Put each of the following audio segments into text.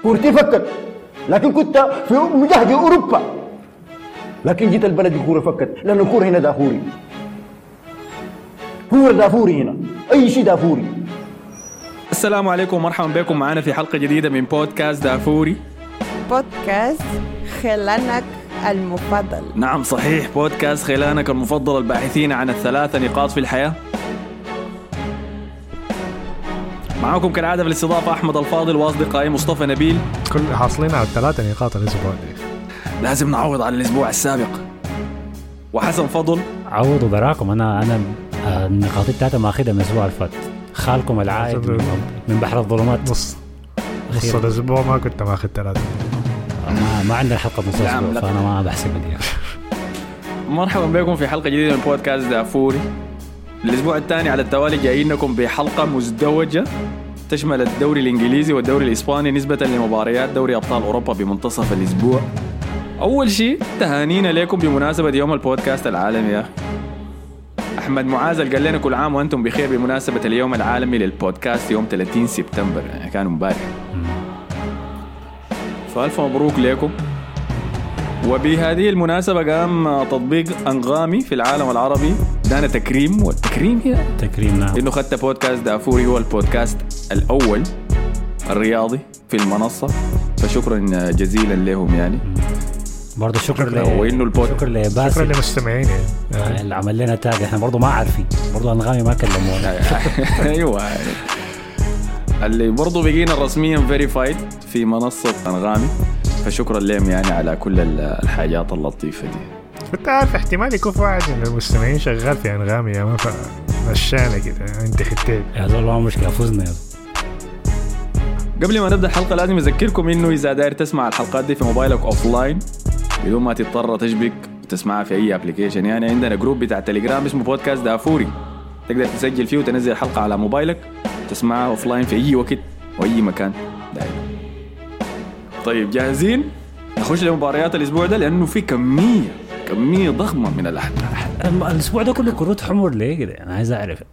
كورتي فكت، لكن كنت في مجهد أوروبا، لكن جيت البلد الكورة فكت، لأن الكورة هنا دافوري، كورة دافوري هنا، أي شيء دافوري. السلام عليكم ومرحبا بكم معنا في حلقة جديدة من بودكاست دافوري، بودكاست خلانك المفضل. نعم صحيح، بودكاست خلانك المفضل، الباحثين عن الثلاث نقاط في الحياة. معاكم كالعادة في الاستضافة أحمد الفاضل وأصدقائي مصطفى نبيل. كل حاصلين على الثلاثة نقاط الأسبوع دي، لازم نعوض على الأسبوع السابق. وحسن فضل عوضوا براكم. أنا النقاط الثلاثة ما أخذها من الأسبوع الفات. خالكم العائد من بحر الظلمات نص الأسبوع ما كنت ما أخذ ثلاثة. ما عندنا حلقة نص الأسبوع فأنا ما بحسب دي. مرحبا بكم في حلقة جديدة من بودكاست دافوري. الأسبوع الثاني على التوالي جايينكم بحلقة مزدوجة تشمل الدوري الإنجليزي والدوري الإسباني نسبة لمباريات دوري أبطال أوروبا بمنتصف الأسبوع. أول شيء تهانينا لكم بمناسبة يوم البودكاست العالمي. يا أحمد معازل قال لنا كل عام وأنتم بخير بمناسبة اليوم العالمي للبودكاست يوم 30 سبتمبر، يعني كان مبارح. فألف مبروك لكم. وبهذه المناسبة قام تطبيق أنغامي في العالم العربي دانا تكريم، والتكريم هي تكريم، نعم، إنه خدت بودكاست دافوري هو البودكاست الأول الرياضي في المنصة، فشكرا جزيلا لهم. يعني برضو شكرا وإنه شكرا لباسل، شكرا للمستمعين اللي عمل لنا تاج. احنا برضو ما عارفين، برضو أنغامي ما كلمونا. أيوة، اللي برضو بقينا رسميا فيريفايد في منصة أنغامي، فشكرا لهم يعني على كل الحاجات اللطيفة دي. كنت عارف احتمال يكون واحد من المستمعين شغال في أنغامي يا ما مشانا كده انت خدتين يا زول ما مشكلة، فوزنا. قبل ما نبدأ الحلقة لازم أذكركم إنه إذا داير تسمع الحلقات دي في موبايلك أوفلاين بدون ما تضطر تشبك وتسمعها في أي أبليكيشن، يعني عندنا جروب بتاع تليجرام اسمه بودكاست دافوري، تقدر تسجل فيه وتنزل الحلقة على موبايلك تسمعها أوفلاين في أي وقت وأي مكان دايما. طيب جاهزين؟ نخش لمباريات الأسبوع ده لأنه في كمية ضخمة من الأحداث. الأسبوع ده كله كروت حمر ليه كده؟ أنا عايز أعرف.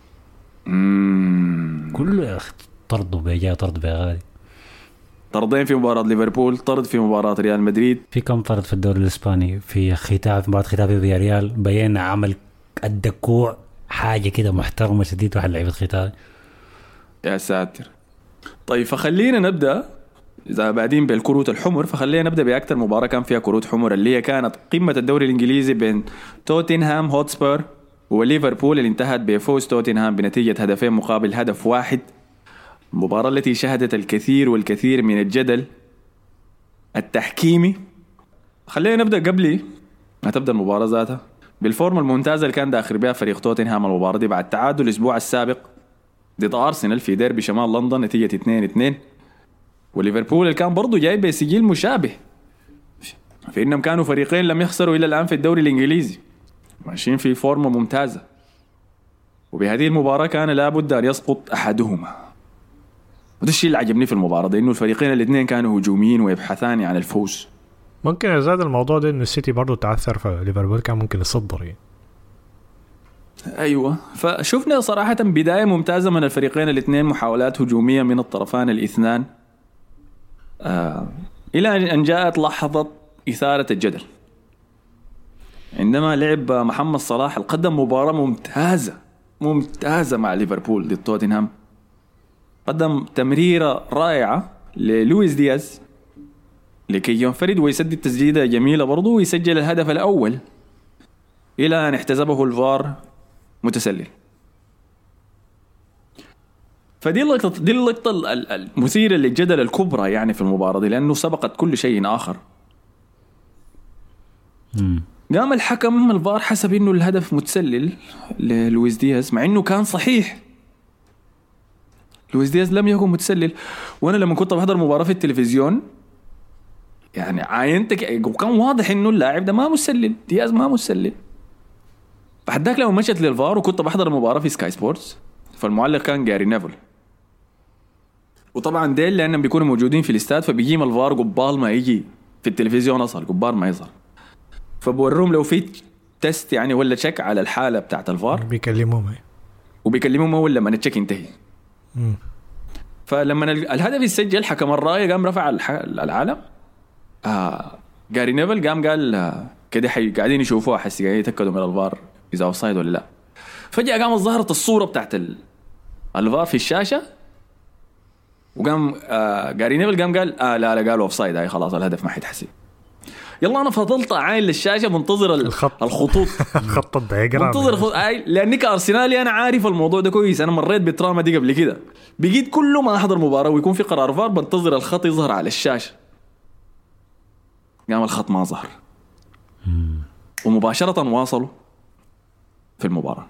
كله طرد بيجا طرد بيغادي، طردين في مباراة ليفربول، طرد في مباراة ريال مدريد، في كم طرد في الدوري الإسباني، في مباراة ختافي في ريال بينا عمل الدكوع حاجة كده محترمة شديد واحد لعيبة ختافي. يا ساتر. طيب فخلينا نبدأ، إذا بعدين بالكروت الحمر فخلينا نبدأ بأكثر مباراة كان فيها كروت حمر، اللي هي كانت قمة الدوري الإنجليزي بين توتنهام هوتسبير وليفربول، اللي انتهت بفوز توتنهام بنتيجة 2-1. المباراة التي شهدت الكثير والكثير من الجدل التحكيمي. خلينا نبدأ قبل ما تبدأ المباراة ذاتها بالفورمة الممتازة اللي كان داخل بها فريق توتنهام المباراة دي بعد تعادل الأسبوع السابق ضد أرسنال في ديربي شمال لندن نتيجة 2-2. وليفربول اللي كان برضو جاي بسجل مشابه، في إنهم كانوا فريقين لم يخسروا إلى الآن في الدوري الإنجليزي، ماشيين في فورمة ممتازة. وبهذه المباراة كان لابد أن يسقط أحدهما، وده الشيء اللي عجبني في المباراة ده، إنه الفريقين الاثنين كانوا هجوميين ويبحثان عن الفوز. ممكن يزاد الموضوع ده إنه السيتي برضو تعثر، فليفربول كان ممكن يصدر يعني. أيوة، فشوفنا صراحة بداية ممتازة من الفريقين الاثنين، محاولات هجومية من الطرفان الاثنان، إلى أن جاءت لحظة إثارة الجدل عندما لعب محمد صلاح القدم مباراة ممتازة مع ليفربول ضد توتنهام. قدم تمريرة رائعة للويس دياز لكي ينفرد ويسدد تسديدة جميلة برضو ويسجل الهدف الأول، إلى أن احتسبه الفار متسلل. فدي اللقطة المثيرة للجدل الكبرى يعني في المباراة دي، لأنه سبقت كل شيء آخر. قام الحكم الفار حسب إنه الهدف متسلل للويس دياز، مع إنه كان صحيح لويس دياز لم يكن متسلل. وأنا لما كنت بحضر مباراة في التلفزيون يعني عاينتك وكان واضح إنه اللاعب ده ما متسلل، دياز ما متسلل. بعدك لما مشت للفار وكنت بحضر المباراة في سكاي سبورتس، فالمعلق كان جاري نيفل، وطبعا ديل لأنهم بيكونوا موجودين في الاستاد فبيجيم الفار قبال ما يجي في التلفزيون أصل قبال ما يظهر، فبورهم لو في تست يعني ولا تشيك على الحالة بتاعت الفار بيكلموهم وبيكلموهم أول لما نتشيك ينتهي. فلما الهدف يسجل حكم الرايه قام رفع العالم. جاري نيفل قام قال كده قاعدين يشوفوها حسي قاعدين يتاكدوا من الفار اذا اوفسايد ولا لا. فجاه قامت ظهرت الصوره بتاعت الفار في الشاشه وقام جاري نيفل قام قال لا قالوا اوفسايد هاي خلاص الهدف ما حيتحسب. يلا انا فضلت عاين للشاشه منتظر الخطوط الخط الدياجرام منتظر لاني كارسنالي انا عارف الموضوع ده كويس. انا مريت بالتراما دي قبل كده. بقيت كل ما احضر مباراه ويكون في قرار فار بنتظر الخط يظهر على الشاشه. قام الخط ما ظهر ومباشره واصلوا في المباراه.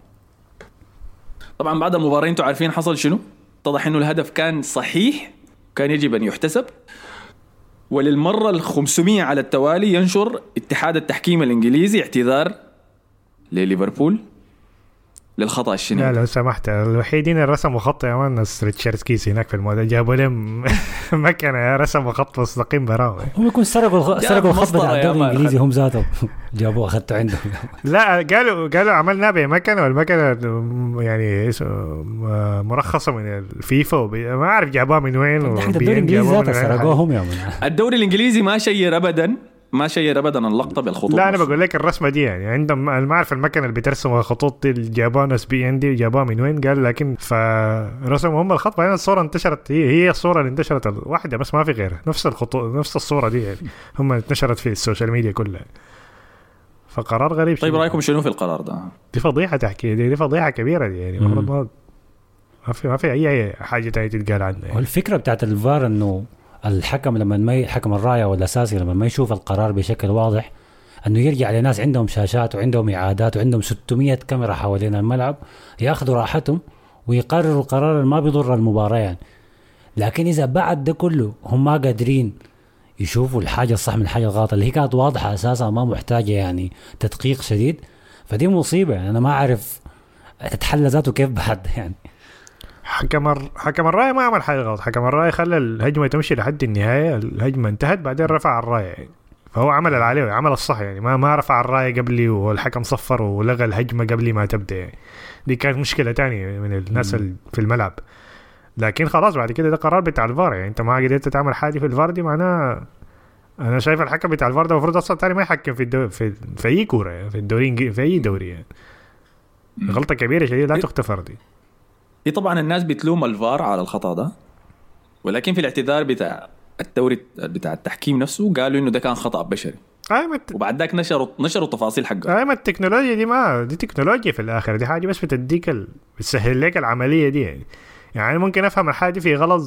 طبعا بعد المباراه انتوا عارفين حصل شنو. اتضح انه الهدف كان صحيح كان يجب ان يحتسب. وللمرة 500 على التوالي ينشر اتحاد التحكيم الإنجليزي اعتذار لليفربول للخطأ الشنيع. لا لو سمحت الوحيدين اللي رسموا خط يا مان ناس ريتشارد كيسي هناك في الموضوع جابوا لهم مكنة رسموا خط مستقيم براوي. هم يكون سرقوا الخط بتاع الدوري الإنجليزي هم ذاتهم جابوه أخذته عندهم. لا قالوا عملنا بمكنة والمكنة يعني مرخصة من الفيفا ما أعرف جابوها من وين. الدوري الإنجليزي ذاته سرقوهم يا مان. الدوري الإنجليزي ما شير أبدا اللقطة بالخطوط. لا أنا بقول لك الرسمة دي يعني عندهم ما أعرف المكنة اللي بترسم الخطوط دي جابوها ناس بي عندي جابوها من وين قال لكن فرسموا هم الخط. بعدين الصورة انتشرت هي الصورة اللي انتشرت واحدة بس ما في غيرها نفس الخطوط نفس الصورة دي يعني هم انتشرت في السوشيال ميديا كلها. فقرار غريب. طيب رأيكم شنو في القرار ده؟ دي فضيحة تحكي دي فضيحة كبيرة دي يعني المفروض ما في أي حاجة تانية تتقال عنها يعني. والفكرة بتاعت الفار إنه الحكم لما ما حكم الراية والأساسي لما ما يشوف القرار بشكل واضح أنه يرجع لناس عندهم شاشات وعندهم إعادات وعندهم 600 كاميرا حوالين الملعب يأخذوا راحتهم ويقرروا القرار اللي ما بيضر المباراة يعني. لكن إذا بعد ده كله هم ما قادرين يشوفوا الحاجة الصح من الحاجة الغلط اللي هي كانت واضحة أساسا ما محتاجة يعني تدقيق شديد فدي مصيبة يعني. أنا ما أعرف تتحل ذاته كيف بعد يعني. حكم الراية ما عمل حاجة غلط. حكم الراية خلى الهجمة تمشي لحد النهاية. الهجمة انتهت بعدين رفع الراية يعني. فهو عمل اللي عليه وعمل الصح يعني ما رفع الراية قبلي والحكم صفر ولغى الهجمة قبل ما تبدأ يعني. دي كانت مشكلة تانية من الناس في الملعب. لكن خلاص بعد كده ده قرار بتاع الفار يعني. انت ما قدرت تعمل حاجة في الفار دي معناه انا شايف الحكم بتاع الفار ده المفروض اصلا تاني ما يحكم في اي كورة يعني. في الدوري في اي دوري يعني. غلطة كبيرة شديدة لا تغتفر دي. إيه طبعا الناس بتلوم الفار على الخطأ ده ولكن في الاعتذار بتاع الدوري بتاع التحكيم نفسه قالوا إنه ده كان خطأ بشري. وبعد ذاك نشروا التفاصيل حقه. ما التكنولوجيا دي ما دي تكنولوجيا في الآخر دي حاجة بس بتديك بتسهل لك العملية دي يعني ممكن أفهم الحاجة في غلط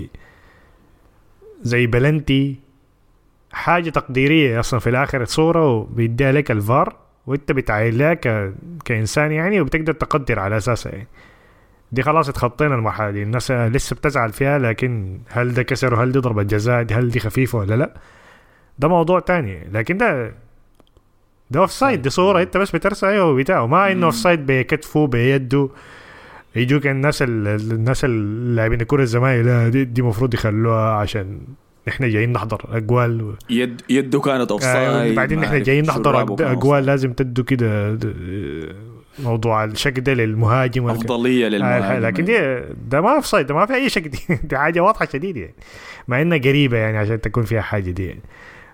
زي بلنتي حاجة تقديرية أصلا في الآخر صورة وبيديها لك الفار وإنت بتعاين لها كإنسان يعني وبتقدر تقدر على أساسها يعني. دي خلاص اتخطينا المرحلة دي. الناس لسه بتزعل فيها لكن هل ده كسر وهل دي ضربة جزاء هل دي خفيفة ولا لا ده موضوع تاني. لكن ده اوفسايد دي صورة انت بس بترسل وبتاعه ما انه اوفسايد بكتفه بيده. يجوك الناس اللاعبين الكرة الزمايل دي مفروض يخلوها عشان احنا جايين نحضر اقوال يده كانت اوفسايد بعدين احنا جايين نحضر اقوال لازم تدوا كده موضوع الشك ده للمهاجم أفضلية للمهاجم. لكن ده ما في صيد ده ما في أي شك دي حاجة واضحة شديد يعني مع إنها قريبة يعني عشان تكون فيها حاجة دي يعني.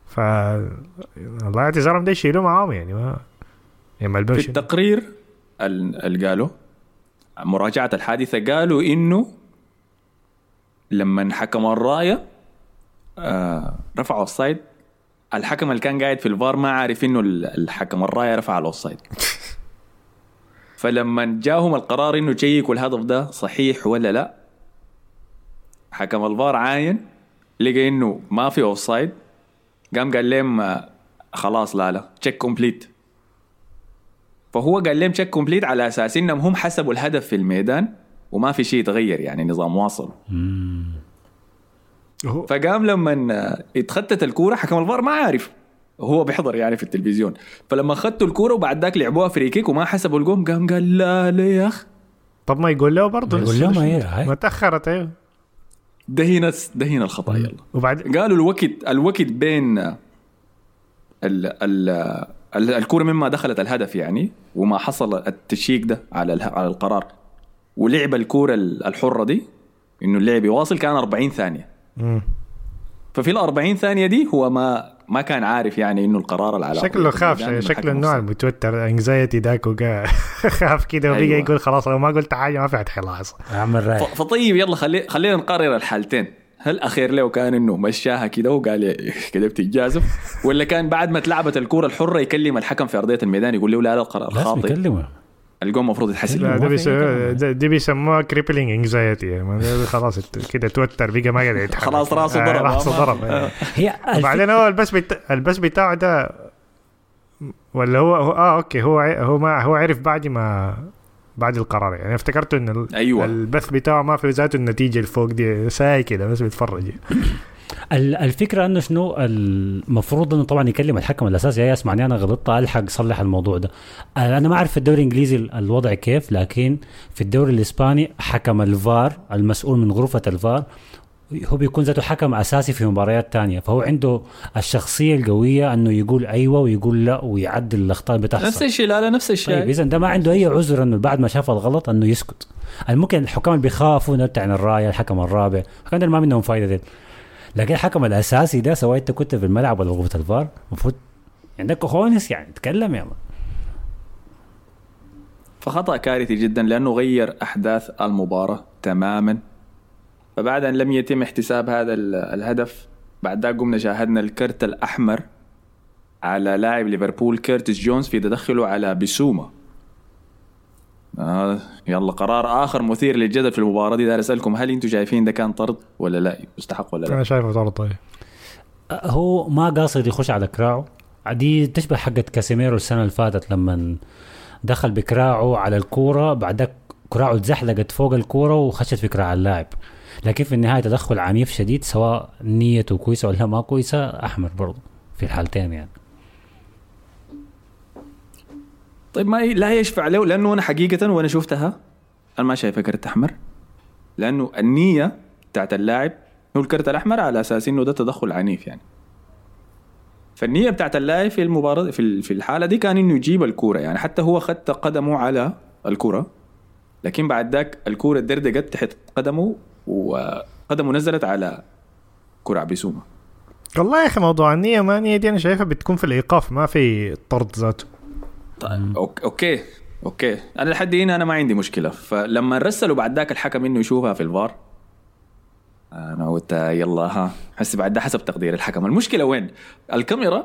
الله اعتذارهم ده يشيلوا معاهم يعني ما يعني في التقرير اللي قالوا مراجعة الحادثة قالوا إنه لما حكم الراية رفع الأوفسايد الحكم اللي كان قاعد في الفار ما عارف إنه الحكم الراية رفع الأوفسايد. فلما جاهم القرار إنه تشيكوا الهدف ده صحيح ولا لا حكم الفار عاين لقى إنه ما في أوفسايد قام قال لهم خلاص لا تشيك كومبليت. فهو قال لهم تشيك كومبليت على أساس إنهم هم حسبوا الهدف في الميدان وما في شيء تغير يعني نظام واصل. فقام لما اتخطت الكورة حكم الفار ما عارف هو بيحضر يعني في التلفزيون. فلما خدتوا الكورة وبعد ذاك لعبوها فري كيك وما حسبوا الجون قام قال لا يا أخ. طب ما يقول له برضه يقول له ما تأخرت ايوه ده هنا الخطأ يلا. وبعد قالوا الوقت بين الكورة مما دخلت الهدف يعني وما حصل التشيك ده على القرار ولعب الكورة الحرة دي انه اللعب يواصل كان 40 ثانيه. ففي ال 40 ثانيه دي هو ما كان عارف يعني انه القرار اللي على شكله خاف، شكله النوع المتوتر انكزايتي داك وقع خاف كده وبيجي يقول خلاص لو ما قلت حاجه ما في حتحلها. عمل رايح. فطيب يلا خلينا نقرر الحالتين. هل اخير له كان انه مشاها كده وقال كده بتجازف، ولا كان بعد ما تلعبت الكوره الحره يكلم الحكم في ارضيه الميدان يقول له لا القرار لازم خاطئ؟ يكلمه. الجون المفروض يتحسب. دي بيسموها كريبلينج انكزايتي، خلاص كده توتر بقى ما قاعد يتحرك، خلاص راسه ضرب. هي وبعدين هو البس بتاعه ده ولا هو اوكي هو عرف بعد القرار يعني. افتكرت ان أيوة. البث بتاعه ما في ذاته النتيجه الفوق دي ساي كده بس بيتفرج. الفكره انه شنو المفروض انه طبعا يكلم الحكم الاساسي. يا اسمعني انا غلطت الحق صلح الموضوع ده. انا ما اعرف في الدوري الانجليزي الوضع كيف، لكن في الدوري الاسباني حكم الفار المسؤول من غرفه الفار هو بيكون ذاته حكم اساسي في مباريات تانية، فهو عنده الشخصيه القويه انه يقول ايوه ويقول لا ويعدل الاخطاء بتحصل. نفس الشيء. لا نفس الشيء. طيب اذا ده ما عنده اي عذر انه بعد ما شاف الغلط انه يسكت. ممكن الحكام اللي بيخافوا نبتع عن الرايه، الحكم الرابع الحكام ده ما منهم فايده دي. لكن الحكم الاساسي ده سواء انت كنت في الملعب ولا غرفه الفار المفروض عندك كوخونس يعني تكلم يا مان. فخطأ كارثي جدا لأنه غير أحداث المباراة تماما. فبعد أن لم يتم احتساب هذا الهدف بعد ذلك قمنا شاهدنا الكرت الأحمر على لاعب ليفربول كيرتس جونز في تدخله على بسومة. يلا قرار آخر مثير للجدل في المباراة دي. دار أسألكم هل أنتم شايفين ده كان طرد ولا لا، يستحق ولا لا؟ أنا شايفه طرد. طيب هو ما قاصد يخش على كراعه، دي تشبه حقت كاسيميرو السنة اللي فاتت لما دخل بكراعه على الكورة بعدك كراعه اتزحلقت فوق الكورة وخشت في كراع اللاعب. لكن في النهاية تدخل عنيف شديد سواء نيته كويسة ولا ما كويسة أحمر برضو في الحالتين يعني. طيب ما لا يشفع له، لأنه أنا حقيقة وأنا شفتها أنا ما شايفة كرت أحمر، لأنه النية بتاعت اللاعب هو الكرت الأحمر على أساس إنه ده تدخل عنيف يعني. فالنية بتاعت اللاعب في المباراة في الحالة دي كان إنه يجيب الكورة يعني، حتى هو خد قدمه على الكورة لكن بعد ذاك الكورة دردقت تحت قدمه وقدمه نزلت على كرة بسومة. والله يا أخي موضوع النية ما نية دي أنا شايفها بتكون في الإيقاف ما في الطرد ذاته. طيب أوكي أنا لحد هنا أنا ما عندي مشكلة. فلما رسلوا بعد ذاك الحكم إنه يشوفها في الفار أنا قلت يلا حس بعد ده حسب تقدير الحكم. المشكلة وين؟ الكاميرا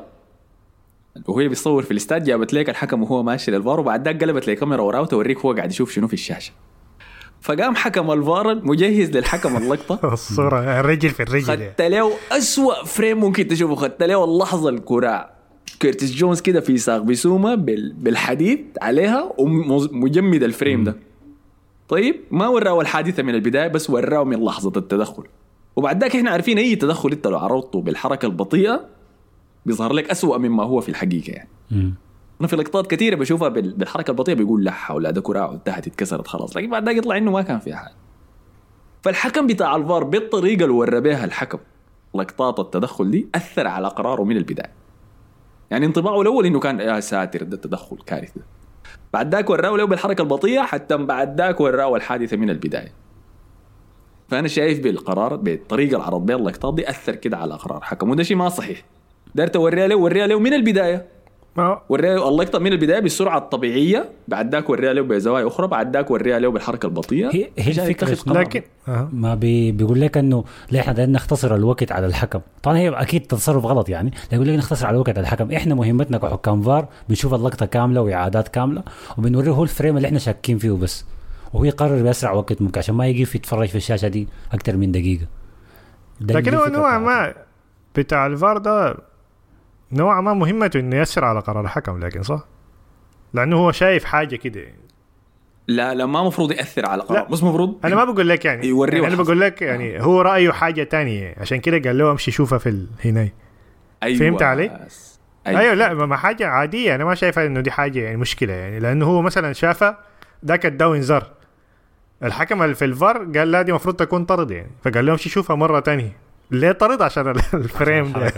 وهي بيصور في الاستاد جابت لك الحكم وهو ماشي للفار وبعد ذاك قلبت لي كاميرا وراه توريك هو قاعد يشوف شنو في الشاشة. فقام حكم الفار مجهز للحكم اللقطة الصورة الرجل في الرجل خدت له أسوأ فريم ممكن تشوفه. خدت له اللحظة الكرة كيرتس جونز كده في ساق بسومة بالحديد عليها ومجمد الفريم ده. طيب ما وراه الحادثة من البداية بس وراه من لحظة التدخل. وبعد ذاك احنا عارفين اي تدخل انت لو عرضته بالحركة البطيئة بيظهر لك أسوأ مما هو في الحقيقة يعني. أنا في لقطات كثيرة بشوفها بالحركة البطيئة بيقول لا حول ده كراعه انتهت اتكسرت خلاص، لكن بعد ذاك يطلع إنه ما كان فيها حاجة. فالحكم بتاع الفار بالطريقة اللي ورى بها الحكم لقطات التدخل دي أثر على قراره من البداية. يعني انطباعه الأول إنه كان يا ساتر ده التدخل كارثة. بعد ذاك وراه له بالحركة البطيئة حتى بعد ذاك وراه الحادثة من البداية. فأنا شايف بالقرار بالطريقة العرض بها اللقطات دي أثر كده على قرار حكم وده شيء ما صحيح. دارت وريها له من البداية. وريها اللقطة من البداية بالسرعة الطبيعية بعد ذاك وريها له بزوايا أخرى بعد ذاك وريها له بالحركة البطيئة. هي الفكرة لكن ما بيقول لك إنه ليه إحنا بدنا نختصر الوقت على الحكم. طبعا هي أكيد تصرف غلط يعني، يقول لك نختصر على الوقت على الحكم. إحنا مهمتنا كحكام فار بنشوف اللقطة كاملة وإعادات كاملة وبنوريه هو الفريم اللي إحنا شاكين فيه بس، وهو يقرر بأسرع وقت ممكن عشان ما يجي يتفرج في الشاشة دي أكتر من دقيقة. لكن هو نوع ما بتاع الفار ده نوع ما مهمته إنه يسر على قرار الحكم، لكن صح لأنه هو شايف حاجة كده. لا ما مفروض يأثر على قرار، بس مفروض أنا ما بقول لك يعني أنا بقول لك يعني هو رأيه حاجة تانية عشان كده قال له أمشي شوفها في هنا. أيوة. فهمت علي؟ أيوة لا ما حاجة عادية، أنا ما شايفة إنه دي حاجة يعني مشكلة يعني، لأنه هو مثلا شافه ذاك الداون زر الحكم اللي في الفار قال لا دي مفروض تكون طرد يعني، فقال له امشي شوفها مرة تانية. ليه طرد؟ عشان الفريم ده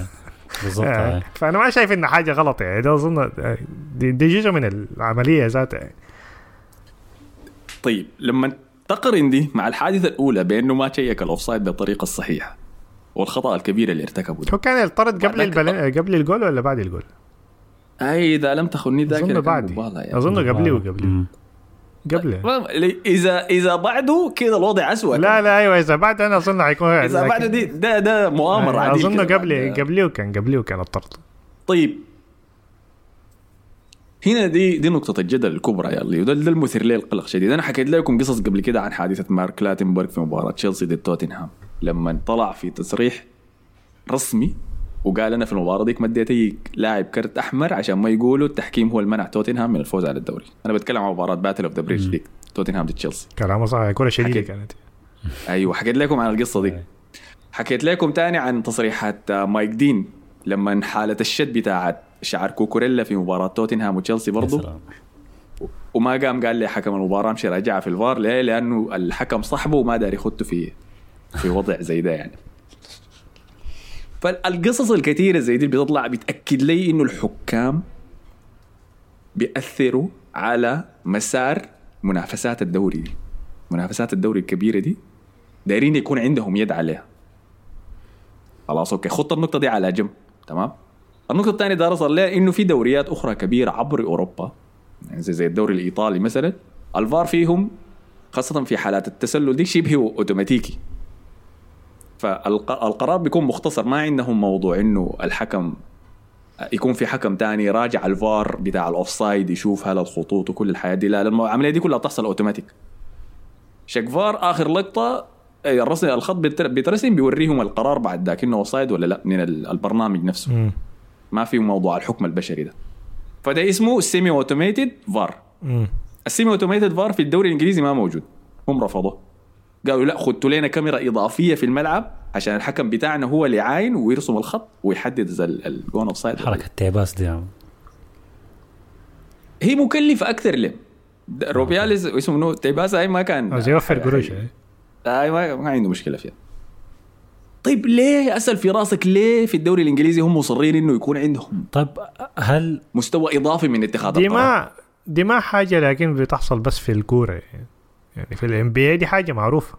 بالضبط. فأنا ما شايف إن حاجة غلط يعني، ده أظن دي جزء من العملية ذاتها يعني. طيب لما تقرن دي مع الحادثة الأولى بأنه ما شيك الأوفسايد بالطريقة الصحيحة والخطأ الكبير اللي ارتكبه ده. هو كان الطرد قبل الجول ولا بعد الجول؟ أي إذا لم تخني ذاك أظن بعد يعني. أظن قبله إذا بعده كده الوضع أسوأ. لا أيوة إذا بعد أنا أظن حيكون إذا بعده دي ده مؤامرة عادي. أظن قبله كان الطرد. طيب هنا دي نقطة الجدل الكبرى يلي وده المثير لي القلق شديد. أنا حكيت لكم قصص قبل كده عن حادثة مارك لاتنبرغ في مباراة تشيلسي ضد توتنهام لما طلع في تصريح رسمي وقال أنا في المباراة ديك مديت أي لاعب كرت أحمر عشان ما يقولوا التحكيم هو المنع توتنهام من الفوز على الدوري. أنا بتكلم عن مباراة باتل أوف ذا بريدج ديك توتنهام ضد تشيلسي. كلامه صح كرة شديدة كانت. أيوة حكيت لكم عن القصة دي. حكيت لكم تاني عن تصريحات مايك دين لما حالة الشد بتاعت شعر كوكوريلا في مباراة توتنهام وتشيلسي برضو وما قال لي حكم المباراة مشي راجعها في الفار ليه؟ لأنه الحكم صاحبه وما داري يخطه في وضع زي ده يعني. فالقصص الكثيرة زي دي بتطلع بتأكد لي إنه الحكام بيأثروا على مسار منافسات الدوري دي. منافسات الدوري الكبيرة دي دايرين يكون عندهم يد عليها. خلاص أوكي خط النقطة دي على جنب تمام. النقطة الثانية دار أصل لها إنه في دوريات أخرى كبيرة عبر أوروبا يعني زي الدوري الإيطالي مثلا الفار فيهم خاصة في حالات التسلل دي شبه أوتوماتيكي. فالقرار بيكون مختصر ما عندهم موضوع إنه الحكم يكون في حكم تاني راجع الفار بتاع الأوفسايد يشوف هل الخطوط وكل الحياة دي. لا العملية دي كلها تحصل أوتوماتيك. شك فار آخر لقطة الرسم الخط بيترسم بيوريهم القرار بعد ذاك إنه أوفسايد ولا لا من البرنامج نفسه. ما في موضوع الحكم البشري ده. فده اسمه سيمي اوتوميتد فار. السيمي اوتوميتد فار في الدوري الانجليزي ما موجود. هم رفضوه قالوا لا خدتوا لنا كاميرا اضافيه في الملعب عشان الحكم بتاعنا هو اللي يعاين ويرسم الخط ويحدد اذا الجون اوف سايد. حركه تيباس دي هي مكلفه اكثر له. روبياليز اسمه منو تيباس هاي ما كان يوفر قروش هاي ما عنده مشكله فيها. طيب ليه أسأل في راسك ليه في الدوري الإنجليزي هم مصرين إنه يكون عندهم طيب هل مستوى إضافي من اتخاذ القرار؟ دي ما حاجة لكن بتحصل بس في الكورة يعني في الNBA دي حاجة معروفة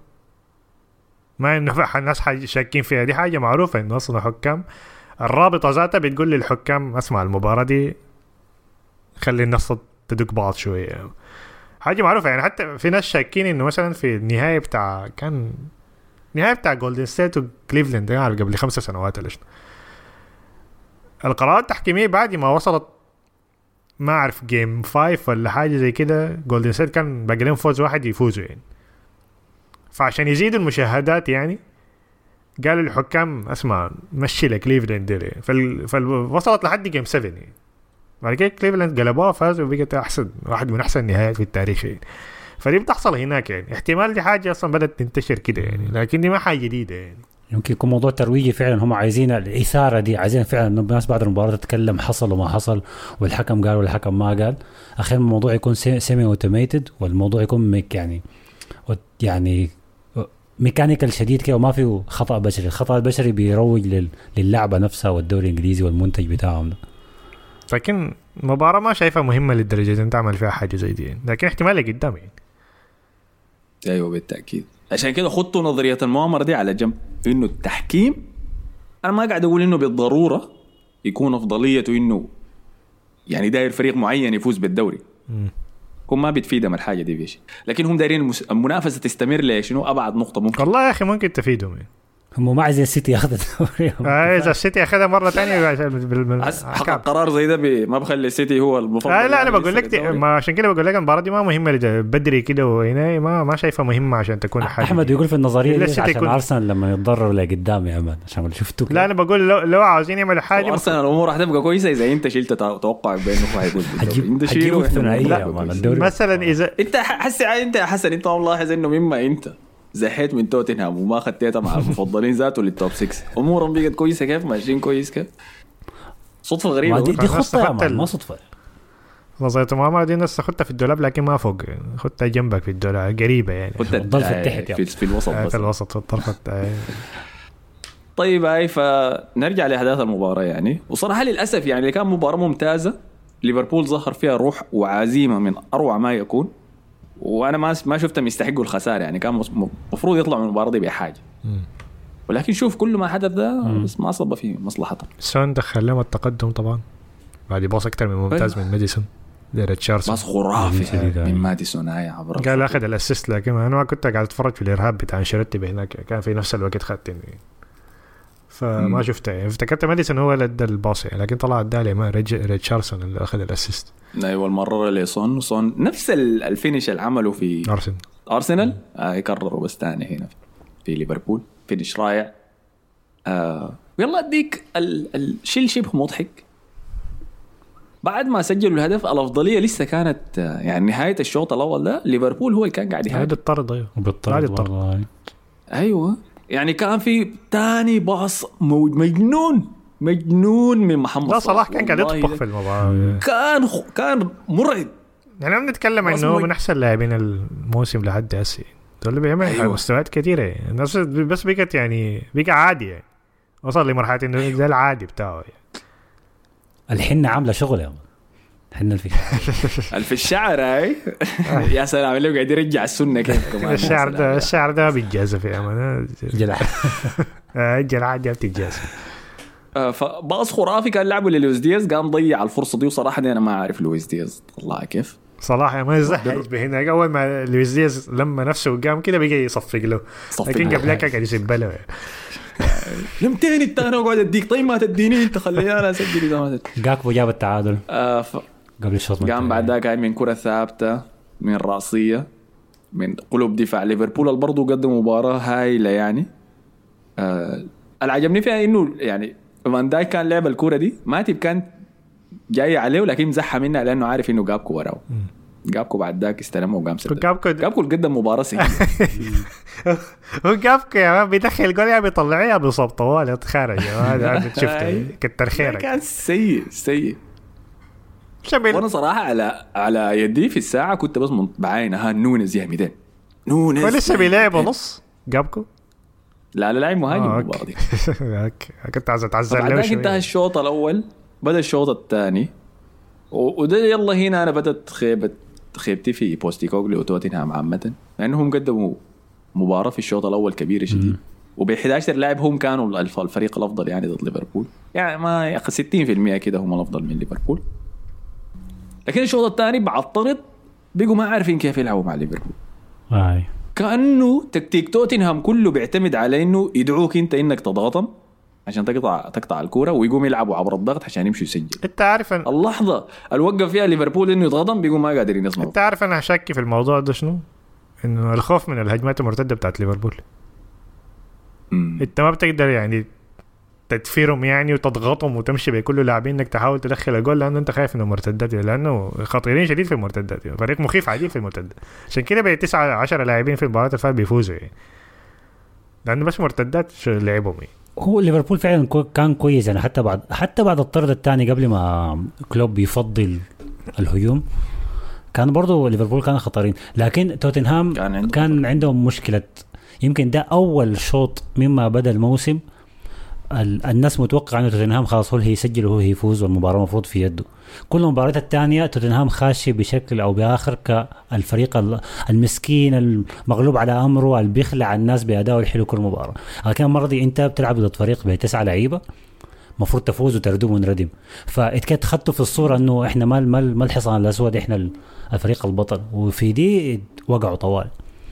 ما إنه الناس شاكين فيها. دي حاجة معروفة إنه أصلا حكام الرابطة ذاتها بتقول للحكام اسمع المباراة دي خلي الناس تدق بعض شوية. حاجة معروفة يعني. حتى في ناس شاكين إنه مثلا في النهاية بتاع جولدن ستيت وكليفلاند قبل 5 سنوات ليش القرارات التحكيمية بعد ما وصلت ما أعرف جيم 5 ولا حاجة زي كده جولدن ستيت كان باقي لهم فوز واحد يفوزوا يعني. فعشان يزيدوا المشاهدات يعني قالوا الحكام اسمع مشي لكليفلاند دي فوصلت لحد جيم 7 يعني. بعد كده كليفلاند قلبوها فازوا وبقت أحسن واحد من أحسن النهايات في التاريخ يعني. فدي بتحصل هناك يعني. احتمال دي حاجة أصلا بدأت تنتشر كده يعني لكن دي ما حاجة جديدة يعني. يمكن يكون موضوع ترويجي فعلا. هم عايزين الإثارة دي عايزين فعلا إنه الناس بعد المباراة تتكلم حصل وما حصل والحكم قال والحكم ما قال. أخيرا الموضوع يكون سيمي أوتوميتد والموضوع يكون يعني ميكانيكال شديد كده وما فيه خطأ بشري. الخطأ البشري بيروج للعبة نفسها والدوري الإنجليزي والمنتج بتاعهم ده. لكن مباراة ما شايفها مهمة للدرجة أن تعمل فيها حاجة زي دي لكن احتمال قدام يعني. ايوه بالتاكيد. عشان كده خطوا نظريه المؤامره دي على جنب. انه التحكيم انا ما قاعد اقول انه بالضروره يكون افضليته انه يعني داير فريق معين يفوز بالدوري. هم ما بتفيدهم الحاجه دي بشيء لكن هم دايرين المنافسه تستمر. ليش شنو ابعد نقطه ممكن والله يا اخي ممكن تفيدهم يعني. هم ما عايزين السيتي ياخذ الدوري. اذا السيتي اخذها مره ثانيه حق قرار زي ده ما بخلي السيتي هو المفضل. لا انا بقول لك ما عشان كده بقول لك المباراه دي ما مهمه بدري كده وهنا ما شايفها مهمه عشان تكون حاجه. احمد يقول في النظريه دي عشان ارسنال لما يتضرر لقدام يا امان عشان شفتوا. لا انا بقول لو عاوزين يعملوا حاجه ارسنال الامور راح تبقى كويسه اذا انت شلت توقعك بانه هو هيفوز بالدوري. انت شيله مثلا اذا انت حسن انت ملاحظ انه مما انت زحيت من توتنهام وما خدتها مع المفضلين ذاته للتوب 6 امورهم بقت كويسه كيف ماشيين كويس كيف صدفه غريبه. دي خطه ما صدفه. نظرت ما دي نص خدتها في الدولاب لكن ما فوق خدتها جنبك في الدولاب قريبه يعني ضل في التحت في الوسط بس في الوسط في الطرف. طيب هاي فنرجع لاحداث المباراه يعني. وصراحه للاسف يعني كان مباراه ممتازه. ليفربول ظهر فيها روح وعزيمه من اروع ما يكون وانا ما شفتهم يستحقوا الخساره يعني كان مفروض يطلعوا من المباراه دي بحاجه ولكن شوف كل ما حدث ده بس ما صب في مصلحتهم. سون دخل لهم التقدم طبعا بعد يباص اكثر من ممتاز من ماديسون ريتشاردسون بس خرافي من ماديسون هاي عبر قال اخذ الاسيست لكن انا ما كنت قاعد اتفرج في الارهاب بتاع انشيلوتي هناك كان في نفس الوقت خدتني فما شفته يعني افتكرت ماديسون هو اللي ادى الباص لكن طلع ادى ما ريتشاردسون اللي اخذ الاسيست. ايوه المره اللي صون نفس الفينش اللي عمله في ارسنال يكرروا بس ثاني هنا في ليفربول فينش رائع. يلا اديك الشيء شبه مضحك بعد ما سجلوا الهدف الافضليه لسه كانت يعني نهايه الشوط الاول ده ليفربول هو اللي كان قاعد يهاجم الطرد ايوه بالطرد ايوه يعني كان في تاني باص مجنون من محمد صلاح. صلاح كان قاعد يطبخ في المباراه كان مرعب يعني بنتكلم انه من احسن لاعبين الموسم لحد هسه اللي بيعمل مستويات كثيره الناس بس بقت يعني بقى عادي يعني وصل لمرحله انه ده العادي بتاعه يعني. الحنة عامله شغل يا حنة في الشعر هاي يا سلام اللي قاعد يرجع السنه كيف كمان الشعر ده بيتجازف يا مان الجلعه دي بتتجازف. فباص خرافي كان لعبه للويس دياز قام ضيع الفرصه دي وصراحه انا ما اعرف لويس دياز طلع كيف صراحه ما يزحف هنا اول ما لويس دياز لما نفسه قام كده بقى يصفق له لكن قبلك قاعد يسب له لمتين انت انا اقعد اديك طيب ما تديني انت خليني انا اسجل اذا ما جاكبو جاب التعادل قبل الشوط قام بعد ذاك من كره ثابته من راسيه من قلوب دفاع ليفربول اللي برضه قدم مباراه هايله يعني. اللي عجبني فيها انه يعني فان دايك كان لعب الكوره دي ماتيب كان جاي عليه ولكن مزحها منها لانه عارف انه جابكو وراه جابكو بعد ذاك استلمه وقام سدد جابكو قدم مباراه سيئه وجابكو يا مان بيدخل جول يا بيطلعيه بصوب طوال خارج هذا شفته كتر خيرك كان سيء وانا صراحه على يدي في الساعه كنت بس بعينها نونز يا ميدان نونز ولسه بيلعب نص جابكو لا لاعب مهاجم المباراه دي كنت عايز اتعزل له شويه. انتهى الشوط الاول بدا الشوط الثاني وده يلا هنا انا بدت خيبتي في بوستيكوغلو وتوتنهام عامه لانهم قدموا مباراه في الشوط الاول كبيره شديد وب11 لاعب هم كانوا الفريق الافضل يعني ضد ليفربول يعني ما يا اخي 60% كده هم الافضل من ليفربول. لكن الشوط الثاني بعطرد بيقوا ما عارفين كيف يلعبوا مع ليفربول كأنه تكتيك توتنهام كله بيعتمد على انه يدعوك انت انك تضغطهم عشان تقطع الكرة ويقوم يلعبوا عبر الضغط عشان يمشوا يسجل. انت عارف اللحظة الوقف فيها ليفربول انه يضغطهم بيقوا ما قادرين يصنعوا. انت عارف انا شاكي في الموضوع ده شنو؟ انه الخوف من الهجمات المرتدة بتاعت ليفربول. انت ما بتقدر يعني تدفيرهم يعني وتضغطهم وتمشي بكل لاعبين انك تحاول تدخل الجول لانه انت خايف انه مرتدات لانه خطيرين شديد في المرتدات يعني. فريق مخيف عديد في المرتدات عشان كده بقى 9-10 لاعبين في المباراه اللي فاتت بيفوزوا يعني. لانه بس مرتدات لعبهم يعني. هو ليفربول فعلا كان كويس يعني حتى بعد الطرد الثاني قبل ما كلوب يفضل الهجوم كان برضو ليفربول كانوا خطرين لكن توتنهام كان عندهم مشكله يمكن ده اول شوط مما بدا الموسم الناس متوقع انه توتنهام خلاص هو يسجل وهو يفوز والمباراه المفروض في يده. كل المباريات الثانيه توتنهام خاشي بشكل او باخر كالفريق المسكين المغلوب على امره اللي بيخلع الناس باداء الحلو كل مباراه. لكن المره دي انت بتلعب ضد فريق ب9 لعيبه المفروض تفوز وتردم ونردم فاتكاد خدته في الصوره انه احنا ما الحصان الاسود احنا الفريق البطل وفي دي وقعوا طوال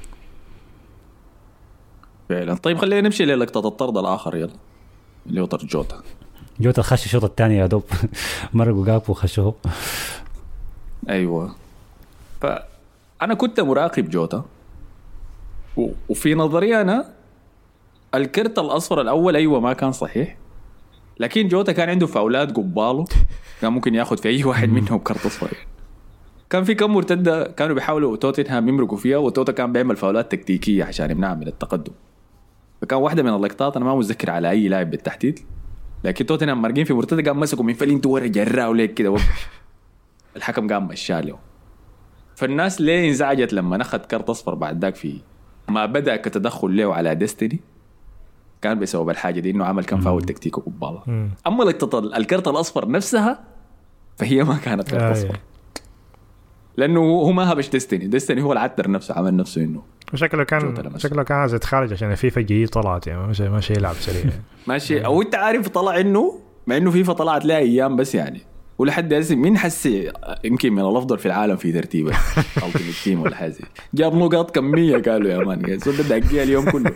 فعلا. طيب خلينا نمشي للقطه الطرد الاخر يلا اللي هو طرد جوتا خش الشوط الثاني يا دوب مرقوا جابوا خشوه. ايوه فانا كنت مراقب جوتا وفي نظري انا الكرت الاصفر الاول ايوه ما كان صحيح لكن جوتا كان عنده فاولات قباله كان ممكن ياخد في اي واحد منهم كرت اصفر. كان في كم مرتده كانوا بيحاولوا توتنهام يمرقوا فيها وتوتا كان بيعمل فاولات تكتيكيه عشان يمنع من التقدم. فكان واحدة من اللقطات أنا ما متذكر على أي لاعب بالتحديد لكن توتنهام مرقين في مرتدى قام مسكوا من فلين تورا جراه وليك كده الحكم قام مشاله. فالناس ليه انزعجت لما أخذ كرت أصفر بعد ذاك في ما بدأ كتدخل له على ديستني كان بسبب الحاجة دي إنه عمل كان فاول تكتيكي قبالة. أما لقطة الكرت الأصفر نفسها فهي ما كانت كرت أصفر لانه هو ما هبش ديستني هو العتر نفسه عمل نفسه انه شكله كان عايز يتخارج عشان الفيفا جي طلعت يعني ماشي يلعب سريع ماشي. او انت عارف طلع انه مع انه فيفا طلعت لها ايام بس يعني ولحد هسه مين حسي يمكن من الافضل في العالم في ترتيبه التيمت تيم ولا حاجه جاب نقاط كميه قالوا يا مان قال صدق دقيقه اليوم كله.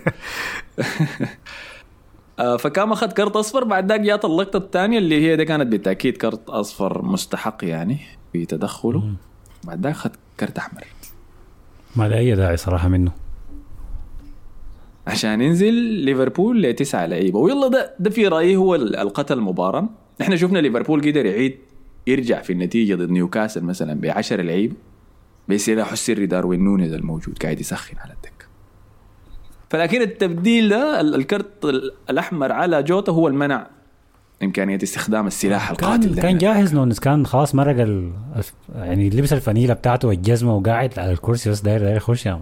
فكان اخذ كرت اصفر. بعد ذاك جات اللقطه الثانيه اللي هي ده كانت بالتاكيد كرت اصفر مستحق يعني في تدخله. بعد ذاك اخذ كرت احمر ما له اي داعي صراحه منه عشان ينزل ليفربول ل9 لعيبه. ويلا ده في رايي هو القتل المباراه. احنا شفنا ليفربول قدر يرجع في النتيجه ضد نيوكاسل مثلا ب10 لعيبه بسلاحه السري داروين نونيز الموجود قاعد يسخن على الدكه. فلكن التبديل ده الكرت الاحمر على جوتا هو المنع امكانيه استخدام السلاح القاتل ده. كان جاهز نونيز كان خلاص مرق يعني لبس الفانيله بتاعته والجزمه وقاعد على الكرسي بس داير يخش يا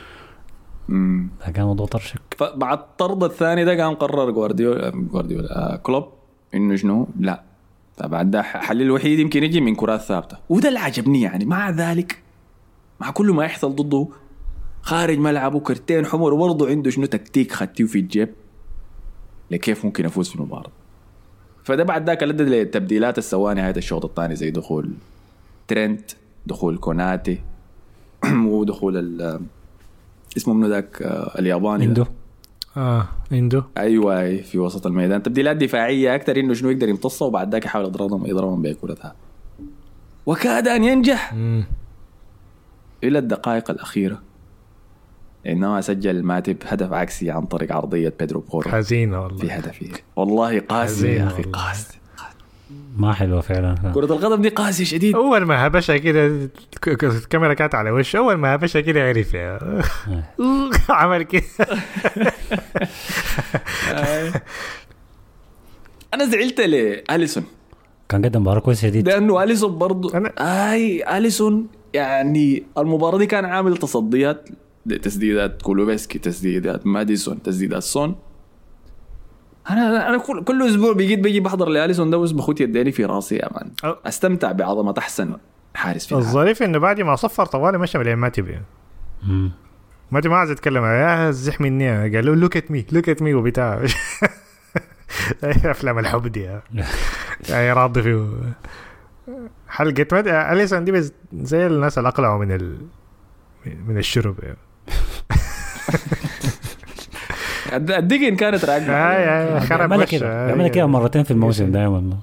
كان موضوع طرشك. فمع الطرد الثاني ده قام قرر جوارديولا كلوب انه شنو لا. فبعد ده حل الوحيد يمكن يجي من كرات ثابته وده اللي عجبني يعني. مع ذلك مع كل ما يحصل ضده خارج ملعبه كرتين حمر وبرضه عنده شنو تكتيك خدتيه في الجيب لكيف ممكن يفوز في المباراة. فده بعد ذاك لدد للتبديلات السواني نهاية الشوط الثاني زي دخول ترينت دخول كوناتي ودخول اسمه منو ذاك الياباني اندو ايوه في وسط الميدان. تبديلات دفاعيه اكثر انه شنو يقدر يمتصها وبعد ذاك يحاول يضربهم بكرتها وكاد ان ينجح الى الدقائق الاخيره انما سجل ماتب هدف عكسي عن طريق عرضيه بيدرو بورو. حزينه والله في هدفي والله قاسي يا اخي قاسي ما حلوه فعلا. كرة القدم دي قاسي شديد. اول ما هبشها كده الكاميرا كانت على وشه اول ما هبشها كده عرف يا عمل كده. انا زعلت لأليسون كان قدم مباراة كويس شديد لانه أليسون برضو أليسون يعني المباراة دي كان عامل تصديات تسديدات كولوفسكي تسديدات ماديسون تسديدات سون. انا كل اسبوع بيجي بحضر لأليسون ده واسمه خوتي يديني في راسي يا مان. استمتع بعظمه احسن حارس في الظريف انه بعد ما صفر طوالي مشى من ماتب ماتب ما عايز يتكلم يا زح مني قال له لوك ات مي وبتاع افلام الحب دي يعني راضي فيه حلقه أليسون دي زي الناس اللي اقلعوا من الشرب يعني. الدقن كانت راقبه عمل كده مرتين في الموسم دائما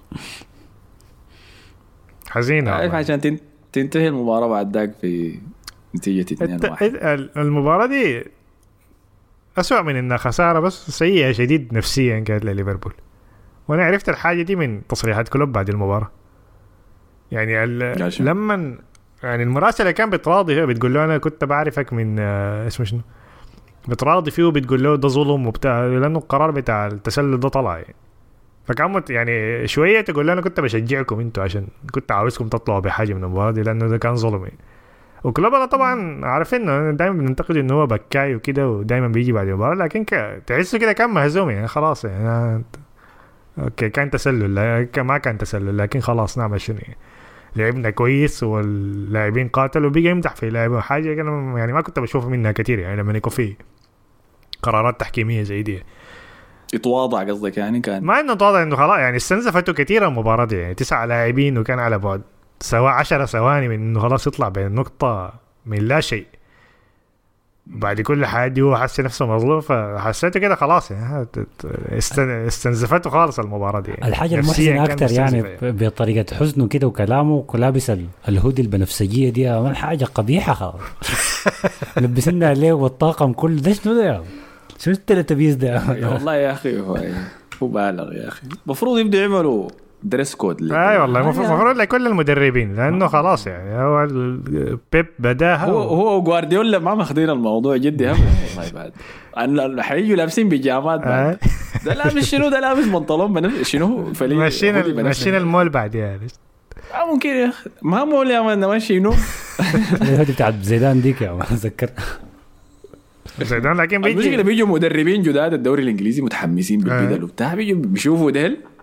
حزينه عشان تنتهي المباراه بعد ذاك في نتيجه 2-1. المباراه دي أسوأ من انها خساره بس سيئه شديد نفسيا كانت لليفربول. وانا عرفت الحاجه دي من تصريحات كلوب بعد المباراه يعني لما يعني المراسله كان بتراضي فيه بتقول له انا كنت بعرفك من اسمه شنو بتراضي فيه وبتقول له ده ظلم وبتاع لانه القرار بتاع التسلل ده طلع يعني. فكان يعني شويه تقول له انا كنت بشجعكم انتوا عشان كنت عاوزكم تطلعوا بحاجه من المباراه دي لانه ده كان ظلم يعني. وكلوب انا طبعا عارفين انه دايما بننتقد انه هو بكاي وكده ودايما بيجي بعد المباراه لكن تحسه كده كان مهزوم يعني خلاص يعني اوكي كان تسلل ما كان تسلل لكن خلاص نعمل شنو يعني. لعبنا كويس واللاعبين قاتلوا وبيجي يمدح في لعبه حاجه يعني ما كنت بشوف منها كتير يعني لما يكون في قرارات تحكيميه زي دي. يتواضع قصدك يعني كان ما انه تواضع انه خلاص يعني استنزفته كتير المباراه دي يعني 9 لاعبين وكان على بعد سوا 10 ثواني من انه خلاص يطلع بنقطه من لا شيء. بعد كل حاجه هو حس نفسه مظلوم فحسيته كده خلاص يعني استنزفته خالص المباراه دي يعني. الحاجه المحزنه اكتر يعني بطريقه حزنه كده وكلامه ولابس الهودي البنفسجيه دي من حاجه قبيحه خالص. لبسنا عليه والطاقم كله ده شنو ده شو التلتبيس ده والله يا اخي هو بالغ يا اخي. المفروض يبدأ يعملوا دريس كود اي والله المفروض لكل المدربين لانه خلاص يعني هو بيب بداها هو وغوارديولا ما ماخذين الموضوع جدي هم والله بعد ان حيجوا لابسين بيجامات بعد ده لابس شنو ده لابس بنطلون شنو ماشيين المول بعد يعني ممكن يا اخي ما مول يا مان ماشي شنو هذه بتاعت زيدان ديك يا اتذكر زيدان لكن بيجوا مدربين جداد الدوري الانجليزي متحمسين بالبدل وبتاع بيجوا بيشوفوا ديل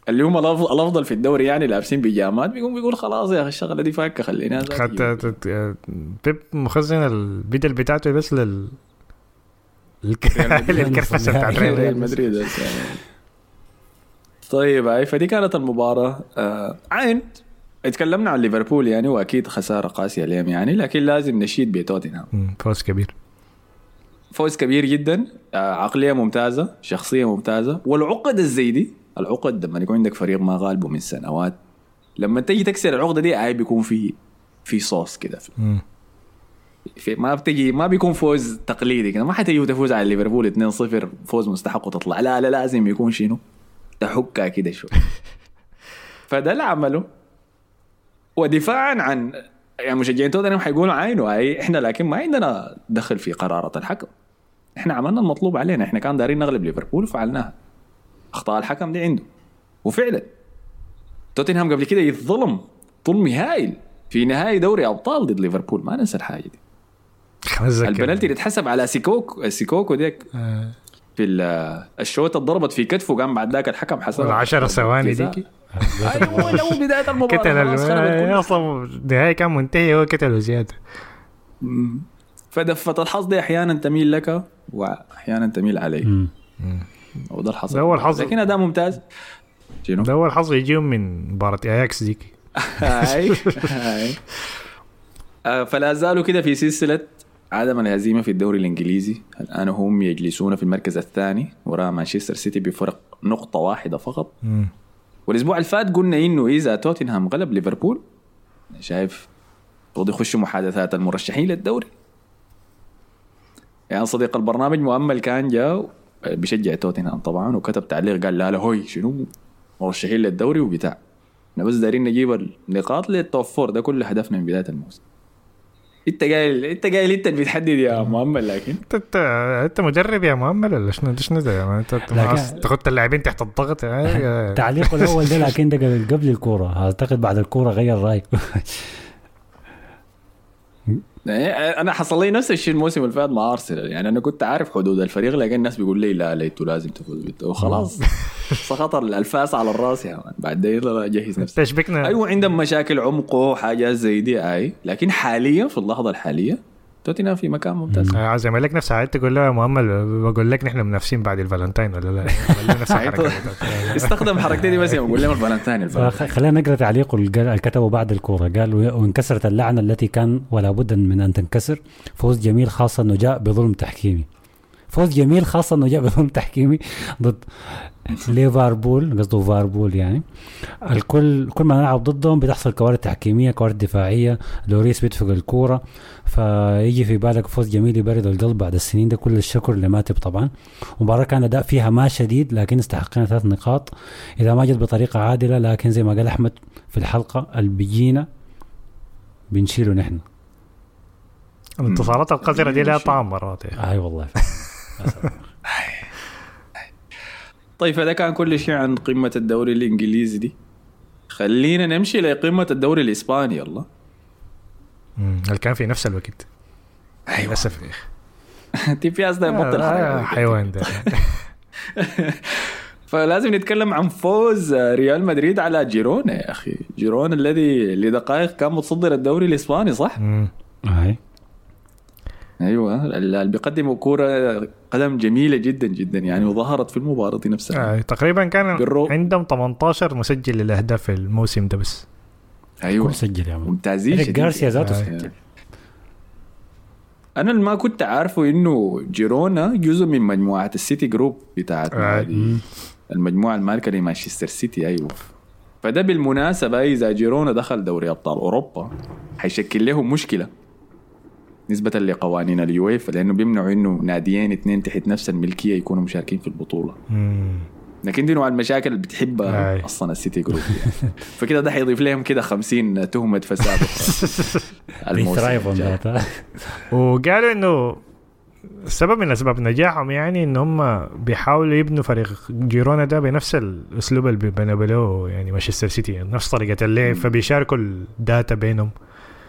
اللي هم الافضل في الدوري يعني لابسين بيجامات بيقول خلاص يا اخي الشغله دي فاكه خلينا حتى بيب مخزن البدل بتاعته بس الكرفسه بتاعت ريال مدريد. طيب هاي فدي كانت المباراه. عين اتكلمنا عن ليفربول يعني واكيد خساره قاسيه اليوم يعني، لكن لازم نشيد بتوتنهام. فوز كبير جدا. عقليه ممتازه، شخصيه ممتازه، والعقد الزيدي العقد لما يكون عندك فريق ما غالبه من سنوات لما تيجي تكسر العقده دي هاي بيكون في صوص كده ما بيكون فوز تقليدي كده. ما حتيجي تفوز على ليفربول 2-0 فوز مستحق وتطلع، لا لازم يكون شنو تحكها كده شوي. فده اللي عمله. ودفاعا عن يعني مشجعين توتنهام حيقولوا عينه هاي احنا، لكن ما عندنا دخل في قرارات الحكم. احنا عملنا المطلوب علينا، احنا كان دارين نغلب ليفربول وفعلناها. اخطاء الحكم دي عنده، وفعلا توتنهام قبل كده يتظلم ظلم هائل في نهائي دوري ابطال ضد ليفربول، ما ننسى الحاجه دي. البنالتي اللي اتحسب على سيكوكو ديك في الشوط ضربت في كتفه، قام بعد ذاك الحكم حسب 10 ثواني ديك. ايوه لو بدايه المباراه كتل اصلا النهائي كان منتهي هو كتله زياده. فدفة الحظ دي احيانا تميل لك واحيانا تميل عليه. وده الحظ. ده اول حظ، لكن اداء ممتاز. ده اول حظ يجيهم من مباراه اياكس ديك. هاي فلا زالوا كده في سلسله عدم الهزيمه في الدوري الانجليزي. الان هم يجلسون في المركز الثاني وراء مانشستر سيتي بفرق نقطه واحده فقط. والاسبوع اللي فات قلنا انه اذا توتنهام غلب ليفربول شايف رضي يخش محادثات المرشحين للدوري. يعني صديق البرنامج مؤمل كان جاء بيشجع توتنهام طبعا وكتب تعليق قال لا هوي شنو مرشحين للدوري وبتاع، احنا بس دارين نجيب النقاط للتوفر، ده كل هدفنا من بدايه الموسم. انت قايل انت بتحدد يا مؤمل، لكن انت مدرب يا مؤمل ولا شنو ده؟ انت تاخذ اللاعبين تحت الضغط. تعليقه الاول ده لكن ده قبل الكوره، اعتقد بعد الكوره غير رايك. انا حصل لي نفس الشيء الموسم اللي فات مع ارسنال. يعني انا كنت عارف حدود الفريق لكن الناس بيقول لي لا انتوا لازم تفوزوا وخلاص. سقط الفاس على الراس يا مان. بعدين جهز نفسك. تشبكنا ايوه عندهم مشاكل عمق وحاجات زي دي اي، لكن حاليا في اللحظه الحاليه توتنهام في مكان ممتاز. زي ما لك نفس عادة تقول له مؤمل بقول لك نحن منافسين بعد الفالنتين ولا لا؟ نفس الحركه. استخدم حركتي دي بس بقول لهم الفالنتين. خلينا نقرا تعليقه اللي كتبه بعد الكوره. قال وانكسرت اللعنه التي كان ولا بد من ان تنكسر. فوز جميل خاصه انه جاء بظلم تحكيمي. ضد ليفربول، قصده فاربول يعني. كل ما نلعب ضدهم بتحصل كوارث تحكيميه، كوارث دفاعيه، لوريس بيدفق الكوره، فيجي في بالك فوز جميل يبرد القلب بعد السنين ده. كل الشكر لماتب طبعا. مباراة كان أداء فيها ما شديد لكن استحقنا 3 نقاط إذا ما جت بطريقة عادلة، لكن زي ما قال أحمد في الحلقة البيجينا بنشيله نحن. الانتصارات القذرة دي لها طعم مرات. أي والله. طيب هذا كان كل شيء عن قمة الدوري الإنجليزي دي. خلينا نمشي لقمة الدوري الإسباني. يلا اللي كان في نفس الوقت. أيوة. للأسف تيبياس ده يبطل حيوان ده. فلازم نتكلم عن فوز ريال مدريد على جيرونا. يا أخي جيرونا الذي لدقائق كان متصدر الدوري الإسباني صح؟ ايوه اللي بيقدموا كوره قدم جميله جدا جدا يعني، وظهرت في المباراه نفسها. تقريبا كان عندهم 18 مسجل للاهداف في الموسم ده بس. ايوه كل سجل يعني ممتازين. جارسيا ذاته سجل. انا اللي ما كنت عارفه انه جيرونا جزء من مجموعه السيتي جروب بتاعت المجموعه المالكه لمانشستر سيتي. ايوه فده بالمناسبه اذا جيرونا دخل دوري ابطال اوروبا حيشكل لهم مشكله نسبة لقوانين اليويفا، لأنه بيمنعوا إنه ناديين 2 تحت نفس الملكية يكونوا مشاركين في البطولة. لكن دي نوع المشاكل اللي بتحبها أصلا السيتي جروب يعني. فكده ده حيضيف لهم كده 50 تهمة فساد الموسم. وقالوا إنه السبب من أسباب نجاحهم يعني إن هم بيحاولوا يبنوا فريق جيرونا ده بنفس الأسلوب اللي بنوا له يعني مانشستر سيتي، يعني نفس طريقة اللعب، فبيشاركوا الداتا بينهم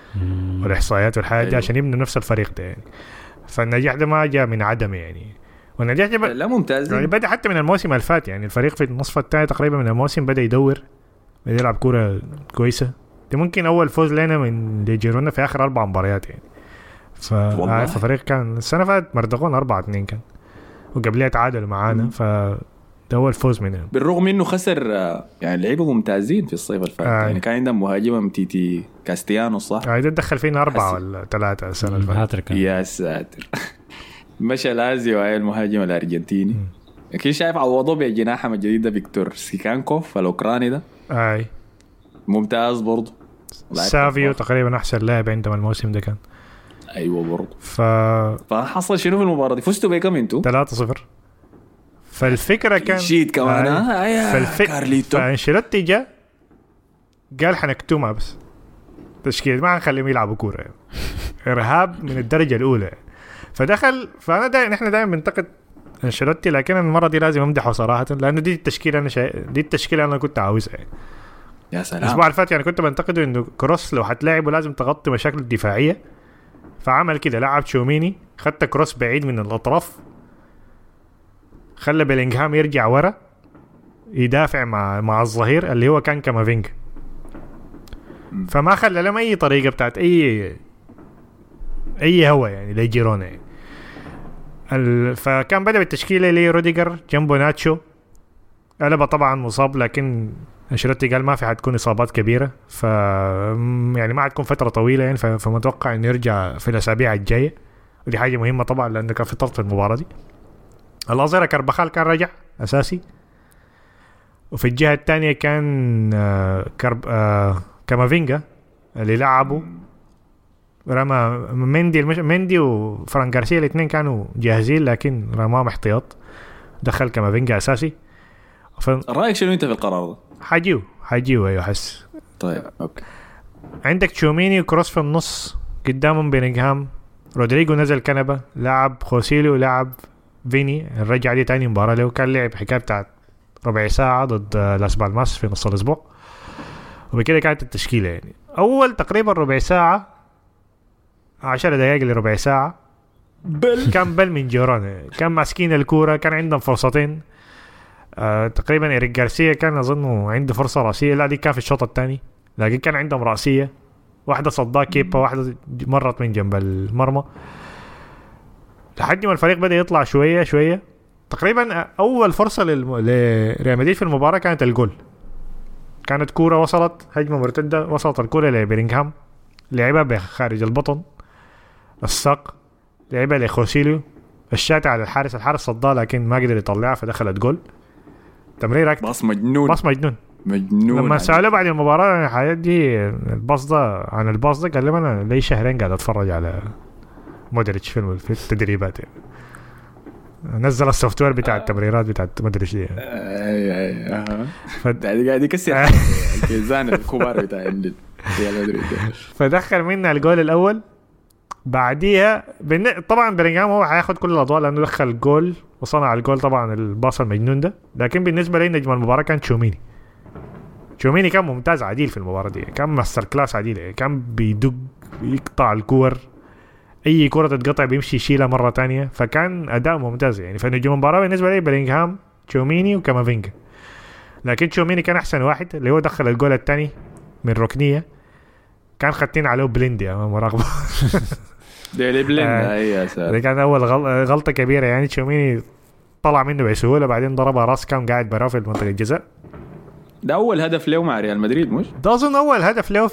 والإحصائيات والحاجات دي عشان يبنوا نفس الفريق ده يعني. فالنجاح ده ما جاء من عدم يعني. والنجاح لا ممتاز يعني بدأ حتى من الموسم اللي فات، يعني الفريق في النصف الثاني تقريبا من الموسم بدأ يدور، بدأ يلعب كورة كويسة. دي ممكن أول فوز لنا من جيرونا في آخر 4 مباريات يعني. ففريق كان السنة فاتت مردغون 4-2 كان، وقبلها تعادلوا معانا، فده أول فوز منهم. بالرغم إنه خسر يعني لعيبة ممتازين في الصيف الفات يعني كان عندهم مهاجم متيتي كاستيانو صح؟ ده دخل فينا 4 ولا 3 السنة اللي فاتت. يا ساتر. مشى لازيو هاي المهاجم الأرجنتيني. أكيد شايف عوضوه بجناحهم الجديد فيكتور سيكانكوف الأوكراني ده. أي ممتاز برضو. سافيو تقريبا أحسن لاعب عندهم الموسم ده كان. أيوة برضو. فحصل شنو في المباراة دي؟ فزتوا بكم انتوا؟ 3-0. فالفكرة كان شيت كمان كارليتو. فانشيلوتي جاء قال حنكتمها بس تشكيل ما هنخليهم يلعبوا كورة يعني. إرهاب من الدرجة الأولى. فدخل فأنا نحن دائما بنتقد انشيلوتي، لكن المرة دي لازم أمدحه صراحة، لأنه دي التشكيلة دي التشكيلة أنا كنت عاوزها يعني. يا سلام. الأسبوع اللي فات يعني كنت بنتقده إنه كروس لو حتلاعبه لازم تغطي مشاكل الدفاعية، فعمل كده لعب تشوميني، خدت كروس بعيد من الأطراف، خلى بيلينغهام يرجع ورا يدافع مع الظهير اللي هو كان كامافينجا، فما خلى لهم أي طريقة بتاعت أي هوا يعني لجيرونا يعني. فكان بدأ بالتشكيلة اللي روديجر جنبه ناتشو، قلبه طبعا مصاب، لكن انشيلوتي قال ما في حتكون إصابات كبيرة، يعني ما حتكون فترة طويلة يعني، فمتوقع إنه يرجع في الأسابيع الجاية، ودي حاجة مهمة طبعا لأنه كان في طرف المباراة دي. الأظهرة كارباخال كان رجع أساسي، وفي الجهة الثانية كان كامافينجا اللي لعبوا رمى مندي وفران غارسيا الاثنين كانوا جاهزين، لكن رماهم احتياط، دخل كامافينجا أساسي. رأيك شنو أنت في القرار ده؟ حاجيو أيوه حس. طيب أوكي. عندك تشوميني وكروس في النص، قدامهم بيلينغهام، رودريجو نزل كنبة، لعب خوسيلو ولعب فيني الرجع دي تاني مباراة له، كان لعب حكاية بتاعت ربع ساعة ضد لاس بالماس في نص الأسبوع، وبكده كانت التشكيلة يعني. أول تقريبا ربع ساعة 10 دقائق لربع ساعة كان بل من جيرونا، كان ماسكين الكورة، كان عندهم فرصتين. تقريبا إيريك غارسيا كان أظنه عنده فرصة رأسية، لا دي كان في الشوط الثاني، لكن كان عندهم رأسية واحدة صدها كيبا، واحدة مرت من جنب المرمى، لحد ما الفريق بدأ يطلع شوية. تقريبا أول فرصة لريال مدريد في المباراة كانت الجول، كانت كورة وصلت هجمة مرتدة، وصلت الكورة لبيلينغهام، لعبها بخارج البطن الساق، لعبها لخوسيليو، الشات على الحارس صدها لكن ما قدر يطلعها فدخلت جول. تمرير باص مجنون لما سأله بعد المباراة الحياة دي الباص ده قال لي أنا لي شهرين قاعد أتفرج على مودريتش في التدريبات يعني. نزل السوفت وير بتاع التمريرات بتاعت مودريتش دي قاعد يكسر الكيزان الكبار بتاع ريال مدريد. فدخل منا الجول الأول، بعديها طبعا بيلينغهام هو هياخد كل الأضواء لأنه دخل الجول وصنع الجول طبعا الباص المجنون ده، لكن بالنسبة لي نجم المباراة كان تشوميني كان ممتاز عديل في المباراة دي، كان ماستر كلاس عديل، كان بيدق يقطع الكور، أي كرة تتقطع بيمشي يشيلها مرة تانية، فكان أداء ممتاز يعني. فنجم المباراة بالنسبة لي بيلينغهام تشوميني وكامافينجا، لكن تشوميني كان أحسن واحد اللي هو دخل الجول الثاني من ركنية، كان خدتين عليه بليندي مراقبة ديلي بليند دي كان أول غلطة كبيرة يعني. تشوميني طلع منه بسهولة، بعدين ضربها راس كان قاعد براه في منطقة الجزاء. ده أول هدف له مع ريال مدريد مش؟ ده أظن أول هدف له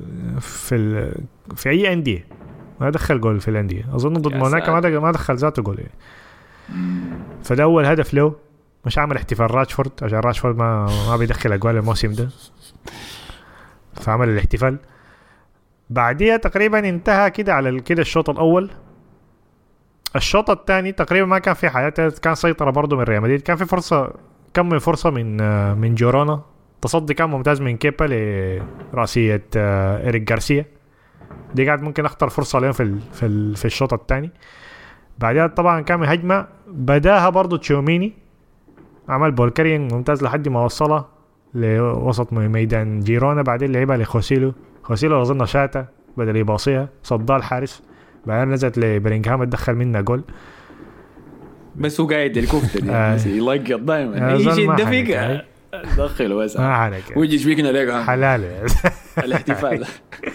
في أي أندية، ما دخل جول في الأندية أظن ضد موناكو ما دخل ذاته جول يعني. فده أول هدف له، مش عمل احتفال راشفورد عشان راشفورد ما بيدخل أجوال الموسم ده، فعمل الاحتفال. بعديها تقريبا انتهى كده على كده الشوط الأول. الشوط الثاني تقريبا ما كان في حياة، كان سيطرة برضو من ريال مدريد، كان في كم من فرصة من جورونا، تصدي كان ممتاز من كيبا لرأسية إيريك غارسيا، دي قاعد ممكن أخطر فرصة لهم في الشوط الثاني. بعدها طبعا كان هجمة بداها برضو تشوميني، عمل بولكارين ممتاز لحد ما وصلها لوسط ميدان جيرونا، بعدين لعبها لخوسيلو أظن شاتا بدل يباصيها، صدها الحارس، بعدين نزلت لبيلينغهام تدخل منها جول. بس هو قاعد الكفته دي يلقط دائما اي شيء دفيق دخله بس ويجي شبيكنا ليك حلال الاحتفال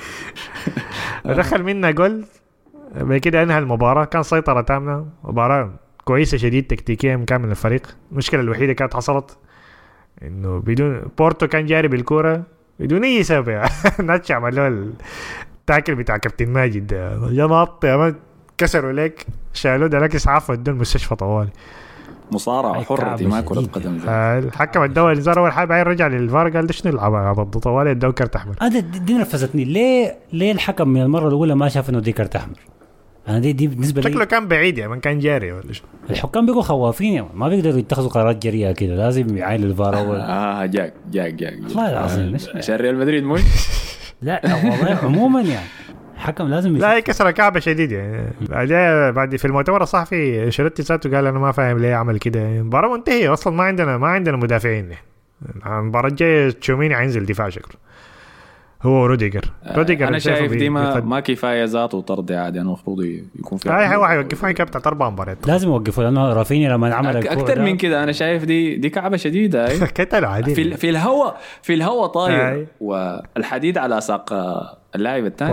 دخل منا جول بكده انهى المباراه. كان سيطره تامه، مباراه كويسه شديد تكتيكيا من كامل الفريق. المشكله الوحيده كانت حصلت انه بدون بورتو كان جاري بالكوره بدون اي سبب ناتش عملوا التاكل بتاع كابتن ماجد يا نط يا ما كسروا لك شالوه ده لك اسعاف ودوه المستشفى طوالي. مصارعه حره ما كره قدم. الحكم الدولي الانذار اول حاجه بعدين رجع للفار قال ده شنو العبط طوالي ادوه كرت احمر. هذا دي نرفزتني. ليه الحكم من المره الاولى ما شاف انه دي كرت احمر؟ انا دي بالنسبه لي شكله كان بعيد يعني من كان جاري ولا شو. الحكام بيقوا خوافين يعني ما بيقدروا يتخذوا قرارات جريئه كده، لازم يعاين الفار اول. جاك والله العظيم عشان ريال مدريد مش لا والله عموما يعني حكم لازم لا يكسر كعبه شديد يعني. بعد في المؤتمر الصحفي انشيلوتي ذاته قال انا ما فاهم ليه عمل كده. المباراه منتهيه اصلا، ما عندنا مدافعين. المباراه الجايه تشوميني هينزل دفاع شكله هو وروديجر. انا شايف دي ما كفايه ذاته وطرد عادي. انا المفروض يكون فيها هو هيوقفوا كابتن 4 مباريات لازم يوقفوا لانه رافينيا لما عمل اكثر من كده. انا شايف دي كعبه شديده كتل عادي في الهواء طاير والحديد على ساق اللاعب الثاني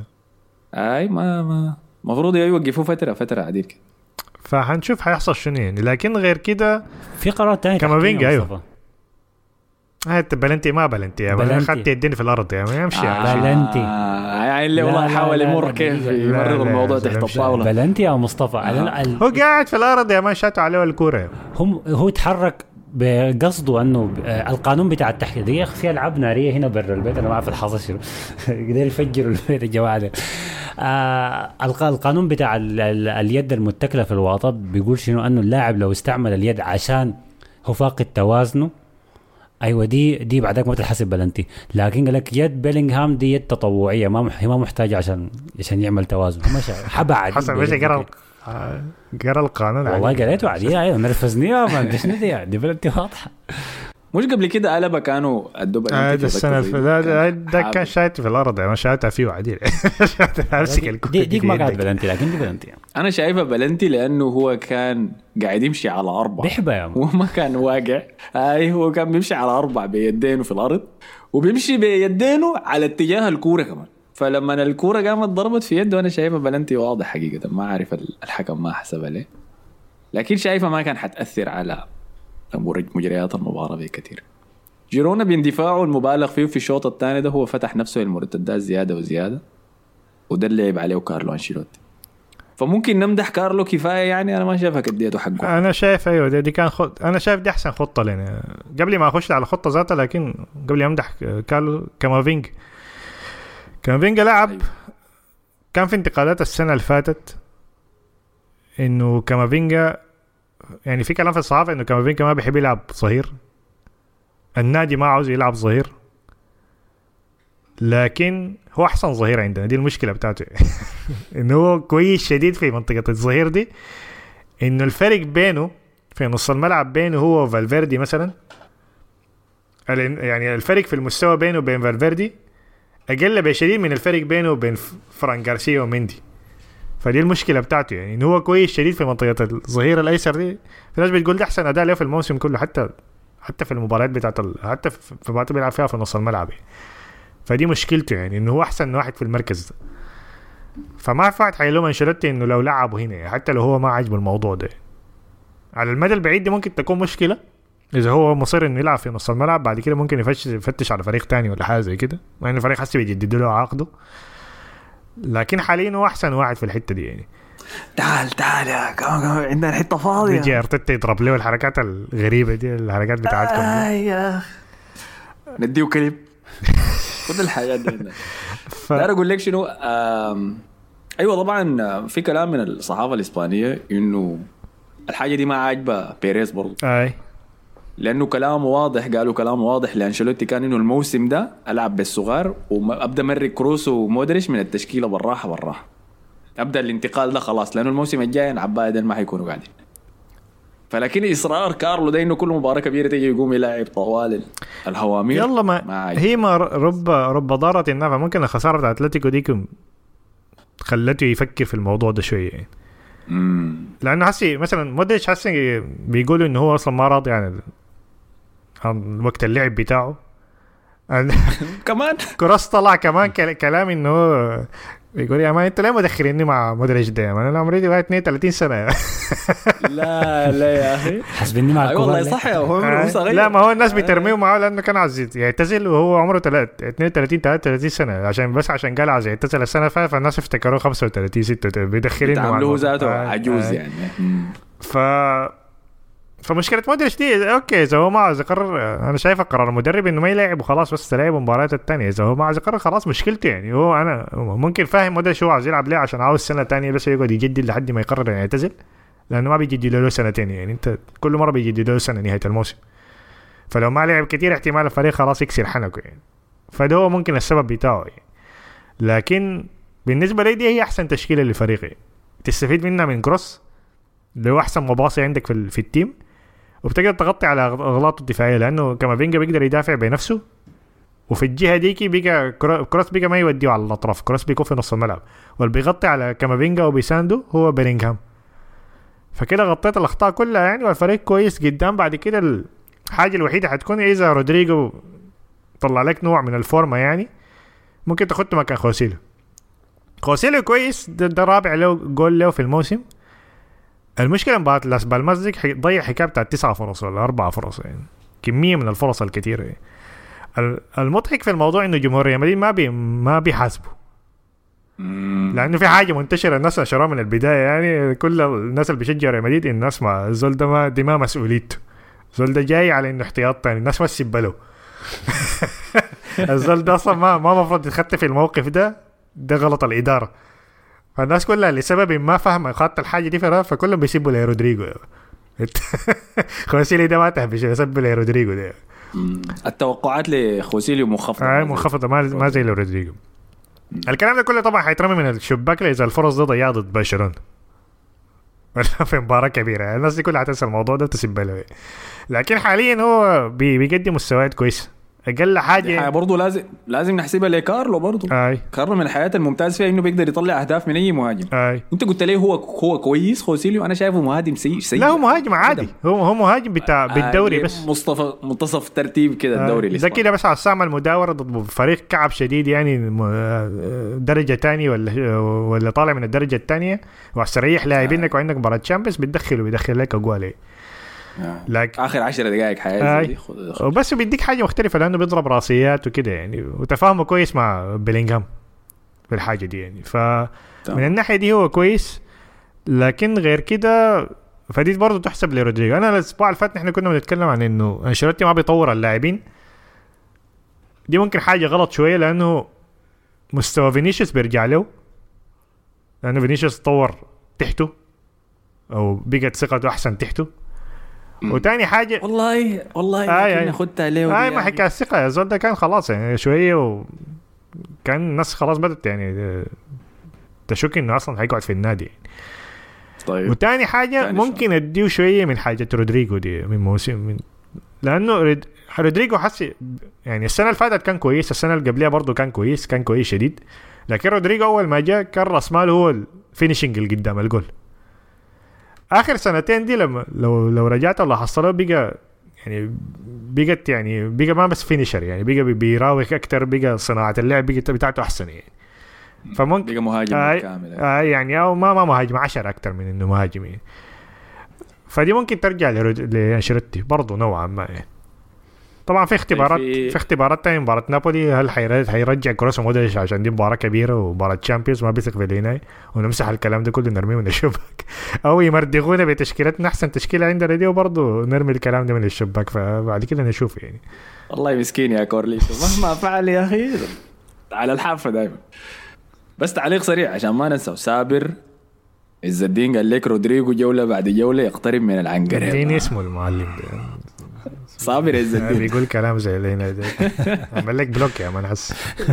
ما المفروض يوقفوا فتره عديد كده. فهنشوف هيحصل شنو يعني. لكن غير كده في قرار ثاني كامافينجا. ايوه هات بلنتي ما بلنتي يعني اخذت يدين في الارض يعني يمشي بلنتي يعني والله حاول يمر كيف يمرر الموضوع تحت الطاوله. بلنتي يا مصطفى هو قاعد في الارض يا ما شاتوا عليه الكوره. هو يتحرك بقصده انه القانون بتاع التحكيم دي في العاب ناريه هنا برا البيت. انا ما اعرف الحظ شنو قدر يفجروا البيت الجماعه ده. القانون بتاع اليد المتكله في الواطه بيقول شنو انه اللاعب لو استعمل اليد عشان هو فاقد توازنه ايوه دي بعدك ما تحسب بلنتي. لكن قال لك يد بيلينغهام دي يد تطوعيه ما محتاجه عشان يعمل توازن. ماشي حبعد حسب ماشي قرا القانون والله قريته عادي. ايوه نرفزني ما ادري شنو دي بلنتي واضحه. مش قبل كده قلبة كانوا الدبل هذا السنة ده كان شايت في الأرض ما شايتها فيه عديل. ديك ما قاعد بلنتي لكن دي بلنتي يعني. أنا شايفها بلنتي لأنه هو كان قاعد يمشي على 4 بحبة يعني. وما كان واقع. هو كان بيمشي على 4 بيدينه في الأرض وبيمشي بيدينه على اتجاه الكورة كمان. فلما الكورة قامت ضربت في يده أنا شايفها بلنتي واضح حقيقة. ما أعرف الحكم ما حسبها ليه، لكن شايفها ما كان حتأثر على مجريات المباراة بكثير. جيرونا باندفاعه المبالغ فيه في الشوط الثاني ده هو فتح نفسه المرتدات زيادة وزيادة وده اللي لعب عليه كارلو أنشيلوتي. فممكن نمدح كارلو كفاية يعني. أنا ما شايفها كديته حقه. أنا شايف أيوة دي كان أنا شايف دي أحسن خطة لنا قبل ما أخش على خطة ذاتها. لكن قبل أمدح كارلو كامافينجا لعب أيوة. كان في انتقالات السنة اللي فاتت إنه كامافينجا يعني في كلام في الصحافة إنه كامافينجا ما بيحب يلعب ظهير. النادي ما عاوز يلعب ظهير لكن هو أحسن ظهير عندنا. دي المشكلة بتاعته إنه هو كويس شديد في منطقة الظهير دي. إنه الفرق بينه في نص الملعب بينه هو وفالفيردي مثلا يعني الفرق في المستوى بينه وبين فالفيردي أقل بشديد من الفرق بينه وبين فران غارسيا ومندي. فدي المشكله بتاعته يعني انه هو كويس شديد في منطقه الظهير الايسر دي. في ناس بتقول ده احسن اداء له في الموسم كله حتى في المباريات بتاعت حتى في المباريات بيلعب فيها في نص الملعب. فدي مشكلته يعني انه هو احسن واحد في المركز ده. فما في واحد حيلوم انشيلوتي انه لو لعبه هنا يعني حتى لو هو ما عاجبه الموضوع ده. على المدى البعيد دي ممكن تكون مشكله اذا هو مصر انه يلعب في نص الملعب. بعد كده ممكن يفتش على فريق تاني ولا حاجه زي كده مع ان الفريق حسب يجدد له عقده. لكن حاليا هو احسن واحد في الحته دي يعني. تعال يا كمان عندنا حته فاضيه. يجي ارتيتا يضرب له الحركات الغريبه دي الحركات بتاعتكم يا نديه كليب كل الحاجات دي. لا اقول لك شنو ايوه طبعا في كلام من الصحافه الاسبانيه انه الحاجه دي ما عاجبه بيريز برضه. لانه كلامه واضح. قالوا كلامه واضح لانشيلوتي كان انه الموسم ده العب بالصغار وابدا مري كروس ومودريتش من التشكيله بالراحه ابدا الانتقال ده خلاص لانه الموسم الجاي عبايدن ما حيكونوا قاعدين. فلكن اصرار كارلو ده انه كل مباراه كبيره تيجي يقوم يلعب طوال الهوامير يلا ما هي ما رب ضاره النفع. ممكن الخساره بتاعت اتلتيكو دي خلته يفكر في الموضوع ده شويه يعني. لانه حسي مثلا مودريتش حسي بيقولوا انه هو اصلا ما راضي عن وقت اللعب بتاعه. كمان كروس طلع كمان كلام انه بيقول يا مان انتوا ليه مدخليني مع مودريتش ده؟ انا عمري 32 سنه. لا يا اخي حسبني مع الكبار. والله صح، هو صغير. لا ما هو الناس بيترميه معاه لانه كان عايز يعتزل وهو عمره 33 سنه، عشان قال عايز يعتزل السنه فاتت، فالناس افتكروه 35 36 بيدخلينه عملوه ذاته عجوز يعني. فمشكله مودريتش دي اوكي اذا هو ما عايز يقرر، انا شايف قرار المدرب انه ما يلعب وخلاص بس تلعب المباريات الثانيه. اذا هو ما عايز يقرر خلاص مشكلته يعني. هو انا ممكن فاهم مودريتش هو عايز يلعب ليه، عشان عاوز سنه ثانيه بس يقعد يجدد لحد ما يقرر يعني يعتزل، لانه ما بيجدد له سنتين يعني. انت كل مره بيجدد له سنه نهايه الموسم، فلو ما لعب كتير احتمال الفريق خلاص يكسر حنكه يعني. فده هو ممكن السبب بتاعه يعني. لكن بالنسبه لي دي هي احسن تشكيله لفريقي، تستفيد منها من كروس اللي هو احسن مباصي عندك في التيم، وبتقدر تغطي على اغلاطه الدفاعيه، لانه كامافينجا بيقدر يدافع بنفسه، وفي الجهه ديكي بقى كروس بقى ما يوديه على الاطراف، كروس بيكون في نص الملعب، واللي بيغطي على كامافينجا وبيساندو هو بيلينغهام. فكده غطيت الاخطاء كلها يعني، والفريق كويس قدام. بعد كده الحاجه الوحيده حتكون اذا رودريجو طلع لك نوع من الفورمه يعني، ممكن تاخده مكان خوسيلو كويس، ده رابع له جول له في الموسم. المشكلة مباراة لاس بالماس ديك ضيع حكاية بتاع 9 فرص ولا 4 فرص يعني، كمية من الفرص الكثيرة يعني. المضحك في الموضوع انه جمهور ريال مدريد ما بيحاسبوا، لانه في حاجة منتشرة الناس نشروها من البداية يعني. كل الناس اللي بيشجعوا ريال مدريد الناس ما الزول ده ما مسؤوليته، الزول ده جاي على انه احتياط تاني، الناس ما تسبله. الزول ده اصلا ما مفروض يتخطى في الموقف ده غلط الإدارة. فالناس كلها لسبب ما فاهمة خاطة الحاجة دي فكلهم بيسيبوا لي رودريجو. خوسيلي ده ما تهبش يسبوا لي رودريجو ده. التوقعات لخوسيلي منخفضة منخفضة ما زي رودريجو. الكلام ده كله طبعا حيترمي من الشباك إذا الفرص ده ضيعت ضد برشلونة في مباراة كبيرة. الناس دي كلها هتنسى الموضوع ده وتسيب له. لكن حاليا هو بيقدم مستويات كويسة. اقل حاجه برضه لازم نحسبها لكارلو برضه. كارلو من الحياه الممتاز فيها انه بيقدر يطلع اهداف من اي مهاجم. انت قلت ليه هو كويس خوسيليو؟ انا شايفه مهاجم سيء. لا هو مهاجم عادي، هو مهاجم بتاع بالدوري بس منتصف ترتيب كده الدوري ده كده بس على الساعه المداوره ضد فريق كعب شديد يعني درجه ثانيه ولا طالع من الدرجه الثانيه وعسريح لاعبينك وعندك مباراه تشامبيونز بيدخل لك اجوال لكن اخر 10 دقائق حياتي بس بيديك حاجه مختلفه لانه بيضرب راسيات وكده يعني، وتفاهمه كويس مع بيلينغهام في الحاجه دي يعني. فمن الناحيه دي هو كويس، لكن غير كده فدي برضه تحسب لرودريجو. انا الاسبوع اللي فات نحن كنا بنتكلم عن انه انشيلوتي ما بيطور اللاعبين، دي ممكن حاجه غلط شويه لانه مستوى فينيسيوس بيرجع له، لانه فينيسيوس تطور تحته او بقت ثقته احسن تحته. وتاني حاجة والله كنا خدت عليه ما حكى الثقة يا زول ده كان خلاص يعني شوية وكان الناس خلاص بدت يعني تشك انه اصلا هيقعد في النادي يعني. طيب وتاني حاجة ممكن اديه شوية من حاجة رودريجو دي من موسم لانه رودريجو حسي يعني السنة اللي فاتت كان كويس، السنة اللي قبلها برضو كان كويس شديد، لكن رودريجو اول ما جاء كان راس ماله هو الفينيشنج اللي قدام الجول. اخر سنتين دي لما لو رجعت الله حصله بقى ما بس فينيشر يعني، بقى بيراوغ اكتر، بقى صناعه اللعب بتاعته احسن يعني. فممكن بقى مهاجم كامل يعني او ما مهاجم 10 اكتر من انه مهاجم يعني. فدي ممكن ترجع لانشيلوتي برضه نوعا ما يعني. طبعا في اختبارات تانية، مباراة نابولي هل هيرجع كروس ومودريتش عشان دي مباراة كبيرة ومباراة تشامبيونز ما بيثق في ليناي ونمسح الكلام ده كله نرميه من الشباك او يمردغونا بتشكيلتنا احسن تشكيلة عندنا دي وبرضه نرمي الكلام ده من الشباك، فبعد كده نشوف يعني. والله مسكين يا كورليتو مهما فعل يا اخي على الحافة دايما. بس تعليق سريع عشان ما ننسى، سابر عز الدين قال لك رودريجو جولة بعد جولة يقترب من العنقرة. اديني اسمه المعلم ده صابر عز الدين بيقول كلام زي اللي هنا ده عمل لك بلوك يا مان حس.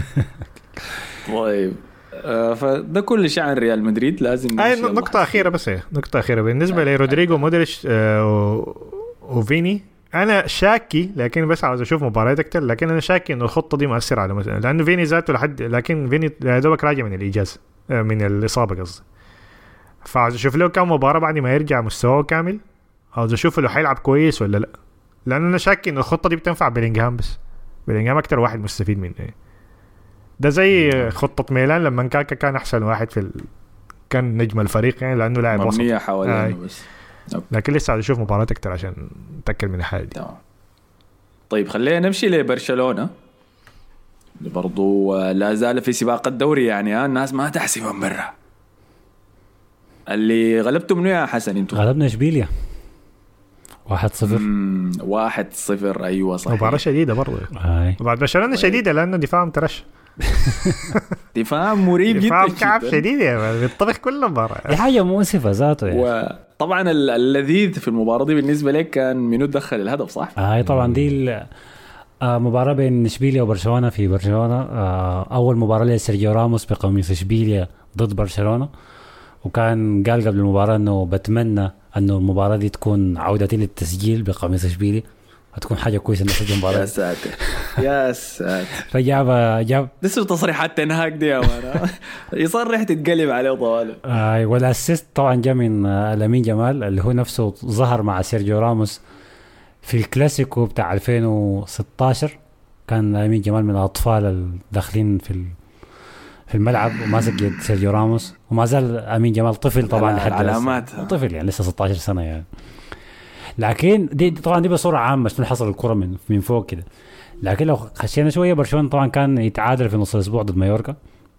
طيب فده كل شيء عن ريال مدريد. لازم نقطة أخيرة بالنسبة لرودريجو مودريتش وفيني. أنا شاكي لكن بس عاوز أشوف مباريات أكتر، لكن أنا شاكي إنه الخطة دي مؤثرة على مثلا لأنه فيني ذاته لكن فيني دوبك راجع من الإجازة من الإصابة قصدي، فعاوز اشوف له كم مباراه بعد ما يرجع مستواه كامل، عاوز اشوف له حيلعب كويس ولا لا، لان انا شاك ان الخطه دي بتنفع بيلينغهام بس. بيلينغهام اكتر واحد مستفيد منه. ده زي خطه ميلان لما كاكا كان احسن واحد كان نجم الفريق يعني لانه لاعب وسط مبنيه حوالينه بس. لكن لسه عايز اشوف مباراه اكتر عشان اتاكد من الحاله دي. طيب خلينا نمشي لبرشلونه اللي برضو لا زال في سباق الدوري يعني. الناس ما تحسب من برا. اللي غلبتوا منو يا حسن انتوا؟ غلبنا اشبيليا 1-0. 1-0 ايوه صحيح. مباراه شديده برضه. وبعد برشلونه شديده لانه دفاعهم ترش. دفاع مريب جدا. دفاع كعب شديد يعني بيطبخ كل مباراه. دي حاجه مؤسفه ذاته يعني. وطبعا اللذيذ في المباراه دي بالنسبه لك كان منو دخل الهدف صح؟ طبعا دي مباراة بين إشبيليا وبرشلونة في برشلونة. أول مباراة لسيرجيو راموس بقميص إشبيليا ضد برشلونة، وكان قال قبل المباراة أنه بتمنى أنه المباراة دي تكون عودتي للتسجيل بقميص إشبيليا، هتكون حاجة كويسة إنه يسجل مباراة. يا ساتر يا ساتر. فجاب دي تصريحات تنهاك دي يا مان. يصرح تتقلب عليه طوال. والأسيست طبعا جاء من لامين جمال اللي هو نفسه ظهر مع سيرجيو راموس في الكلاسيكو بتاع 2016. كان لامين جمال من الأطفال الداخلين في الملعب وماسك يد سيرجيو راموس، وما زال أمين جمال طفل طبعا لحد علامات طفل يعني لسه 16 سنة يعني. لكن دي طبعا دي بصورة عامة شنو حصل الكرة من فوق كده. لكن لو خشينا شوية برشلونة طبعا كان يتعادل في نص الأسبوع ضد مايوركا.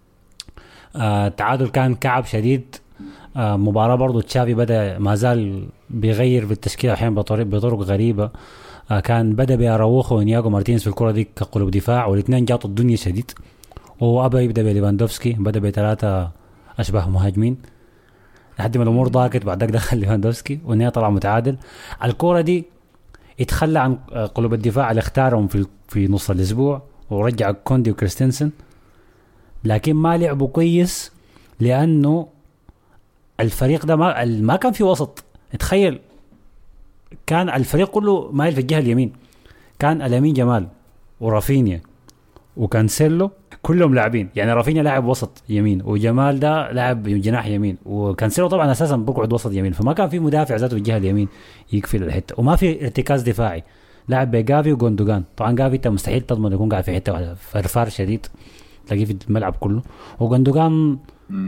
التعادل كان كعب شديد. مباراة برضو تشافي بدأ ما زال بيغير في التشكيل أحيانا بطرق غريبة. كان بدأ بأراوخو ونياغو مارتينيز في الكرة دي كقلوب دفاع، والاثنين جاطوا الدنيا شديد. وأبا يبدأ بليفاندوفسكي، بدأ بثلاثة أشبه مهاجمين لحد ما الأمور ضاقت. بعد ذلك دخل ليفاندوفسكي والنهاية طلع متعادل. الكرة دي يتخلى عن قلوب الدفاع اللي اختارهم في نص الأسبوع ورجع كوندي وكريستنسن، لكن ما لعبوا كويس لأنه الفريق ده ما كان في وسط. تخيل كان الفريق كله مايل في الجهة اليمين، كان لامين جمال ورافينيا وكانسيلو كلهم لاعبين يعني. رافينيا لاعب وسط يمين، وجمال ده لاعب جناح يمين، وكانسيلو طبعا اساسا بقعد وسط يمين. فما كان في مدافع ذاته في الجهه اليمين يقفل الحته، وما في ارتكاز دفاعي. لاعب بجافي وغوندوغان. طبعا جافي انت مستحيل تضمن يكون قاعد في حته فرفار شديد تلاقيه في الملعب كله. وغوندوغان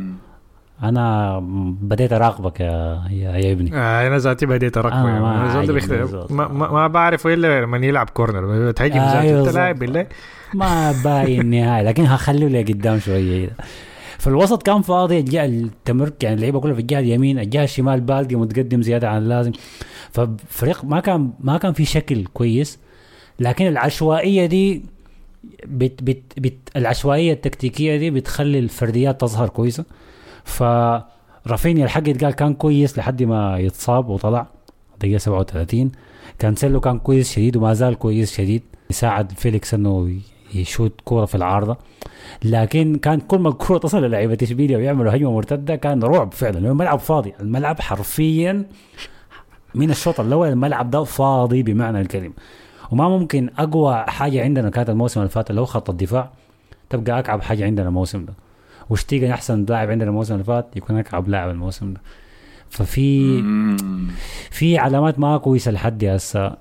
انا بديت اراقبك يا ابني. انا ذاتي بديت اراقبك. ما بعرف الا لما يلعب كورنر بتهاجم ذاته. انت لاعب بالله ما باين نهاية، لكن هخليه لي قدام شويه. فالوسط كان فاضي، جاء التمرك يعني اللعيبه كلها في الجهه اليمين، الجهه الشمال بالدي متقدم زياده عن اللازم. ففريق ما كان في شكل كويس. لكن العشوائيه دي العشوائيه التكتيكيه دي بتخلي الفرديات تظهر كويسه. فرافينيا الحق قال كان كويس لحد ما يتصاب وطلع دقيقه 37. كانسيلو كان كويس شديد وما زال كويس شديد، يساعد فيليكس انه يشوت كوره في العارضه. لكن كان كل ما الكوره تصل للاعيبه اشبيليا ويعملوا هجمه مرتده كان رعب فعلا. الملعب فاضي، الملعب حرفيا من الشوط الاول الملعب ده فاضي بمعنى الكلمه. وما ممكن اقوى حاجه عندنا كانت الموسم اللي فات اللي هو خط الدفاع تبقى اكعب حاجه عندنا الموسم ده. وشتيجن احسن لاعب عندنا الموسم اللي فات يكون اكعب لاعب الموسم ده. في علامات ما كويسه لحد هسه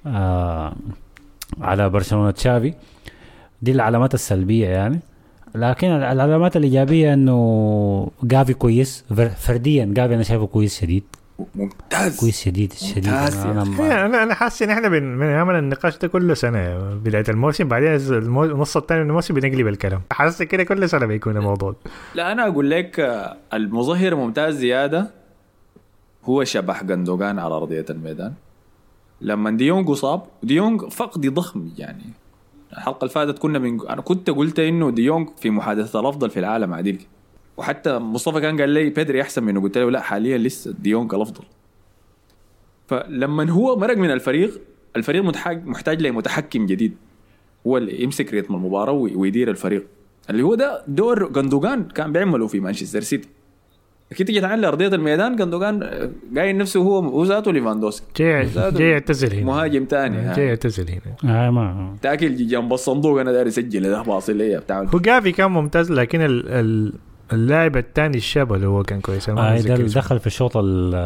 على برشلونه تشافي. دي العلامات السلبيه يعني. لكن العلامات الايجابيه انه جافي كويس فرديا. جافي انا شايفه كويس شديد، ممتاز كويس شديد. انا حاسس ان احنا بنعمل النقاش ده كل سنه بدايه الموسم، بعدين النص الثاني من الموسم بنقلب الكلام. حاسس كده كل سنه بيكون الموضوع. لا انا اقول لك المظهر ممتاز زياده هو شبح غوندوغان على ارضيه الميدان. لما ديونغ صاب، ديونغ فقد ضخم يعني. الحلقه اللي فاتت انا كنت قلت انه ديونغ في محادثه الافضل في العالم عادل، وحتى مصطفى كان قال لي بيدري احسن منه، قلت له لا حاليا لسه ديونغ الافضل. فلما هو مرق من الفريق محتاج لمتحكم جديد هو اللي يمسك رتم المباراه ويدير الفريق، اللي هو ده دور غوندوغان كان بيعمله في مانشستر سيتي. اكيد تيجي تعال ارضيه الميدان غوندوغان قايل نفسه هو ذاته ليفاندوسكي جاي يعتزل هنا، مهاجم ثاني جاي يعتزل هنا. ما تاكل جنب الصندوق انا داير اسجل ده باصل ليه بتاع. هو جافي كان ممتاز، لكن اللاعب الثاني الشاب اللي هو كان كويس دخل في الشوط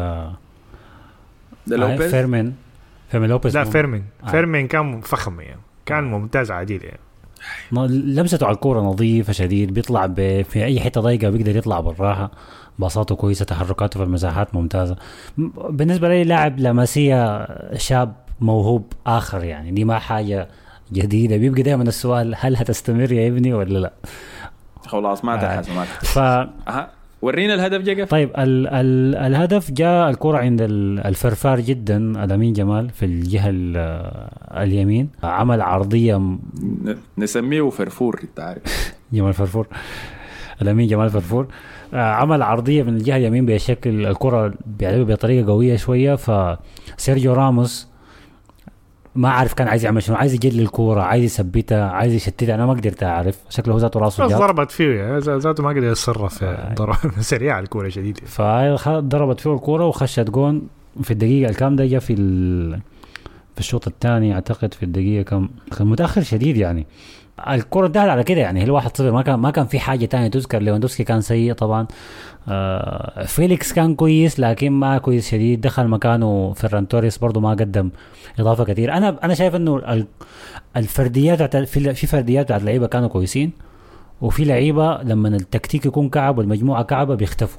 ده لوبيز فيرمين لوبيز. لا فيرمين كان فخم يعني، كان ممتاز عديل يعني. لمسته على الكورة نظيفة شديد، بيطلع في أي حتة ضيقة بيقدر يطلع بالراحة، باصاته كويسة، تحركاته في المساحات ممتازة. بالنسبة لي لاعب لمسية شاب موهوب آخر يعني، دي ما حاجة جديدة. بيبقى دائما السؤال هل هتستمر يا ابني ولا لا؟ خلاص ما تحس ورينا الهدف جاء. طيب الهدف جاء الكرة عند الفرفار جدا لامين جمال في الجهة اليمين، عمل عرضية نسميه فرفور، انت عارف جمال فرفور، لامين جمال فرفور. عمل عرضية من الجهة اليمين بشكل الكرة بيلعبها بطريقة قوية شوية، فسيرجيو راموس ما عارف كان عايز يعمل شنو، عايز يجل الكورة، عايز يثبتها، عايز يشتتها. انا ما قدرت اعرف، شكله هو ذاته راسه جاب ضربت فيه ذاته، ما قدر يتصرف ضربة سريعة الكورة شديدة، فضربت فيه الكورة وخشت جون في الدقيقة الكام ده. في الشوط الثاني اعتقد في الدقيقة كم، كان متأخر شديد يعني. الكرة انتهت على كده يعني، هي 1-0. ما كان في حاجة تانية تذكر. ليفاندوفسكي كان سيء طبعا، فيليكس كان كويس لكن ما كويس شديد. دخل مكانه فيران توريس برضو ما قدم إضافة كثير. أنا شايف إنه الفرديات في فرديات بتاعت اللعيبة كانوا كويسين، وفي لعيبة لما التكتيك يكون كعب والمجموعة كعبة بيختفوا.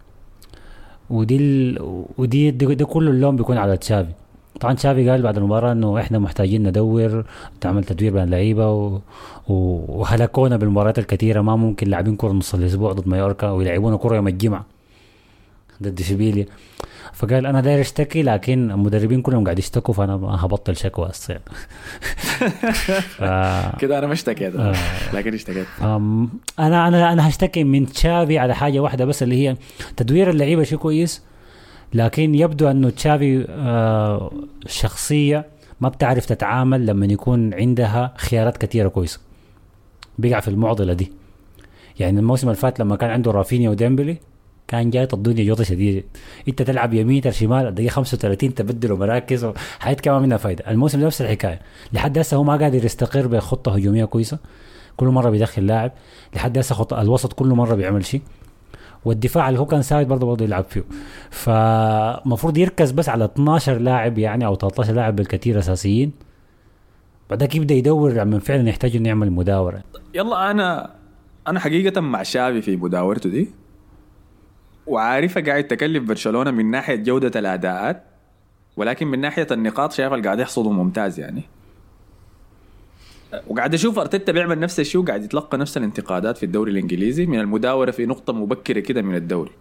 ودي كل اللوم بيكون على تشافي. طبعا تشافي قال بعد المباراة انه احنا محتاجين ندور، تعمل تدوير بين اللعيبة وهلكونا بالمباريات الكثيرة. ما ممكن لاعبين كرة نص الاسبوع ضد مايوركا ويلعبونا كرة يوم الجمعة ضد اشبيليا. فقال انا داير اشتكي لكن المدربين كلهم قاعد يشتكوا، فانا هبطل شكوى الصين. كده انا ما اشتكيت لكن اشتكيت. انا هشتكي من تشافي على حاجة واحدة بس، اللي هي تدوير اللعيبة شيء كويس، لكن يبدو أنه تشافي شخصية ما بتعرف تتعامل لما يكون عندها خيارات كثيرة كويسة. بيقع في المعضلة دي يعني. الموسم اللي فات لما كان عنده رافينيا وديمبلي كان جاي الدنيا جوطة شديدة، انت تلعب يمين تر شمال الدقيقة 35 تبدلوا مراكز حياة كمان منها فايدة. الموسم نفس الحكاية، لحد هسه هو ما قادر يستقر بخطة هجومية كويسة، كل مرة بيدخل لاعب. لحد هسه خطة الوسط كل مرة بيعمل شيء، والدفاع اللي هو كان ساعد برضه يلعب فيه. فمفروض يركز بس على 12 لاعب يعني او 13 لاعب بالكثير اساسيين، بعدك يبدا يدور لما فعلا يحتاج انه يعمل مداوره. يلا انا حقيقه مع شافي في مداورته دي، وعارفه قاعد تكلف برشلونه من ناحيه جوده الاداءات، ولكن من ناحيه النقاط شايف اللي قاعد يحصده ممتاز يعني. وقاعد اشوف ارتيتا بيعمل نفس الشيء، وقاعد يتلقى نفس الانتقادات في الدوري الانجليزي من المداوره في نقطه مبكره كده من الدوري.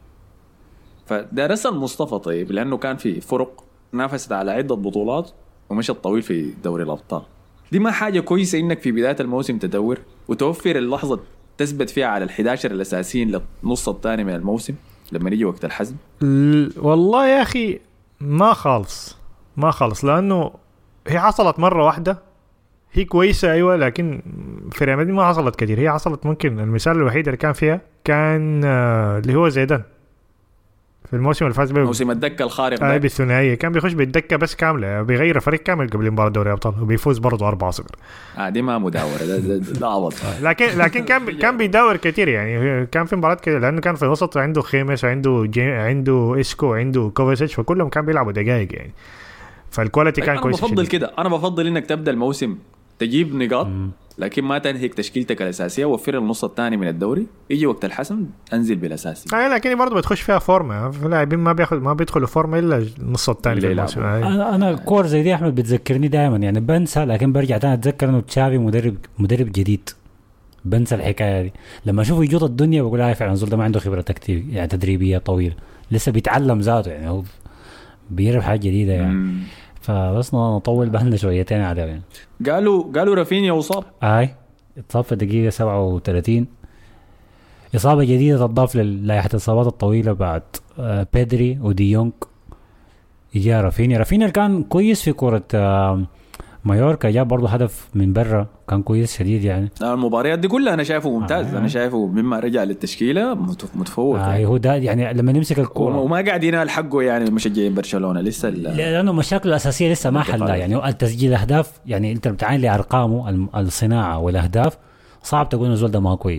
فده رسل مصطفى طيب، لانه كان في فرق نافست على عده بطولات ومشى الطويل في دوري الابطال. دي ما حاجه كويسه انك في بدايه الموسم تدور وتوفر اللحظه تثبت فيها على ال11 الاساسيين للنص الثاني من الموسم لما يجي وقت الحزم. والله يا اخي ما خالص لانه هي حصلت مره واحده، هي كويسة أيوة، لكن في ريال مدريد ما حصلت كثير. هي حصلت ممكن المثال الوحيد اللي كان فيها كان اللي هو زيدان في الموسم اللي فاز به، موسم الدكة الخارق ده بالثنائية. كان بيخش بالدكة بس كاملة، بيغير فريق كامل قبل مباراة دوري أبطال وبيفوز برضه 4-0. دي ما مداورة، ده عوض. لكن كان بيداور كثير يعني. كان في مباراة كده لأنه كان في الوسط عنده خيمس عنده إسكو عنده كوفاسيتش، فكلهم كان بيلعبوا دقائق يعني. فالكواليتي كان كويس. أنا بفضل إنك تبدأ الموسم تجيب نقاط لكن ما تنهيك تشكيلتك الأساسية، وفر النص الثاني من الدوري، يجي وقت الحسم أنزل بالأساسي. لكن برضه بتخش فيها فورمة، اللاعبين ما بيدخلوا فورمة إلا النص الثاني في الموسم. أنا كور زي دي أحمد بتذكرني دائما يعني، بنسى لكن برجع تاني أتذكر إنه تشافي مدرب جديد. بنسى الحكاية دي لما أشوف يجوط الدنيا بقول فعلا زول ده ما عنده خبرة تكتيكية يعني تدريبية طويلة، لسه بيتعلم ذاته يعني، هو بيعرف حاجة جديدة يعني. فبس نطول بالنا شويتين على يعني. قالوا رافينيا وصاب، اتصاب في الدقيقة 37، إصابة جديدة تضاف للائحة الإصابات الطويلة بعد بيدري وديونج. إجا رافينيا اللي كان كويس في كرة مايوركا، جاب برضو هدف من برا كان كويس شديد يعني. المباريات دي كلها أنا شايفه ممتاز. أنا شايفه مما رجع للتشكيلة متفوق يعني. هو ده يعني لما نمسك الكرة وما قاعد ينال حقه يعني مشجعين برشلونة لسه لأنه مشاكله الأساسية لسه ما حلها يعني. التسجيل أهداف يعني أنت بتعين لأرقامه الصناعة والأهداف صعب تقول الزول ده ما كويس.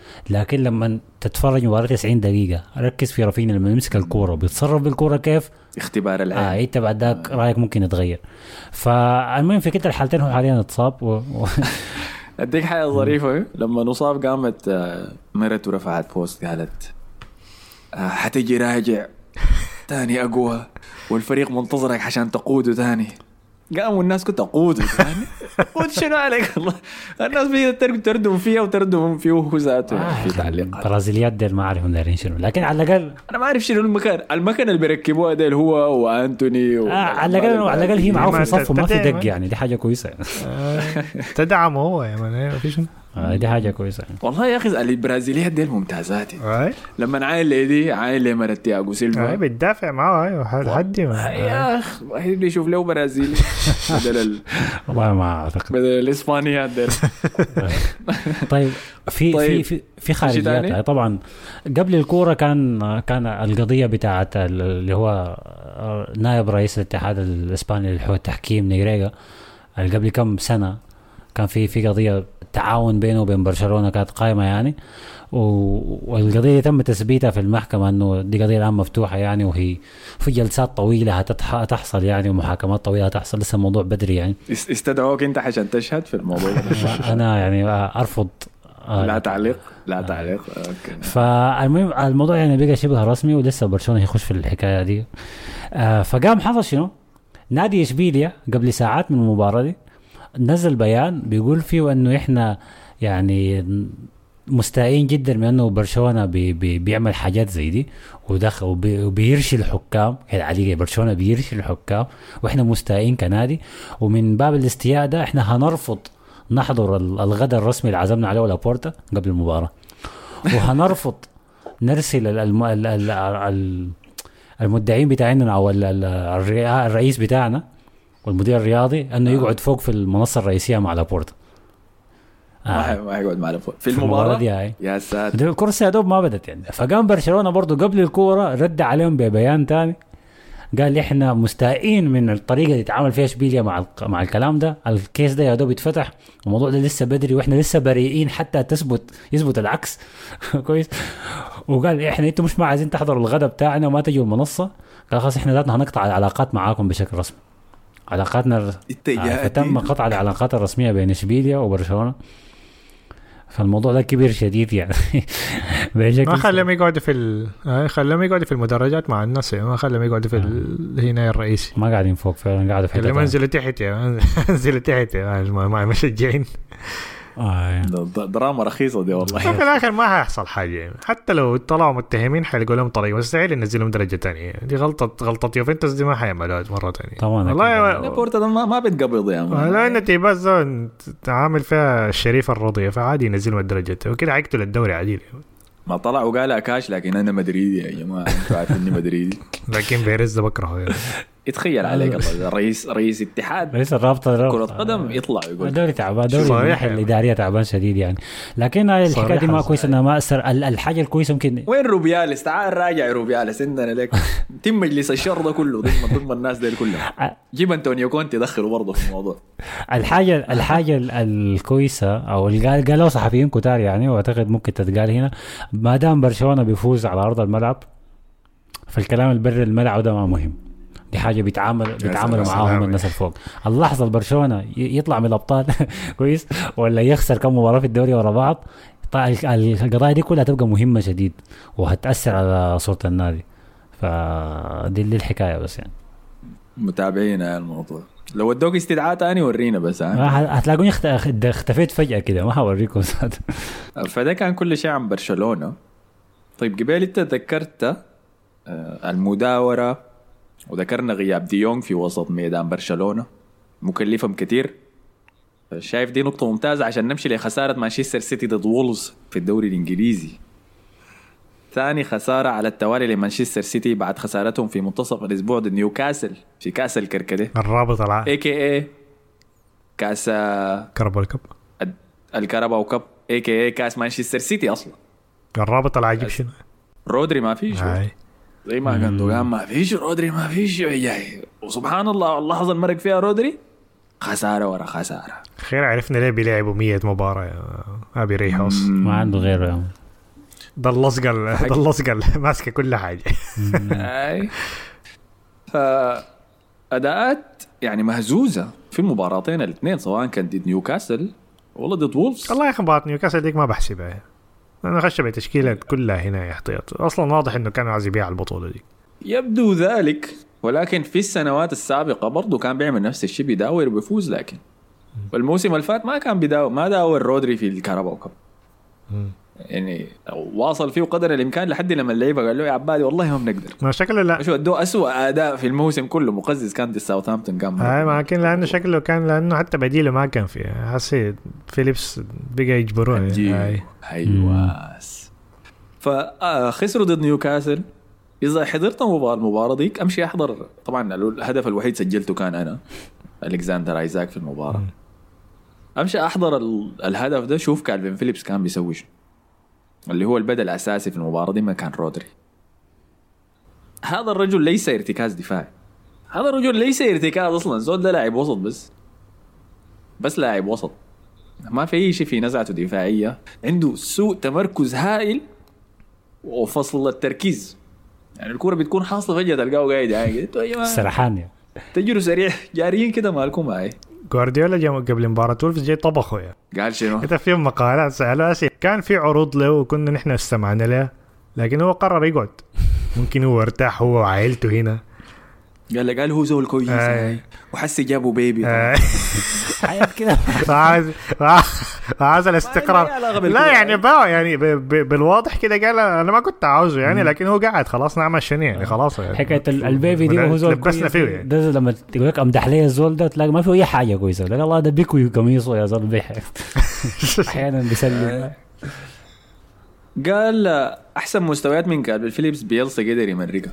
لكن لما تتفرج مباراة 90 دقيقة ركز في رافينيا لما يمسك الكورة وبيتصرف بالكورة كيف اختبار العين. انت بعد ذاك رايك ممكن يتغير. فالمهم في كده الحالتين هو حاليا اتصاب اديك حاجه ظريفه. لما نصاب قامت مرته رفعت بوست قالت حتجي راجع تاني اقوى والفريق منتظرك عشان تقوده تاني. قاموا الناس كنت اقوده تاني. قود شنو عليك الله. الناس تردم فيها وتردم فيه وهو ذاته في تعليقات. البرازيليات ديل ما اعرفهم دايرين شنو، لكن على الاقل انا ما اعرف شنو المكان اللي بيركبوها ديل هو وانتوني على الاقل هي معه في صف وما في دق يعني. دي حاجه كويسه. تدعمه هو يا مان. ما فيش دي حاجه كويسه والله يا اخي. البرازيليات ديل ممتازات لما عايل دي عايل مرت تياغو سيلفا بتدافع معه. ايوه حد يا اخ واحد يشوف له برازيلي بدل والله ما اعتقد بدل الاسبانيات ديل. طيب في خارجيات طبعا. قبل الكوره كان القضيه بتاعت اللي هو نائب رئيس الاتحاد الاسباني اللي هو التحكيم نيغريغا قبل كم سنه كان في قضيه تعاون بينه وبين برشلونه كانت قائمه يعني. والقضيه تم تثبيتها في المحكمه انه دي قضيه الان مفتوحه يعني، وهي في جلسات طويله هتحصل يعني ومحاكمات طويله هتحصل. لسه الموضوع بدري يعني. استدعوك انت عشان تشهد في الموضوع؟ انا يعني ارفض. لا تعليق. اوكي. فالمهم الموضوع يعني بقى شبه رسمي ولسه برشلونه يخش في الحكايه دي. فقام حصل شنو؟ نادي اشبيليا قبل ساعات من المباراه دي نزل بيان بيقول فيه انه احنا يعني مستائين جدا من انه برشلونه بيعمل حاجات زي دي ودخل وبيرشي الحكام. العادي برشلونه بيرشي الحكام واحنا مستائين كنادي، ومن باب الاستياء ده احنا هنرفض نحضر الغداء الرسمي اللي عزمنا عليه لابورتا قبل المباراه، وهنرفض نرسل المدعين بتاعنا او الرئيس بتاعنا والمدير الرياضي انه يقعد فوق في المنصه الرئيسيه مع لابورتا. ما يقعد مع لابورتا في المباراه دي. يا ساتر الكرة يا دوب ما بدت يعني. فقام برشلونه برضو قبل الكوره رد عليهم ببيان تاني قال احنا مستائين من الطريقه اللي يتعامل فيها اشبيليا مع الكلام ده. الكيس ده يا دوب يتفتح الموضوع ده لسه بدري واحنا لسه بريئين حتى يثبت العكس. كويس. وقال احنا انتم مش ما عايزين تحضروا الغداء بتاعنا وما تجوا المنصه. قال خلاص احنا ذاتنا هنقطع العلاقات معاكم بشكل رسمي. علاقاتنا فتم قطع العلاقات الرسميه بين اشبيليا وبرشلونه. فالموضوع ده كبير شديد يعني. ما خلهم يقعدوا في المدرجات مع الناس. ما خلهم يقعدوا في هنا الرئيسي. ما قاعدين فوق فعلا قاعدوا في اللي منزل تحت منزل تحت مع مشجعين. دراما رخيصه دي والله. في الاخر ما هيحصل حاجه يعني. حتى لو طلعوا متهمين حيلقوا لهم طريقه مستحيل ينزلهم درجه تانية. دي غلطه يوفنتوس دي ما حيعملوها مره تانية طبعا. والله لابورتا ما بتقبض يعني. لا انت بس تعامل فيها الشريف الرضيه فعادي ينزلوا الدرجه وكده هيقتل الدوري عادي. ما طلع وقال كاش لكن انا مدريدي يا جماعه. انتوا عارفين اني مدريدي. لكن بيرز بكرهه يعني. يتخيل عليك الله رئيس اتحاد رئيس الرابطه كرة قدم يطلع يقول الدوري تعبان. دوري الاداريه تعبان شديد يعني. لكن الحكايه دي ما كويسه انها ما اثر. الحاجه الكويسه ممكن وين روبياليس؟ تعال راجع روبياليس عندنا لك تم مجلس الشر ده كله ضمن الناس دي كلهم. جيب انطونيو كونتي دخله برضه في الموضوع. الحاجه الكويسه او اللي قالوا صحفيين كتار يعني واعتقد ممكن تتقال هنا ما دام برشلونه بيفوز على ارض الملعب فالكلام البر الملعب ده ما مهم. دي حاجه بيتعاملوا معاهم الناس الفوق. اللحظه برشلونه يطلع من الابطال كويس ولا يخسر كم مباراه في الدوري ورا بعض القضايا دي كلها تبقى مهمه شديد وهتاثر على صوره النادي. فدي الحكايه بس يعني. متابعين الموضوع. لو ادوك استدعاء تاني ورينا بس هتلاقوني اختفيت فجاه كده ما هوريكم. فده كان كل شيء عن برشلونه. طيب قبل انت ذكرت المداوره وذكرنا غياب ديونغ في وسط ميدان برشلونة مكلفهم كتير. شايف دي نقطة ممتازة عشان نمشي لخسارة مانشستر سيتي ضد وولز في الدوري الإنجليزي. ثاني خسارة على التوالي لمانشستر سيتي بعد خسارتهم في منتصف الأسبوع ضد نيوكاسل في كأس الكركديه الرابط العام AKA كأس كاراباو كاب الكاراباو كاب AKA كأس مانشستر سيتي. أصلا الرابط العجيب شنو رودري ما فيش زي ما كان ما فيش رودري ما فيش جاي وسبحان الله اللحظة المرق فيها رودري خسارة ورا خسارة. خير عرفنا ليه بيلعبوا 100 مباراة ما بيريحوا ما عنده غيره ده اللصقه ماسكه كل حاجه. اي فأداءات يعني مهزوزة في المباراتين الاثنين، سواء كان ضد نيوكاسل ولا ضد وولفز. والله يا اخي مباراة نيوكاسل ديك ما بحسبها، انا خش بتشكيله كلها هنا احتياط، اصلا واضح انه كانوا عايز يبيع البطوله دي. يبدو ذلك، ولكن في السنوات السابقة برضو كان بيعمل نفس الشيء، بيداور وبيفوز. لكن والموسم اللي فات ما كان بيداور، ما داور رودري في الكهرباء وكب، يعني واصل فيه قدر الامكان لحد لما اللعيبه قال له يا عبادي والله ما بنقدر. ما شكله لا، شو ادوه اسوء اداء في الموسم كله، مقزز كان دي ساوثهامبتون كان ما كان، لانه شكله كان، لانه حتى بديله ما كان فيه، حسيت فيليبس بقى يجبروه. ايواس فخسروا ضد نيوكاسل. اذا حضرت المباراه ديك امشي احضر، طبعا الهدف الوحيد سجلته كان انا الكسندر ايزاك في المباراه. امشي احضر الهدف ده، شوف كالفين فيليبس كان بيسوي شو، اللي هو البدل الاساسي في المباراه دي ما كان رودري. هذا الرجل ليس ارتكاز دفاعي، هذا الرجل ليس ارتكاز اصلا، زول ده لاعب وسط، بس لاعب وسط، ما في اي شيء في نزعته دفاعيه، عنده سوء تمركز هائل وفصل التركيز. يعني الكوره بتكون حاصله فجاه تلقاه قاعد انتوا يا جماعه سرحان يعني تجروا سريع جاريين كده مالكم معي. جوارديولا قبل مباراة وولفز جاي طبخه يعني. قال شنو؟ كتب فيهم مقالات سألوا أسئلة، كان في عروض له وكنا نحن استمعنا له، لكن هو قرر يقعد. ممكن هو ارتاح هو وعائلته هنا. قال هو زول كويس وحس جابوا بيبي حياة كده. عايز الاستقرار. لا يعني بقى يعني بالواضح كده قال انا ما كنت عاوزه يعني، لكن هو قاعد خلاص نعمل شنو يعني خلاص يعني. حكايه البيبي دي هو زول لبسنا فيه يعني. ده لما تقول لك امدح لي الزول ده تلاقي ما في اي حاجه كويسه، لا الله ده بيكوي قميصه يا زول بيحك احيانا بيسلم. قال احسن مستويات من كالفين فيليبس بيلسا قدر يمرقها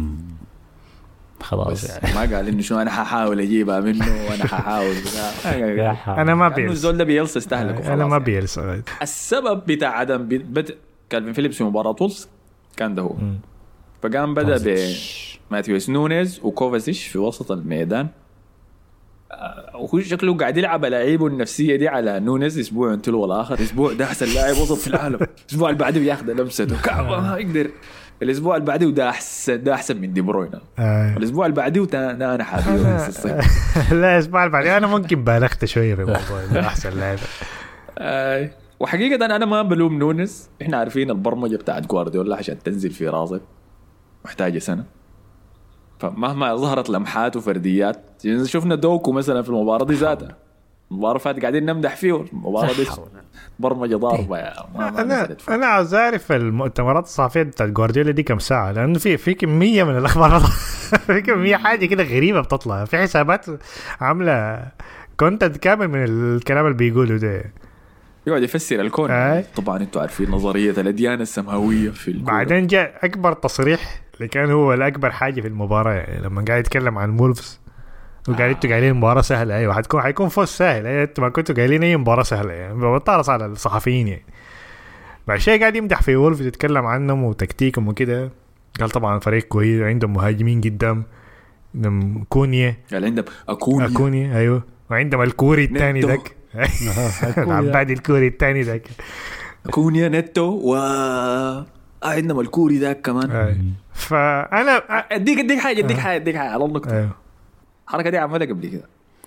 خلاص يعني. ما قال انه شو انا حاحاول اجيبها منه وانا حاحاول انا ما بيلسا الزول ده بيلسا استهلك. انا ما بيلسا. السبب بتاع عدم بدء كالفين فيليبس في مباراة وولفز كان ده هو. فقام بدأ بماتيوس نونيز وكوفاسيش في وسط الميدان، وهو شكله قاعد يلعب لعيبه النفسية دي على نونيز. اسبوع انتلو والاخر اسبوع ده احسن لاعب وسط في العالم، الاسبوع اللي بعده ياخذ لمسته كعبه ما يقدر، الاسبوع اللي بعده ده احسن من دي بروين، الاسبوع اللي بعده انا حابب لا الاسبوع اللي بعده انا ممكن بالغت شويه في الموضوع ده احسن لاعب. وحقيقه انا ما بلوم نونيز، احنا عارفين البرمجه بتاعت جوارديولا عشان تنزل في راسك محتاجه سنه، فمهما ظهرت لمحات وفرديات شفنا دوكو مثلا في المباراه دي ذاتها، المباراه فاتت قاعدين نمدح فيه، المباراه دي برمجه ضاربه يا انا عاوز اعرف المؤتمرات الصحفيه بتاعت جوارديولا دي كم ساعه، لانه في كميه من الاخبار في كميه حاجه كده غريبه بتطلع في حسابات عامله كونتنت كامل من الكلام اللي بيقوله ده، يقعد يفسر الكون. طبعا انتوا عارفين نظريه الاديان السماويه في الكون. بعدين جاء اكبر تصريح اللي كان هو الاكبر حاجه في المباراه، يعني لما قاعد يتكلم عن وولفز وقاعد انتوا قايلين مباراه سهله، ايوه حيكون فوز سهل، انتوا ما كنتوا قايلين اي مباراه سهله يعني، بطارس على الصحفيين يعني. بعد شيء قاعد يمدح في وولفز يتكلم عنهم وتكتيكهم وكده، قال طبعا فريق كويس عندهم مهاجمين قدام، عندهم كونيا، قال عندهم اكونيا ايوه، وعندهم الكوري الثاني ذاك العبادي الكوري الثاني ذاك كونيا نتو عندهم الكوري ذاك كمان. فانا اديك حاجه على النقطه. الحركه دي عملها قبل كده،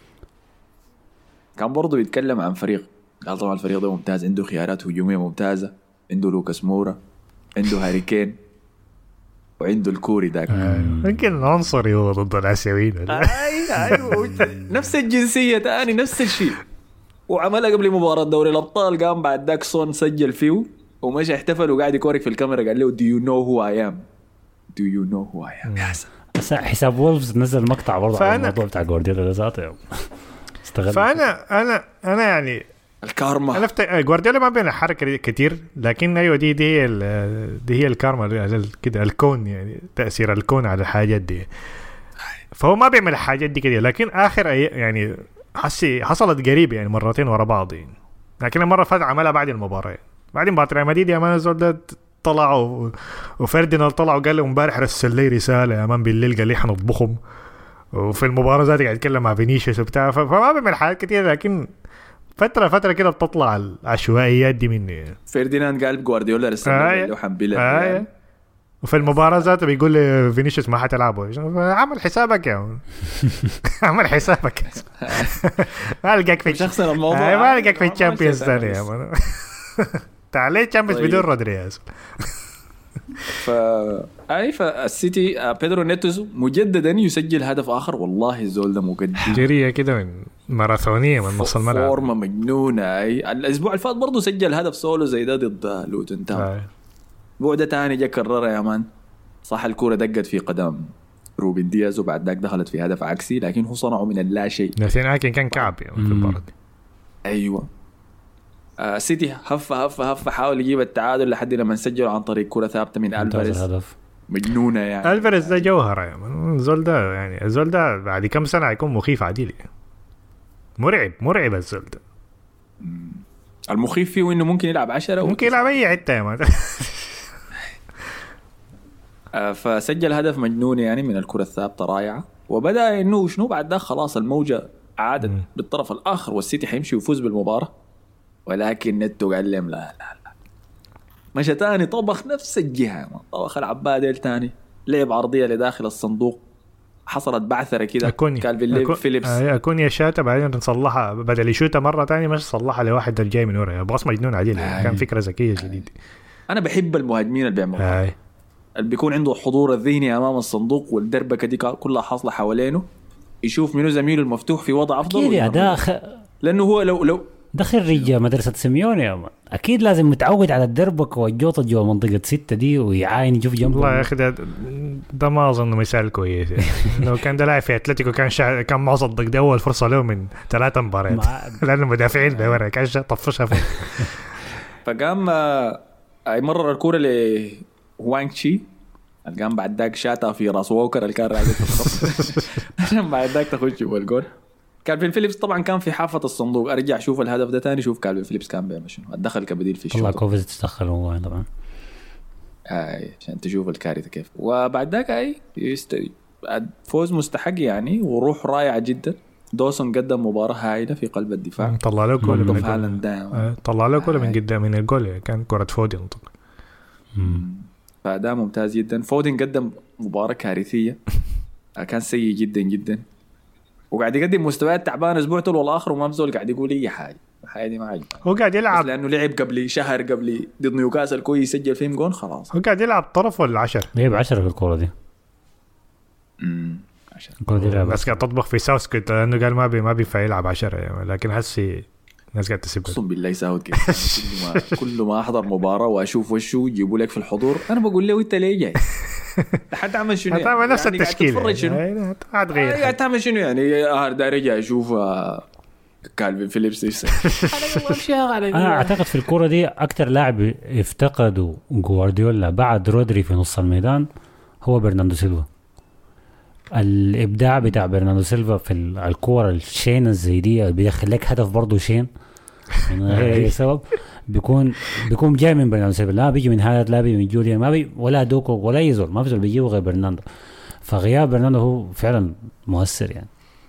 كان برضو يتكلم عن فريق، قال طبعا الفريق ده ممتاز، عنده خيارات هجوميه ممتازه، عنده لوكاس مورا، عنده هاري كين، وعنده الكوري ذاك. يمكن عنصري هو ضد الاسيويين. ايوه نفس الجنسيه تاني نفس الشيء، وعملها قبل مباراه دوري الابطال، قام بعد ذاك سون سجل فيه ومشى احتفل وقاعد يكورك في الكاميرا، قال له do you know who I am يا حسن. حساب وولفز نزل مقطع برضه على الموضوع بتاع جوارديولا ذاته استغل. فانا يعني الكارما، انا جوارديولا ما بين الحركه كتير، لكن ايوه دي هي الكارما كده، الكون يعني تاثير الكون على الحاجات دي، فهو ما بيعمل الحاجات دي كده، لكن اخر يعني حصلت قريبه يعني مرتين ورا بعض يعني. لكن المره فاتت عملها بعد المباراه يعني. بعدين مباراه ريال مدريد يا مان الزول ده طلعوا وفرديناند طلع وقال له امبارح رسل لي رساله يا مان بالليل قال لي حنطبخهم، وفي المباراه ذاتها قاعد يتكلم مع فينيسيوس وبتاع، فما بيعمل حاجات كتير، لكن فترة كده بتطلع العشوائيات دي مني. فرديناند قال جوارديولا رسل له حنبله وفي المباراة ذاته بيقول لي فينيسيوس ما حتلعبه. عمل حسابك يا عمل حسابك. ما ألقاك في شخصنا الموضوع ما ألقاك في الشامبيونز ثاني يا مان. تعالي تشامبيونز بدون رودرياس. فالسيتي بيدرو نيتو مجددا يسجل هدف آخر. والله الزول ده مقدم جريه كده من ماراثونية من نص الملعب، فورمة مجنونة. الأسبوع اللي فات برضو سجل هدف سولو زي ده ضد لوتون تاون. بعدة تاني جا كررها يا مان. صح الكورة دقت في قدم روبن دياز وبعد ذاك دخلت في هدف عكسي، لكن هو صنعه من اللا شيء. لكن كان كعب في المباراة. أيوة. سيتي هف حاول يجيب التعادل لحد لما سجلوا عن طريق كرة ثابتة من ألفاريز. مجنونة يعني. ألفاريز ده جوهرة يا مان. الزول ده يعني الزول ده بعد كم سنة هيكون مخيف عديل يعني. مرعب الزول ده. المخيف فيه إنه ممكن يلعب 10 ممكن يلعب أي حتة يا مان. فسجل هدف مجنون يعني من الكرة الثابتة رائعة. وبدأ إنه شنو بعد ده خلاص الموجة عادت بالطرف الآخر والسيتي حيمشي ويفوز بالمباراة. ولكن نتو قال لهم لا مشى تاني طبخ نفس الجهة، طبخ العبادل تاني، لعب عرضية لداخل الصندوق، حصلت بعثرة كده كالفين فيليبس أكون يا شاتا بعدين نصلحها بدل يشوتها مرة تانية مش صلحها لواحد جاي من ورا. باص مجنون عديل. كان فكرة ذكية جديدة. أنا بحب المهاجمين اللي بيعملوا اللي بيكون عنده حضور الذهني أمام الصندوق والدربكة دي كلها حاصلة حوالينه، يشوف منه زميله المفتوح في وضع أفضل. لأنه هو لو ده خريج مدرسة سيميوني يا مان. أكيد لازم متعود على الدربك والجوطة جوا منطقة 6 دي ويعاين يشوف جنبه. والله يا أخي ده ما أظن مثال كويس. لو كان ده لاعب في أتلتيكو كان معصدق ده أول فرصة له من 3 مباريات لأنه مدافعين بورا كان طفشها فوق. فقام يمرر الكورة لوانغ قام بعد ذاك شاتها في راس ووكر اللي كان راجع في الخط عشان بعد ذاك تخش جوا الجول. كالفين فيليبس طبعا كان في حافة الصندوق. ارجع شوف الهدف ده تاني، شوف كالفين فيليبس كان بيعمل شنو. الدخل كبديل في الشوط. والله كوفيز تدخل هو طبعا عشان تشوف الكارثة كيف. وبعد ذاك فوز مستحق يعني وروح رائعة جدا. دوسون قدم مباراة هائلة في قلب الدفاع. طلع له كوره من طلع له كوره من قدام من الجول. كان كرة فودن فأداء ممتاز جدا. فودن قدم مباراة كارثية. كان سيء جدا جدا وقاعد يقدم مستويات تعبان اسبوع طول والاخر وما بزول قاعد يقول اي حاجه دي ما عجبه. هو قاعد يلعب لانه لعب قبل شهر ضد نيوكاسل كويس سجل فيهم جون خلاص. هو قاعد يلعب طرف ولا 10 لعب 10 في الكوره دي. 10 بس قاعد تطبخ في ساوث كنت لانه قال ما بينفع يلعب 10 يعني. لكن هسي الناس قاعد تسيب اقسم بالله يساوي كده. كل ما احضر مباراه واشوف وشو يجيبوا لك في الحضور انا بقول له انت ليه جاي حتى عمل شنو يعني؟ هتعمل نفس التشكيل يعني هتعمل شنو يعني داري جاي اشوف كالفين فيليبس. انا اعتقد في الكوره دي اكتر لاعب افتقدوا جوارديولا بعد رودري في نص الميدان هو برناردو سيلفا. الابداع بتاع برناردو سيلفا في الكوره الشين زي دي بيخليك هدف برضو شين من غير اي سبب بيكون جاي من برناردو سيلفا. لا بيجي من هذا لا بيجي من جوليان ما بي ولا دوكو ولا يزول ما بيزول بيجيبه غير برناردو. فغياب برناردو هو فعلا مؤثر يعني.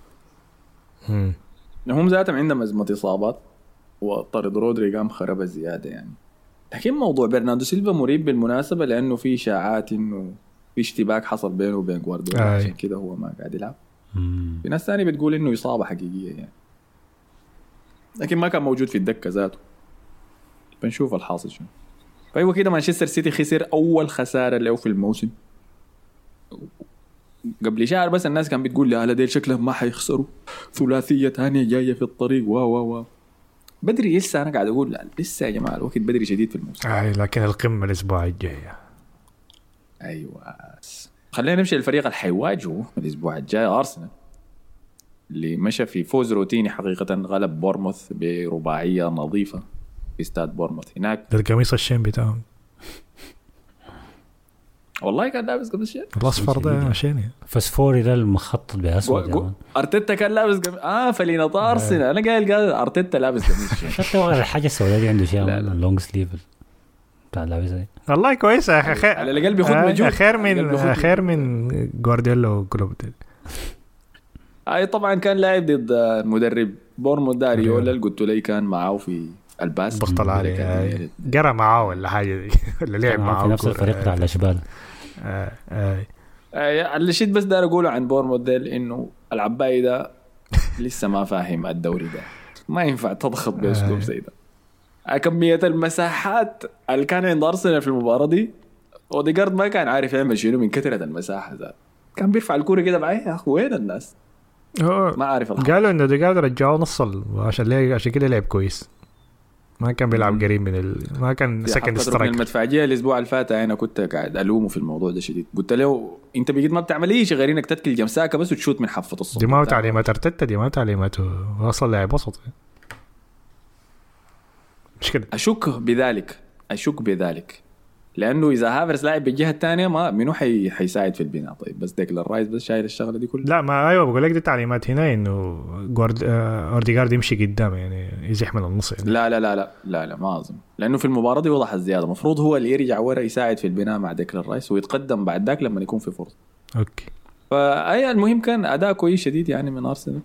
هم ذاتهم عندهم أزمة إصابات وطرد رودري قام خرب زيادة يعني. لكن موضوع برناردو سيلفا مريب بالمناسبة لأنه في إشاعات إنه في اشتباك حصل بينه وبين جوارديولا عشان كده هو ما قاعد يلعب. في ناس ثانية بتقول إنه إصابة حقيقية يعني لكن ما كان موجود في الدكة ذاته. بنشوف الحاصل شنو. فأيوة كده مانشستر سيتي خسر أول خسارة له في الموسم. قبل شهر بس الناس كان بتقول لي هل ديل شكلهم ما حيخسروا ثلاثية تانية جاية في الطريق واو بدري لسه. أنا قاعد أقول لا لسه يا جماعة الوقت بدري شديد في الموسم. لكن القمة الأسبوع الجاي. أيوة خلينا نمشي الفريق الحيواجهه الأسبوع الجاي أرسنال اللي مشى في فوز روتيني حقيقة. غلب بورموث برباعية نظيفة في استاد بورموث هناك. القميص الشين بتاعهم والله كان لابس قبل شيء الأصفر ده عشان فسفوري ده المخطط بأسود. أرتيتا كان لابس قميص فلينا أرسنال. أنا قال أرتيتا لابس قميص حتى وغير الحاجة السوداء دي عنده شيء اللونج سليف بتاع لابس زي والله كويس يا أخي. على الأقل بيخد مجهود خير من جوارديولا وكلوب. طبعا كان لاعب ضد مدرب بورموث ده اريولا قلت لي كان معاه في الباس الضغط العالي قرا معاه ولا حاجه دي ولا لعب معاه في نفس الفريق بتاع الاشبال. اللي شيت بس دار اقوله عن بورموث ده انه العباي ده لسه ما فاهم الدوري ده، ما ينفع تضغط باسلوب زي ده. كميه المساحات اللي كان عند ارسنال في المباراه دي، اوديغارد ما كان عارف يعمل شنو من كثره المساحه ذات، كان بيرفع الكوره كده معي يا اخي وين الناس ما عارف الحق. قالوا انه اوديغارد رجعوه نص عشان كده لعب كويس، ما كان بيلعب قريب من ما كان سكند سترايك. المدفعجيه الاسبوع اللي فات انا كنت قاعد الومه في الموضوع ده شديد، قلت له انت بقيت ما بتعمل اي شيء غير انك تتكل جمساكه بس وتشوت من حافه الصوت. دي ما تعليمات ارتيتا، دي ما تعليمات وصل لاعب وسط. مش كده اشك بذلك لانه اذا هافرز لاعب بالجهه الثانيه ما منو حيساعد في البناء. طيب بس ديكلان رايس بس شايل الشغله دي كلها. لا ما ايوه بقول لك دي تعليمات هنا انه اوديغارد يمشي قدام يعني يزحم من النص يعني. لا لا لا لا لا لا ما اظن، لانه في المباراه دي وضح الزياده، المفروض هو اللي يرجع ورا يساعد في البناء مع ديكلان رايس ويتقدم بعد ذاك لما يكون في فرصه. اوكي فاي المهم كان اداء كويس شديد يعني من ارسنال.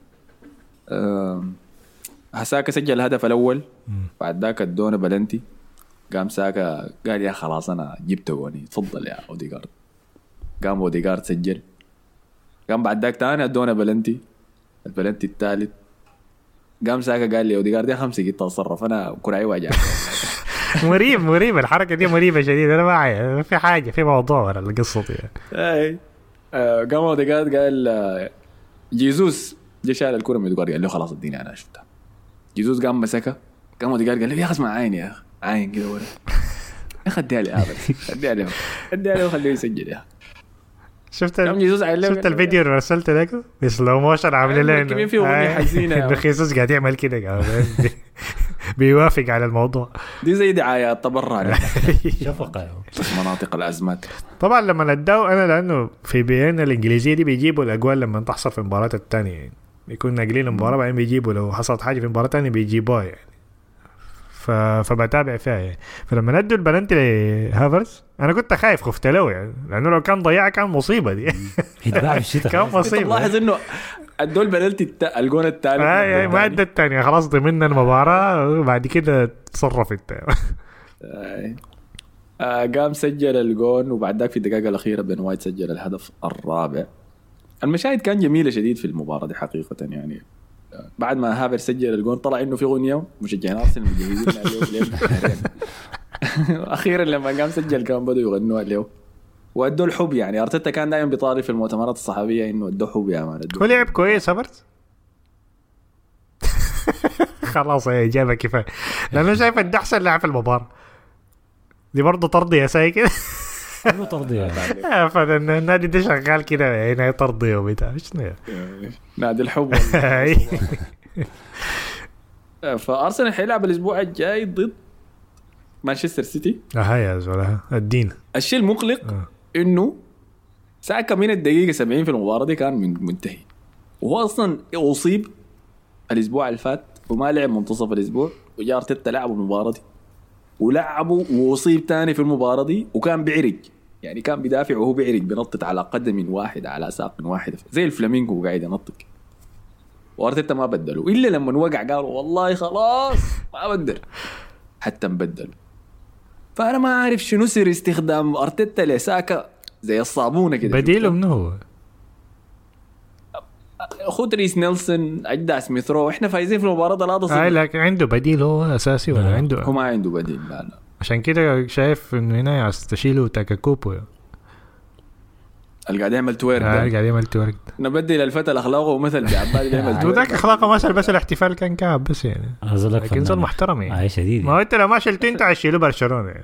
هساكا سجل الهدف الاول، بعد ذاك ادونا بلنتي، قام ساكا قال يا خلاص انا جبته وني تفضل يا اوديغارد، قام اوديغارد سجل، قام بعد ذاك ثاني ادونا بلنتي، البلنتي الثالث، قام ساكا قال لي اوديغارد يا 5 جيت اتصرف انا كراعي واجع. مريب الحركه دي مريبه شديد، انا ما في حاجه في موضوع ورا القصه دي. اي قام اوديغارد قال جيزوس جه شال الكره من اوديغارد قال له خلاص اديني انا شفتها. جيزوس قام مسكها، قام اوديغارد قال له يا اخي اسمع عيني يا اخي عين كده ورا يا اخي اديها لي اديها له وخليه يسجل يا اخي. شفت الفيديو اللي رسلت لك بسلو موشن عامل لنا كمان في اغنيه حزينه انه خيسوس قاعد يعمل كده بيوافق على الموضوع دي زي دعايات تبرع شفقه مناطق الازمات. طبعا لما نداو انا لانه في بيان الانجليزيه دي بيجيبوا الاجوال لما تحصل في المباراه الثانيه يعني بيكون ناقلين المباراه بعدين بيجيبوا لو حصلت حاجه في المباراه الثانيه بيجيبوها يعني فبتابع فيها يعني. فلما ندوا البلنتي لهافرز انا كنت خايف خفت له يعني لانه لو كان ضيعها كان مصيبه دي يتباع في الشتاء كان مصيبه. لاحظ انه ادوا البلنتي الجون الثالث ما ادى الثانيه خلاص ضمننا المباراه وبعد كده تصرفت. قام سجل الجون وبعد ذاك في الدقائق الاخيره بن وايت سجل الهدف الرابع. المشاهد كان جميله شديد في المباراه دي حقيقه يعني. بعد ما هافر سجل الجون طلع انه في غنيه مشجعين ارسنال مجهزين عليه اخيرا لما قام سجل كان بدوا يغنوا له وادوا الحب يعني. ارتيتا كان دائما بيطالب في المؤتمرات الصحفيه انه ادوا حب يا مان. هو لعب كويس هافرز خلاص هي اجابه كفايه لانه شايف انه احسن لاعب في المباراه دي برضه طرديه ساي كده مو ترضيه فالنادي ده شغال كده هنا ترضيه وبتاع شنو نادي الحب. فارسنال حيلعب الاسبوع الجاي ضد مانشستر سيتي. هيا زولا الدين. الشيء المقلق انه ساكا من الدقيقه 70 في المباراه دي كان منتهي وهو اصلا اصيب الاسبوع اللي فات وما لعب منتصف الاسبوع وجا ارتيتا لعبوا المباراه دي ولعبوا واصيب تاني في المباراه دي وكان بيعرج يعني كان بيدافع وهو بيعرج بينطط على قدم واحد على ساق واحد زي الفلامينغو قاعد ينطط وارتيتا ما بدلوا الا لما وقع قالوا والله خلاص ما بقدر حتى نبدلوا. فانا ما عارف شنو سر استخدام ارتيتا لساكا زي الصابونه كده. بديله منه هو خد ريس نيلسون اجدع سميثرو احنا فايزين في المباراه ده. لا لكن عنده بديل هو اساسي ولا عنده؟ هو ما عنده بديل. لا عشان كده شايف انه هنا يستشيلوا تاكاكوبو اللي قاعد يعمل تويرك قاعد يعمل تويرك نبدل الفتى الاخلاقه ومثل بعبالي بيعمل تويرك وذاك اخلاقه مثل بس الاحتفال كان كعب بس يعني لكن زول محترم يعني شديد. ما انت لو ما شلت انت هتشيله برشلونه يعني.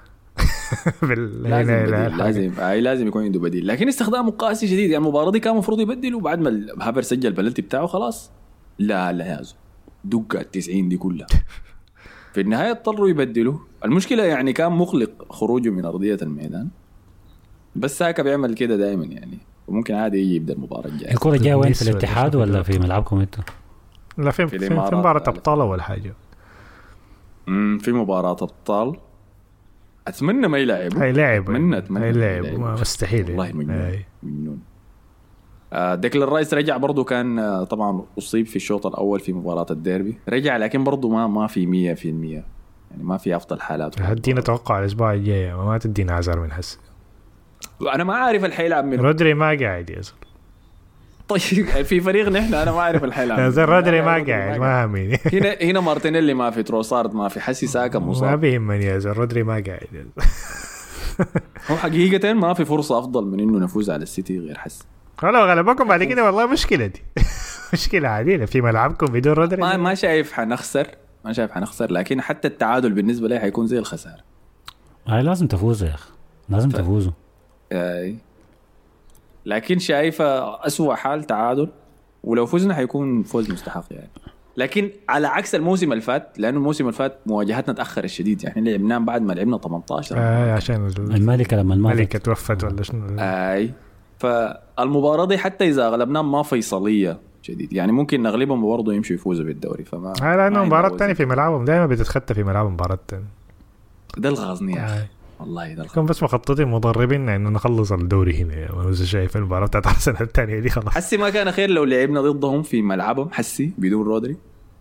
لازم يكون عنده بديل لكن استخدامه قاسي شديد يعني. المباراه دي كان المفروض يبدله وبعد ما هافر سجل البلنتي بتاعه خلاص لا يا زو دقه 90 دي كلها في النهايه اضطروا يبدلوا. المشكله يعني كان مقلق خروجه من ارضيه الميدان بس ساكا بيعمل كده دائما يعني وممكن عادي يجي يبدا المباراه الجايه. الكره جايه وين في الاتحاد ولا في ملعبكم انتوا؟ لا في مباراه ابطال اول حاجه في مباراه ابطال اتمنى ما يلعبوا. هيلعب اتمنى هيلعب مستحيل والله مجنون. ديكلان رايس رجع برضو كان طبعا أصيب في الشوط الأول في مباراة الديربي، رجع لكن برضو ما في 100%، يعني ما في أفضل حالاته. هدينا توقع الأسبوع الجاي ما تدينا عذر من هسه. أنا ما عارف الحيلعب من رودري ما قاعد يا زلمة. طيب في فريقنا احنا أنا ما أعرف الحيلعب يا زلمة رودري ما قاعد ما هميني. هنا مارتينيلي ما في، تروسارد ما في، حسي ساكا ما مصاب. بيهمني يا زلمة رودري ما قاعد. هو حقيقة ما في فرصة أفضل من إنه نفوز على السيتي غير حس. لو غلبكم بعد كده والله مشكلة دي. مشكلة عادية في ملعبكم بدون رودري. ما شايف حنخسر، لكن حتى التعادل بالنسبة لي حيكون زي الخسارة. لازم تفوزوا يا أخي، لازم تفوزوا. لكن شايفة أسوأ حال تعادل، ولو فزنا حيكون فوز مستحق يعني. لكن على عكس الموسم اللي فات، لأنه الموسم اللي فات مواجهتنا تأخر الشديد، يعني لعبناه بعد ما لعبنا 18 عشان الملكة لما الملكة توفت ولا شنو. فالمباراة دي حتى إذا غلبناه ما فيصلية جديد، يعني ممكن نغلبهم وبرضه يمشوا يفوزوا بالدوري. فما لأنه مباراة تانية في ملعبهم دائما بتتخطى في ملعبهم مباراة تانية. ده الغازني يا أخي والله، ده كم بس مخططين مضربين إنه نخلص الدوري هنا. وإذا شايف المباراة بتاعت أرسنال الثانية دي خلاص. حسي ما كان خير لو لعبنا ضدهم في ملعبهم، حسي بدون رودري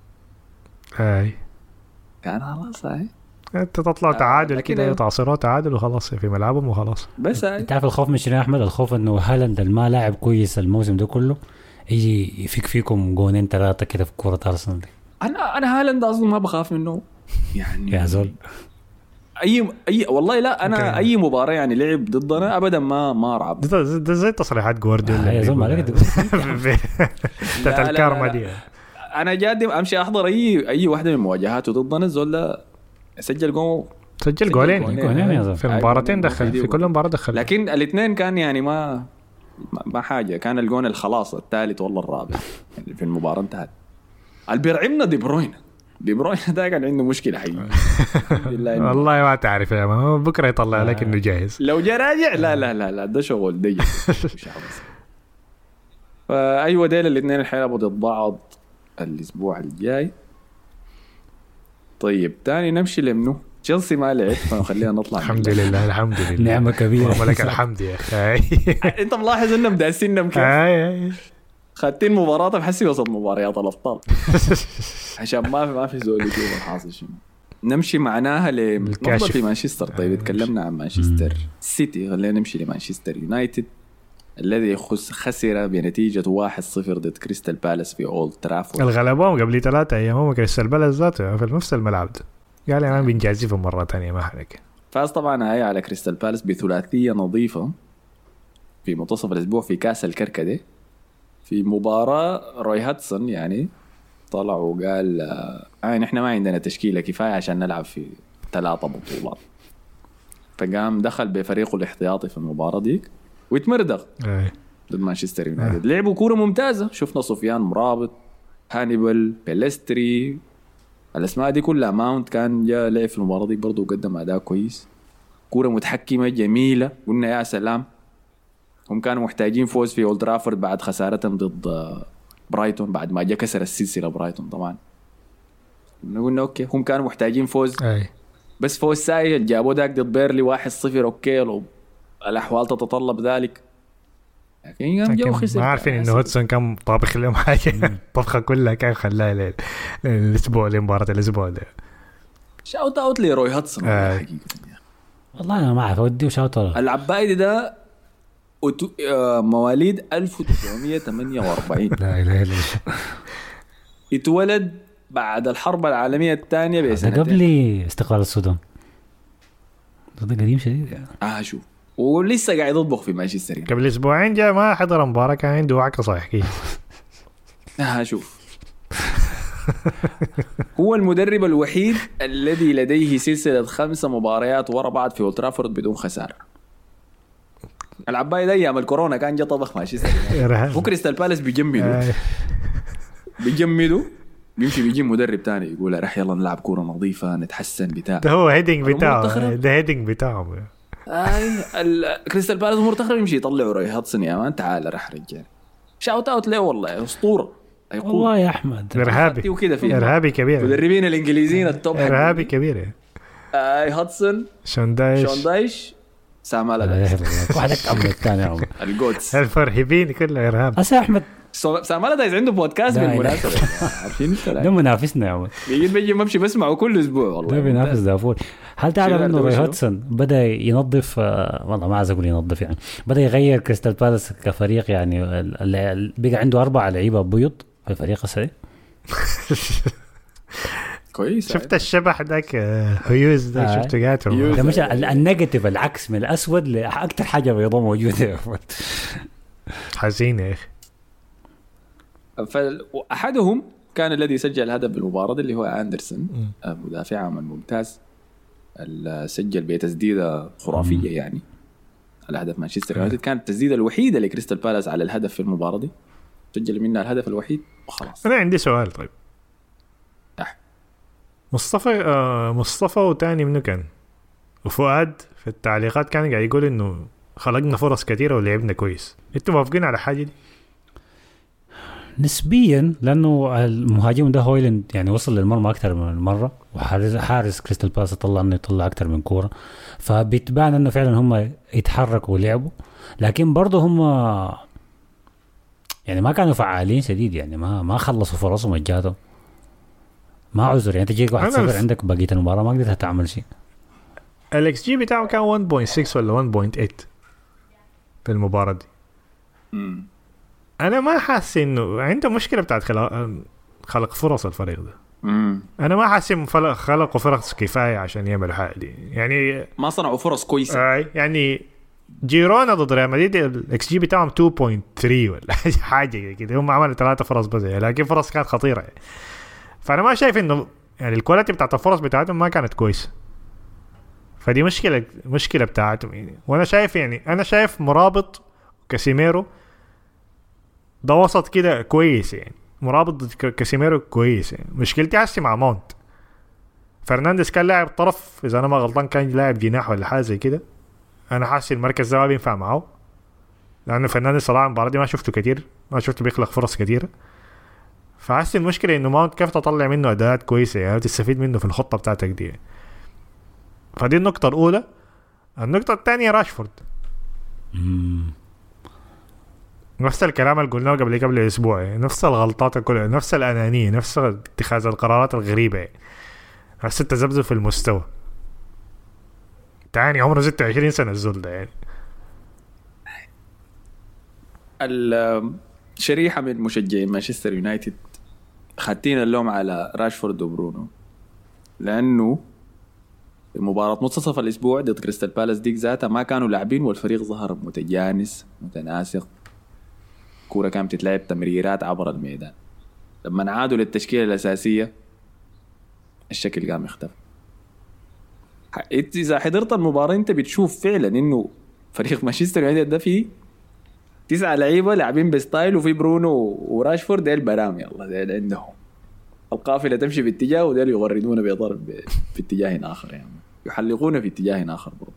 كان خلاص. انت تطلع تعادل كده تعصروا تعادل وخلاص في ملعبهم وخلاص. بس تعرف الخوف من شنو يا احمد؟ الخوف انه هالاند الما لاعب كويس الموسم ده كله يجي يفيك فيكم جونين 3 كده في كرة أرسنال دي. انا هالاند اصلا ما بخاف منه يعني يا زول. اي والله لا انا اي مباراه يعني لعب ضدنا ابدا ما ارعب. ده زي تصريحات جوارديولا يا زول ما لقيت بتاعت الكارما دي. انا جادي امشي احضر اي واحده من مواجهاته ضدنا. الزول ده سجل جولين في المباراتين دخل في كل مباراه دخل. لكن الاثنين كان يعني ما حاجه. كان الجون الخلاص الثالث والله الرابع يعني في المباراه انتهت. اللي بيرعبنا دي بروين ده كان عنده مشكله حقيقيه. والله ما تعرف يا ما بكره يطلع لك انه جاهز. لو جا راجع لا ده شغل دي. فايوه ديل الاثنين الحيلعبوا ضد بعض الاسبوع الجاي. طيب تاني نمشي لمنه تشيلسي ما لعب فخلينا نطلع. الحمد لله نعمة كبيرة ولك الحمد يا أخي. أنت ملاحظ إننا مداسيننا كيف خدتين مباراة بحسي وسط مباريات الأبطال عشان ما في زول يجيب الحاصل شنو. نمشي معناها لنفضل في مانشستر. طيب اتكلمنا عن مانشستر سيتي، خلينا نمشي لمانشستر يونايتد الذي خسر بنتيجة 1-0 ضد كريستال بالاس في أولد ترافورد. الغلبهم قبل 3 أيام كريستال بالاس ذاته في نفس الملعب ده. قال أنا بنجازفهم مرة تانية ما حرك. فاز طبعا هاي على كريستال بالاس بثلاثية نظيفة في منتصف الأسبوع في كأس الكركدة في مباراة روي هاتسون يعني طلع وقال نحن ما عندنا تشكيلة كفاية عشان نلعب في 3 بطولات. فقام دخل بفريقه الاحتياطي في المباراة ديك ويتمردغ ضد مانشستر يونايتد. لعبوا كورة ممتازة. شفنا سفيان مرابط، هانيبال، بيلستري، الأسماء دي كلها. ماونت كان جاء لعب في المباراة دي برضو وقدم أداء كويس. كورة متحكمة جميلة. قلنا يا سلام. هم كانوا محتاجين فوز في أولد ترافورد بعد خسارتهم ضد برايتون بعد ما جاء كسر السلسلة برايتون. طبعا قلنا أوكي هم كانوا محتاجين فوز بس فوز سائل جابوا داك ضد بيرلي 1-0 أوكي الأحوال تتطلب ذلك. لكن ما عارفين إنه هاتسون كان طابخ لهم حاجة طبخة كلها كان خلاها الأسبوع لمباراة الأسبوع ده. شاوت أوت لروي هاتسون حقيقة. والله أنا ما أعرف أودي وشاوت أوت. العبايدي ده مواليد 1948. لا إله إلا الله. اتولد بعد الحرب العالمية الثانية بسنتين. قبل استقلال السودان. ده قديم شديد يعني. شوف ولسه قاعد يطبخ في مانشستر. قبل أسبوعين جاء ما حضر مباراة كان عنده وعكة صحيح كي. شوف هو المدرب الوحيد الذي لديه سلسلة 5 مباريات ورا بعض في أولد ترافورد بدون خسارة. العباية ده أيام الكورونا كان جا طبخ مانشستر. هو كريستال بالاس بيجمدوا بيمشي بيجي مدرب تاني يقول رح يلا نلعب كورة نظيفة نتحسن بتاع. ده هو هيدنج بتاعه. ده هيدنج بتاعه. كريستال بالاس امور تخرب يمشي يطلعوا روي هاتسون يا مان تعال رح رجال. شاوت اوت له والله اسطوره. والله يا احمد ارهابي وكده في ارهابي كبير. مدربين الانجليزيين التوب ارهابي كبير. هاتسون شون دايش سام لا ألدايز إله إلا الله. واحدك عمل الثاني عمل الجوتس. الفرهبين كله ارهاب. هسه احمد سام ألدايز عنده بودكاست لا، لا. بالمناسبة عارفين انت ده لا منافسنا يا عمل. بيجي بمشي بسمعه كل اسبوع ده والله. بينافس دافور. هل تعلم شنو انه هذا روي وشنو؟ هودسون بدا ينظف والله ما عايز اقول ينظف يعني بدا يغير كريستال بالاس كفريق يعني بقى عنده 4 لعيبه بيض في الفريق هسه. كويس. شفت الشبح ذاك هيوز ده شفته قاعد هيوز. ده مش النيجاتيف العكس من الاسود لاكثر حاجه بيضاء موجوده يا أخوان. حزين يا اخي. فأحدهم كان الذي سجل هدف بالمباراة اللي هو أندرسون مدافع عمل ممتاز سجل بتسديدة خرافية يعني على هدف مانشستر يونايتد. كانت التسديدة الوحيدة لكريستال بالاس على الهدف في المباراة دي سجل منها الهدف الوحيد وخلاص. انا عندي سؤال طيب. مصطفى وتاني منو كان وفؤاد في التعليقات كان قاعد يقول انه خلقنا فرص كثيرة ولعبنا كويس. انتوا موافقين على حاجة دي؟ نسبيا لانه المهاجم ده هويلاند يعني وصل للمرمى اكثر من مره وحارس كريستال بالاس طلع انه يطلع اكثر من كوره فبتبان انه فعلا هم يتحركوا ولعبوا لكن برضه هم يعني ما كانوا فعالين شديد يعني ما خلصوا فرصهم الجاتهم ما عذر يعني تجيك 1-0 عندك بقيه المباراه ما قدرت تعمل شيء. الاكس جي بتاعه كان 1.6 ولا 1.8 في المباراه دي. انا ما حاسس انه عنده مشكله بتاعت خلق فرص الفريق ده. انا ما حاسس خلقوا فرص كفايه عشان يعملوا حاجه دي يعني ما صنعوا فرص كويسه. يعني جيرونا ضد ريال مدريد الاكس جي بتاعهم 2.3 ولا حاجه كده هم عملوا 3 فرص بس لكن فرص كانت خطيره يعني. فانا ما شايف انه يعني الكواليتي بتاعت الفرص بتاعتهم ما كانت كويسه فدي مشكله بتاعتهم يعني. وانا شايف يعني انا شايف مرابط كاسيميرو ده وسط كده كويس يعني مرابط كاسيميرو كويس يعني. مشكلتي هسي مع ماونت. فرنانديز كان لاعب طرف اذا انا ما غلطان كان لاعب جناح ولا حاجه زي كده. انا حاسس المركز ده ما بينفع معه لانه فرنانديز صراحه المباراه دي ما شفته كتير ما شفته بيخلق فرص كتيره. فحاسس المشكله انه ماونت كيف تطلع منه اداءات كويسه يعني تستفيد منه في الخطه بتاعتك دي. فدي النقطه الاولى. النقطه الثانيه راشفورد نفس الكلام اللي قلناه قبل اسبوع يعني. نفس الغلطات كلها نفس الانانيه نفس اتخاذ القرارات الغريبه يعني. نفس التذبذب في المستوى. تاني عمره 26 سنه الزول ده يعني. الشريحه من مشجعين مانشستر يونايتد خاتين اللوم على راشفورد وبرونو لانه مباراة منتصف الاسبوع ضد كريستال بالاس ديك ذاتها ما كانوا لاعبين والفريق ظهر متجانس متناسق. كورة كانت تتلعب تمريرات عبر الميدان. لما عادوا للتشكيلة الأساسية الشكل قام يختفي. إذا حضرت المباراة أنت بتشوف فعلا إنه فريق مانشستر يونايتد ده فيه 9 لعيبة لاعبين بستايل وفي برونو وراشفورد ديل برام يلا ديل عندهم القافلة تمشي باتجاه وديل يغردون بضرب في اتجاه آخر يعني يحلقون في اتجاه آخر برضه.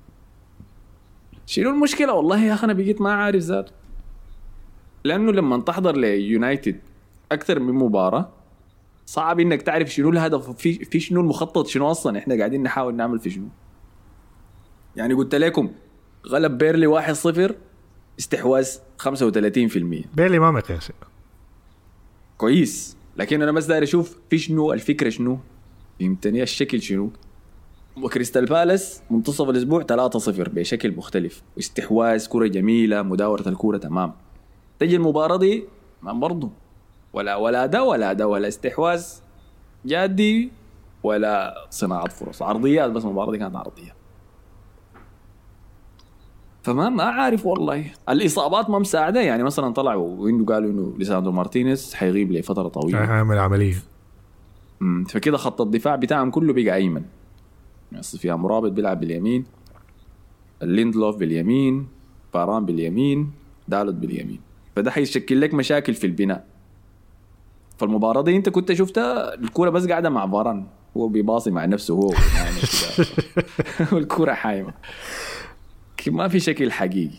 شنو المشكلة والله يا أخي أنا بقيت ما عارف ذاته. لأنه لما تحضر ليونايتد أكثر من مباراة صعب إنك تعرف شنو الهدف في شنو المخطط شنو أصلا إحنا قاعدين نحاول نعمل في شنو. يعني قلت لكم غلب بيرلي 1-0 استحواذ 35%. بيرلي ما مقياس كويس لكن أنا بس داير أشوف في شنو الفكرة شنو فهمتني الشكل شنو. وكريستال بالاس منتصف الأسبوع 3-0 بشكل مختلف واستحواذ كرة جميلة مداورة الكرة تمام. تجي المباراة دي ما برضو ولا ده ولا استحواذ جادي ولا صناعة فرص عرضيات بس المباراة دي كانت عرضية. فما عارف والله الإصابات ما مساعدة يعني. مثلا طلعوا وإنه قالوا إنه ليساندرو مارتينيز حيغيب لفترة طويلة هعمل عملية. فكده خط الدفاع بتاعهم كله بقى أيمن يعني فيها مرابط بيلعب باليمين الليندلوف باليمين باران باليمين دالوت باليمين. فده حيشكل لك مشاكل في البناء. فالمباراة دي انت كنت شفتها الكرة بس قاعدة مع فاران هو بيباصي مع نفسه هو يعني كده والكرة حايمة ما في شكل حقيقي.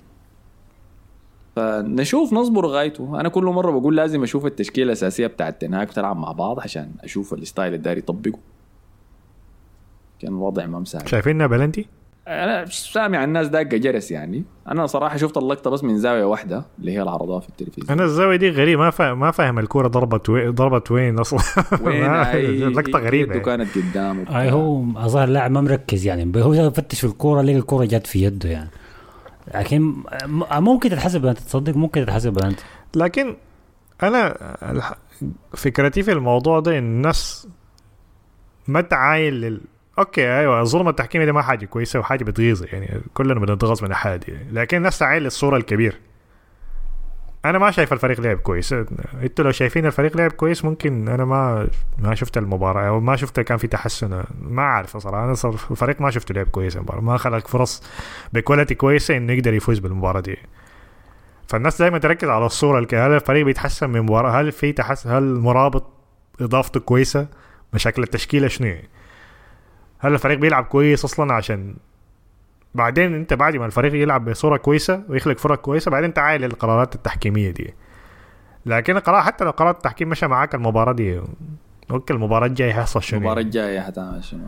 فنشوف نصبر غايته. انا كل مرة بقول لازم اشوف التشكيلة الاساسية بتاعت تنهاك بتلعب مع بعض عشان اشوف الستايل الداري يطبقه. كان الوضع ما مساعد. شايفينها بلنتي انا سامع الناس داقه جرس يعني. انا صراحه شفت اللقطه بس من زاويه واحده اللي هي العرضها في التلفزيون. انا الزاويه دي غريب، ما فاهم الكوره ضربت وين اصلا. وين لقطه غريبه كانت قدامه. هو ظاهر اللاعب ما مركز يعني، هو فتش في الكوره لقى الكوره جات في يده يعني. لكن ممكن تتحسب انت تصدق، ممكن تتحسب انت. لكن انا فكرتي في الموضوع ده الناس ما تعايل اوكي ايوه الظلم التحكيمي ده ما حاجه كويسه وحاجه بتغيظ يعني، كلنا بنتغاظ من الحاجه دي، لكن الناس تعايل للصوره الكبير. انا ما شايف الفريق لعب كويس. انتوا لو شايفين الفريق لعب كويس ممكن، انا ما شفت المباراه او ما شفت كان في تحسن، ما عارف صراحه. انا الفريق ما شفته لعب كويس المباراه، ما خلق فرص بكواليتي كويسه انه يقدر يفوز بالمباراه دي. فالناس دائما تركز على الصوره هل الفريق بيتحسن من مباراه، هل في تحسن، هل المرابط اضافته كويسه، مشاكل التشكيله شنو، هل الفريق بيلعب كويس اصلا، عشان بعدين انت بعد ما الفريق يلعب بصوره كويسه ويخلق فرص كويسه بعدين تعال للقرارات التحكيميه دي. لكن القرار حتى لو قرارات التحكيم مشى معاك المباراه دي، اوكي المباراه الجايه هيحصل شنو؟ المباراه الجايه حتعمل شنو؟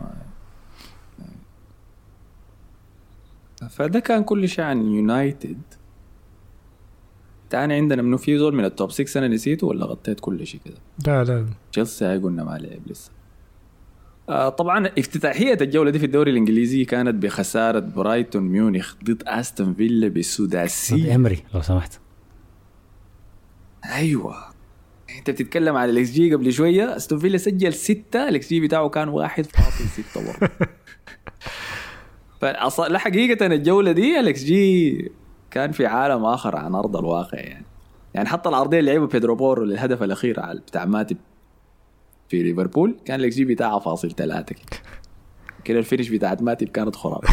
فده كان كل شيء عن يونايتد. تاني عندنا منو في زول من التوب 6 انا نسيته ولا غطيت كل شيء كده؟ لا تشيلسي هاي قلنا ما لعب لسه. طبعا افتتاحية الجولة دي في الدوري الانجليزي كانت بخسارة برايتون ميونخ ضد استون فيلا بسداسية. امري لو سمحت. ايوه انت بتتكلم على الاكس جي قبل شوية، استون فيلا سجل 6، الاكس جي بتاعه كان 1.6 برضه. لا حقيقة الجولة دي الاكس جي كان في عالم اخر عن ارض الواقع يعني حتى العرضية اللي لعبه بيدرو بورو للهدف الاخير على بتاع ماتب في ليفربول كان الاكس جي بتاعه 0.3 كده. الفينش بتاعت ماتب كانت خرافة.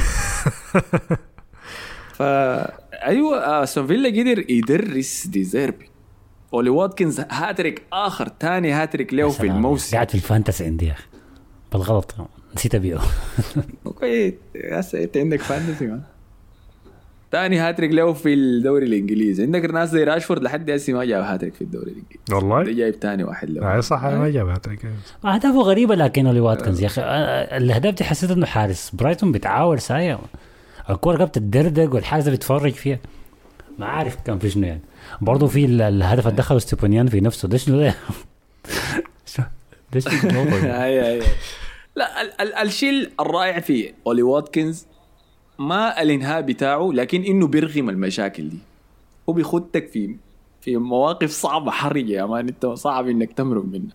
ايوه استون فيلا قدر يدرس ديزيربي. اولي واتكنز هاتريك اخر تاني هاتريك له في الموسم. قاعد في الفانتسي عندي يا اخي بالغلط نسيت ابيعه. اوكي انت عندك فانتسي تاني هاتريك له في الدوري الانجليزي. عندك ناس زي راشفورد لحد هسه ما جاب هاتريك في الدوري الانجليزي والله. ده جايب تاني واحد له. صح ما جاب هاتريك. اهدافه غريبه لكن اولي واتكنز يا اخي الاهداف دي حسيت انه حارس برايتون بتعاور سايا، الكوره قبل تدردق والحارس بيتفرج فيها، ما عارف كان في شنو يعني. برضه في الهدف اللي دخله ستيبونيان في نفسه ده شنو ده؟ ده شنو؟ اي لا الشيء الرائع في اولي واتكنز ما الانهاء بتاعه، لكن انه بيرغم المشاكل دي. هو بيخدك في مواقف صعبه حرجه يا مان، انت صعب انك تمرق منها.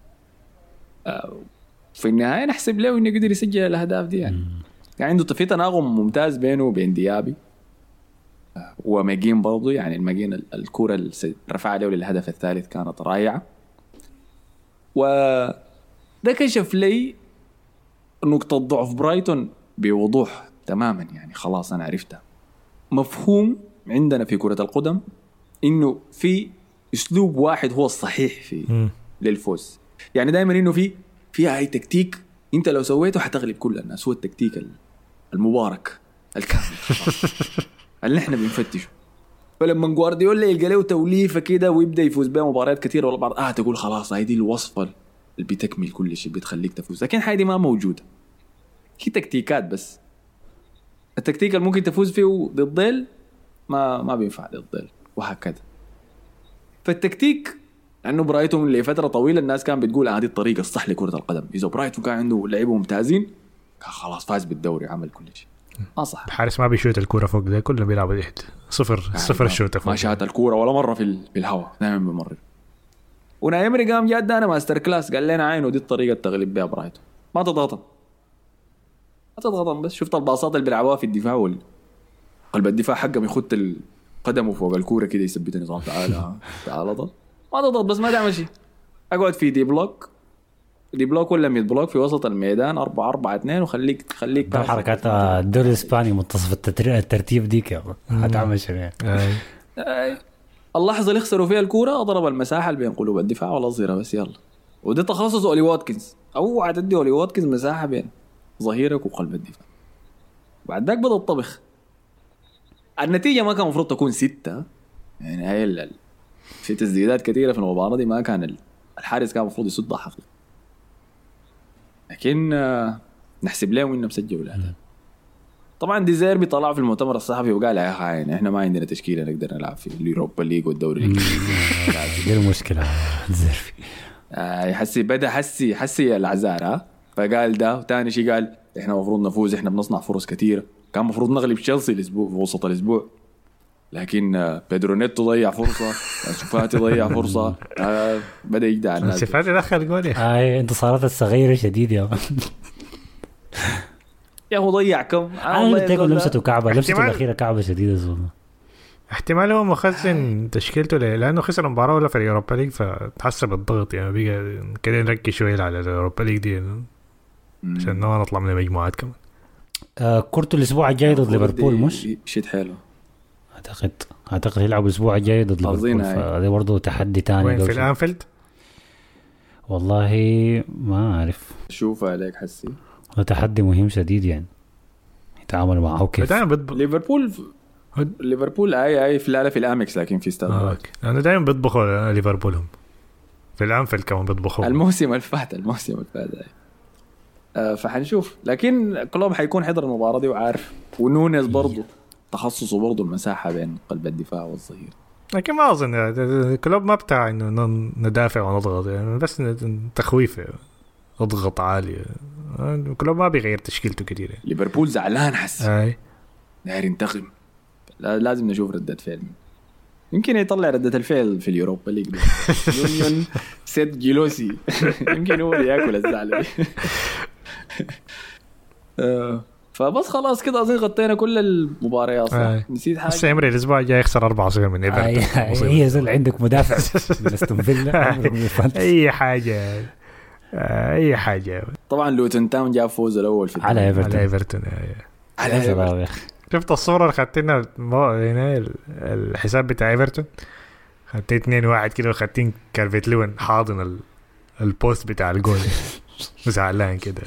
في النهايه نحسب له انه قدر يسجل الاهداف دي يعني عنده في تناغم ممتاز بينه وبين ديابي وماجين برضه. يعني الماجين الكوره اللي رفع له للهدف الثالث كانت رائعه، وده كشف لي نقطه ضعف برايتون بوضوح تماما. يعني خلاص انا عرفتها. مفهوم عندنا في كرة القدم انه في اسلوب واحد هو الصحيح في للفوز. يعني دائما انه في هاي تكتيك انت لو سويته حتغلب كل الناس، هو التكتيك المبارك الكامل اللي احنا بنفتشه. فلما جوارديولا يلقى له توليفه كده ويبدا يفوز بها مباريات كثيره ولا بعض تقول خلاص هاي دي الوصفه اللي بتكمل كل شيء بتخليك تفوز. لكن هاي دي ما موجوده، هي تكتيكات بس. التكتيك اللي ممكن تفوز فيه ضد ضيل ما بينفع ضد ضيل وهكذا. فالتكتيك انه برايتون لفتره طويله الناس كان بتقول هذه الطريقه الصح لكره القدم. اذا برايتون كان عنده لعيبه ممتازين كان خلاص فاز بالدوري عمل كل شيء. ما صح، الحارس ما بيشوت الكوره فوق ده، كله بيلعب تحت صفر الشوطه فوق. ما شات الكوره ولا مره في الهواء، دائما بيمرر. ونايمري قام جاد انا ماستر كلاس قال لنا عينه دي الطريقه التغلب بها برايتون. ما تضغطهم بس. شفت الباصات اللي بيلعبوها في الدفاع قلب الدفاع حقهم يخط قدمه فوق الكوره كده يثبت النظام. تعال ضغط، ما تضغط بس ما تعمل شيء. اقعد في دي بلوك ولا ميد بلوك في وسط الميدان 4-4-2 وخليك حركات الدوري الاسباني منتصف الترتيب ديك هتعمل شنو؟ اللحظه اللي خسروا فيها الكوره اضرب المساحه اللي بين قلوب الدفاع والظهيره بس يلا. وده تخصص اولي واتكنز. اوعى تدي اولي واتكنز مساحه بين ظهيرك وقلب الدفاع. بعد ذاك بدأ الطبخ. النتيجة ما كان مفروض تكون 6 يعني. هاي في تسديدات كثيرة في المباراة دي ما كان الحارس كان مفروض يصدها حقيقة. لكن نحسب لهم إنه مسجلوا الأهداف. طبعا ديزيربي طلع في المؤتمر الصحفي وقال يا خاين احنا ما عندنا تشكيله نقدر نلعب في اليوروبا ليج والدوري الانجليزي. دي المشكله زرفي. يحسي بدا حسي العذار ها. فقال ده وتاني شيء قال احنا المفروض نفوز احنا بنصنع فرص كثيره كان المفروض نغلب تشيلسي الاسبوع في وسط الاسبوع لكن بيدرو نيتو ضيع فرصه سوفاتي ضيع فرصه بدا يجدع الناس. سوفاتي دخل جول انتصارات الصغيره شديد يا يا هو ضيع كم انا قلت لكم لمسته كعبه لمسته الاخيره كعبه شديده زوما. احتمال هو مخزن تشكيلته لانه خسر المباراه ولا في اليوروبا ليج فتحسب الضغط يعني بقى كده نركز شويه على اليوروبا ليج دي عشان نطلع من المجموعات كمان. كورته الاسبوع الجاي ضد ليفربول مش شيء حلو اعتقد يلعب الاسبوع الجاي ضد ليفربول فده برضه تحدي تاني. وين في الانفيلد؟ والله ما اعرف شوف عليك حسي تحدي مهم شديد يعني يتعاملوا معه كيف. ليفربول اي في الامكس لكن في استاد انا دائما بيطبخوا ليفربولهم في الانفيلد كمان بيطبخوا الموسم الفات فحنشوف لكن كلوب حيكون حضر المباراة دي وعارف ونونيز برضو تخصصه برضو المساحة بين قلب الدفاع والظهير. لكن ما أظن كلوب ما بتاع إنه ندافع ونضغط يعني بس تخويف اضغط عالي. كلوب ما بيغير تشكيلته كتير يعني. ليفربول زعلان حس داير ينتقم لازم نشوف ردة فعل يمكن يطلع ردة الفعل في اليوروبا ليج يونيون سيد جيلوسي يمكن هو ياكل الزعل. فبس خلاص كده أظن غطينا كل المباريات صح. نسيت حاجة السيمري الأسبوع الجاي يخسر 4-0 من إيفرتون. هي زل عندك مدافع من استون فيلا أي حاجة. طبعا لوتون تاون جاب فوز الأول في على إيفرتون. شفت الصورة اللي خدتنا هنا الحساب بتاع إيفرتون خدتين 2-1 كده وخدتين كارفيت لوين حاضن البوست بتاع الجول وزعلان كده.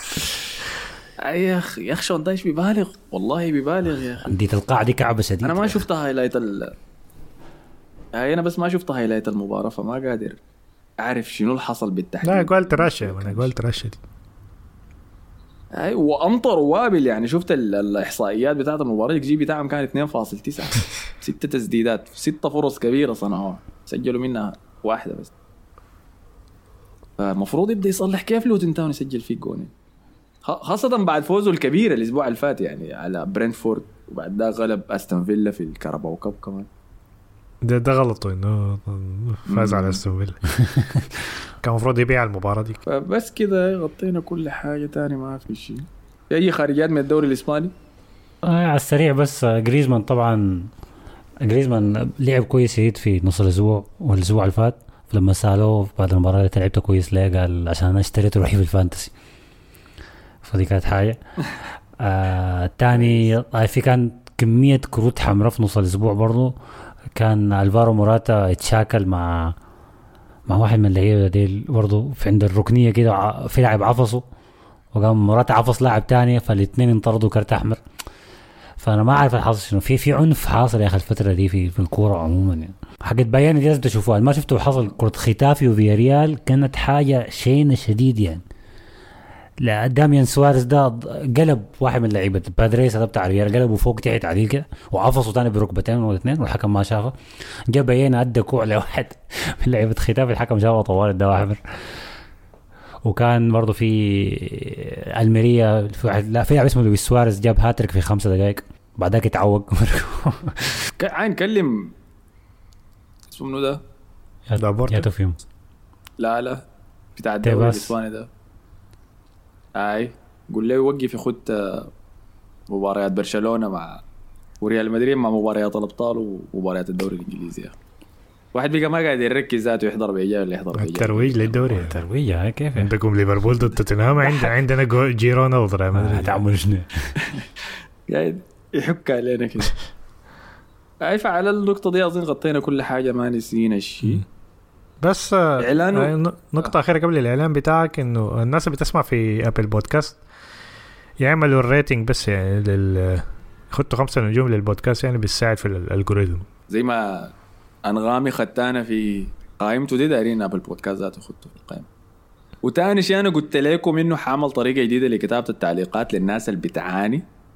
يا أخي شون دايش بيبالغ والله بيبالغ يا أخي. دي القاعة دي كعبة شديدة. أنا ما شفتها هايلايت أنا بس ما شفتها هايلايت المباراة فما قادر أعرف شنو الحصل بالتحديد. لا قلت رشة دي وأمطر وابل يعني شفت الإحصائيات بتاعت المباراة الجي بتاعهم كانت 2.9 6 تسديدات 6 فرص كبيرة صنعوها سجلوا منها واحدة بس. فمفروض يبدأ يصلح كيف لوتون تاون يسجل فيه جونين خاصة بعد فوزه الكبير الأسبوع الفات يعني على برينتفورد وبعد ده غلب أستون فيلا في الكاراباو كاب كمان. ده غلطه إنه فاز على أستون فيلا كان مفروض يبيع المباراة دي. فبس كده غطينا كل حاجة تاني ما في شيء. في أي خارجات من الدوري الإسباني؟ على السريع بس جريزمان طبعا لعب كويس في نص الأسبوع والأسبوع الفات لما سألوه بعد المباراة اللي لعبته كويس ليه قال عشان أنا اشتريت روحي في الفانتسي فدي كانت حاجة. تاني في كان كمية كروت حمراء في نص الأسبوع برضو كان الفارو موراتا يتشاكل مع واحد من اللعيبة دي برضو في عند الركنية كده في لاعب عفصه وقام موراتا عفص لاعب تاني فالاثنين انطردوا كارت أحمر. فأنا ما عارف الحاصل شنو في عنف حاصل يا أخي الفترة دي في الكورة عموما يعني. حاجة بيان دي لازم تشوفوها ما شفتوا حصل كرة ختافي وفياريال كانت حاجة شينة شديد يعني. لا داميان سواريز ده قلب واحد من اللعيبه بادريس هذا بتاع ريال قلبه فوق تحت عديل كده وعفصوا تاني بركبتين ولا اثنين والحكم ما شافه جاب بينا ادى كوع لواحد من لعيبه ختاف الحكم شافه طوال ده احمر. وكان برضه في الميريا في لاعب اسمه لويس سواريز جاب هاتريك في 5 دقائق بعدك يتعوق عين كلم اسمه منو ده يا تفهم لا بتاع الدوري الاسباني ده قول له يوقف يخد مباريات برشلونة مع وريال مدريد مع مباريات الابطال ومباريات الدوري الانجليزي. واحد بقى ما قاعد يركز ذاته يحضر بإيجاب اللي يحضر بإيجاب الترويج للدوري ترويج كيف عندكم ليفربول ضد توتنهام عندنا جيرونا وضرع ما ادري تعمل شنو قاعد يحك علينا كده. فعلى النقطة دي أظن غطينا كل حاجة ما نسينا الشيء بس نقطة أخيرة قبل الإعلان بتاعك إنه الناس اللي بتسمع في أبل بودكاست يعملوا الريتنج بس يعني خدتوا 5 نجوم للبودكاست يعني بيساعد في الالجوريثم زي ما أنغامي خدتانا في قائمته دي دارين أبل بودكاست ذاته خدته في القائمة. وتاني شيء أنا قلت لكم إنه حامل طريقة جديدة لكتابة التعليقات للناس اللي بتعاني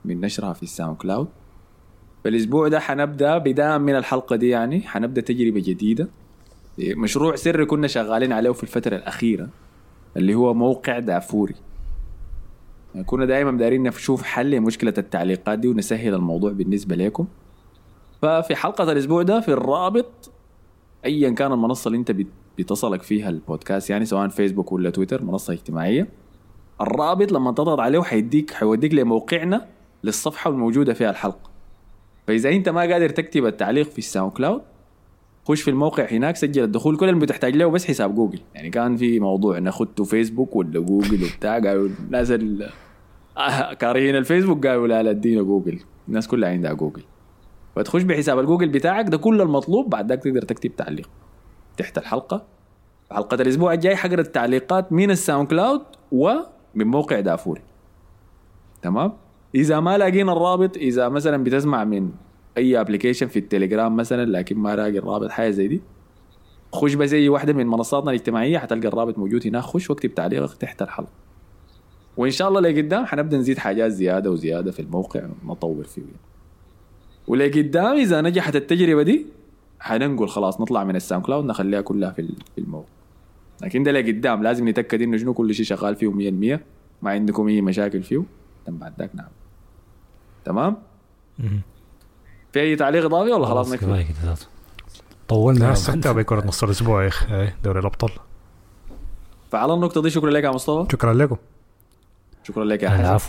من نشرها في الساوند كلاود. فالاسبوع ده حنبدا بدايه من الحلقه دي، يعني حنبدا تجربه جديده، مشروع سري كنا شغالين عليه في الفتره الاخيره، اللي هو موقع دافوري. يعني كنا دائما دايرين نشوف حل لمشكله التعليقات دي ونسهل الموضوع بالنسبه لكم. ففي حلقه الاسبوع ده في الرابط ايا كان المنصه اللي انت بتصلك فيها البودكاست، يعني سواء فيسبوك ولا تويتر، منصه اجتماعيه، الرابط لما تضغط عليه حيوديك لموقعنا للصفحه الموجوده فيها الحلقه. فاذا انت ما قادر تكتب التعليق في الساوند كلاود، خش في الموقع هناك، سجل الدخول، كل اللي بتحتاج له بس حساب جوجل. يعني كان في موضوع ناخده فيسبوك ولا جوجل وبتاع، قالوا الناس كارهين الفيسبوك قالوا لا ادينا جوجل، الناس كلها عندها جوجل. فتخش بحساب الجوجل بتاعك، ده كل المطلوب. بعد ذاك تقدر تكتب تعليق تحت الحلقه. حلقه الاسبوع الجاي حقرا التعليقات من الساوند كلاود ومن موقع دافوري. تمام. اذا ما لاقين الرابط، اذا مثلا بتسمع من اي ابلكيشن في التليجرام مثلا لكن ما لاقي الرابط، حاجه زي دي، خش بس اي واحده من منصاتنا الاجتماعيه حتلقى الرابط موجود هناك. خش واكتب تعليقك تحت الحلقه، وان شاء الله لقدام حنبدا نزيد حاجات زياده وزياده في الموقع ونطور فيه. ولقدام اذا نجحت التجربه دي حننقل خلاص، نطلع من الساوند كلاود نخليها كلها في الموقع. لكن ده لقدام لازم نتاكد انه شنو كل شيء شغال فيه 100%، ما عندكم اي مشاكل فيه. بعد ذاك نعم. تمام. في اي تعليق اضافي ولا خلاص نكفي؟ طولنا. استمتع بكرة نص الاسبوع يا اخي، دوري الابطال. فعلى النقطه دي شكرا لك يا مصطفى. شكرا لكم. شكرا لك يا حسن. العفو.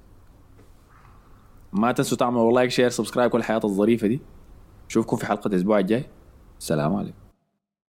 ما تنسوا تعملوا لايك شير سبسكرايب كل الحياة الظريفة دي. نشوفكم في حلقة الاسبوع الجاي. السلام عليكم.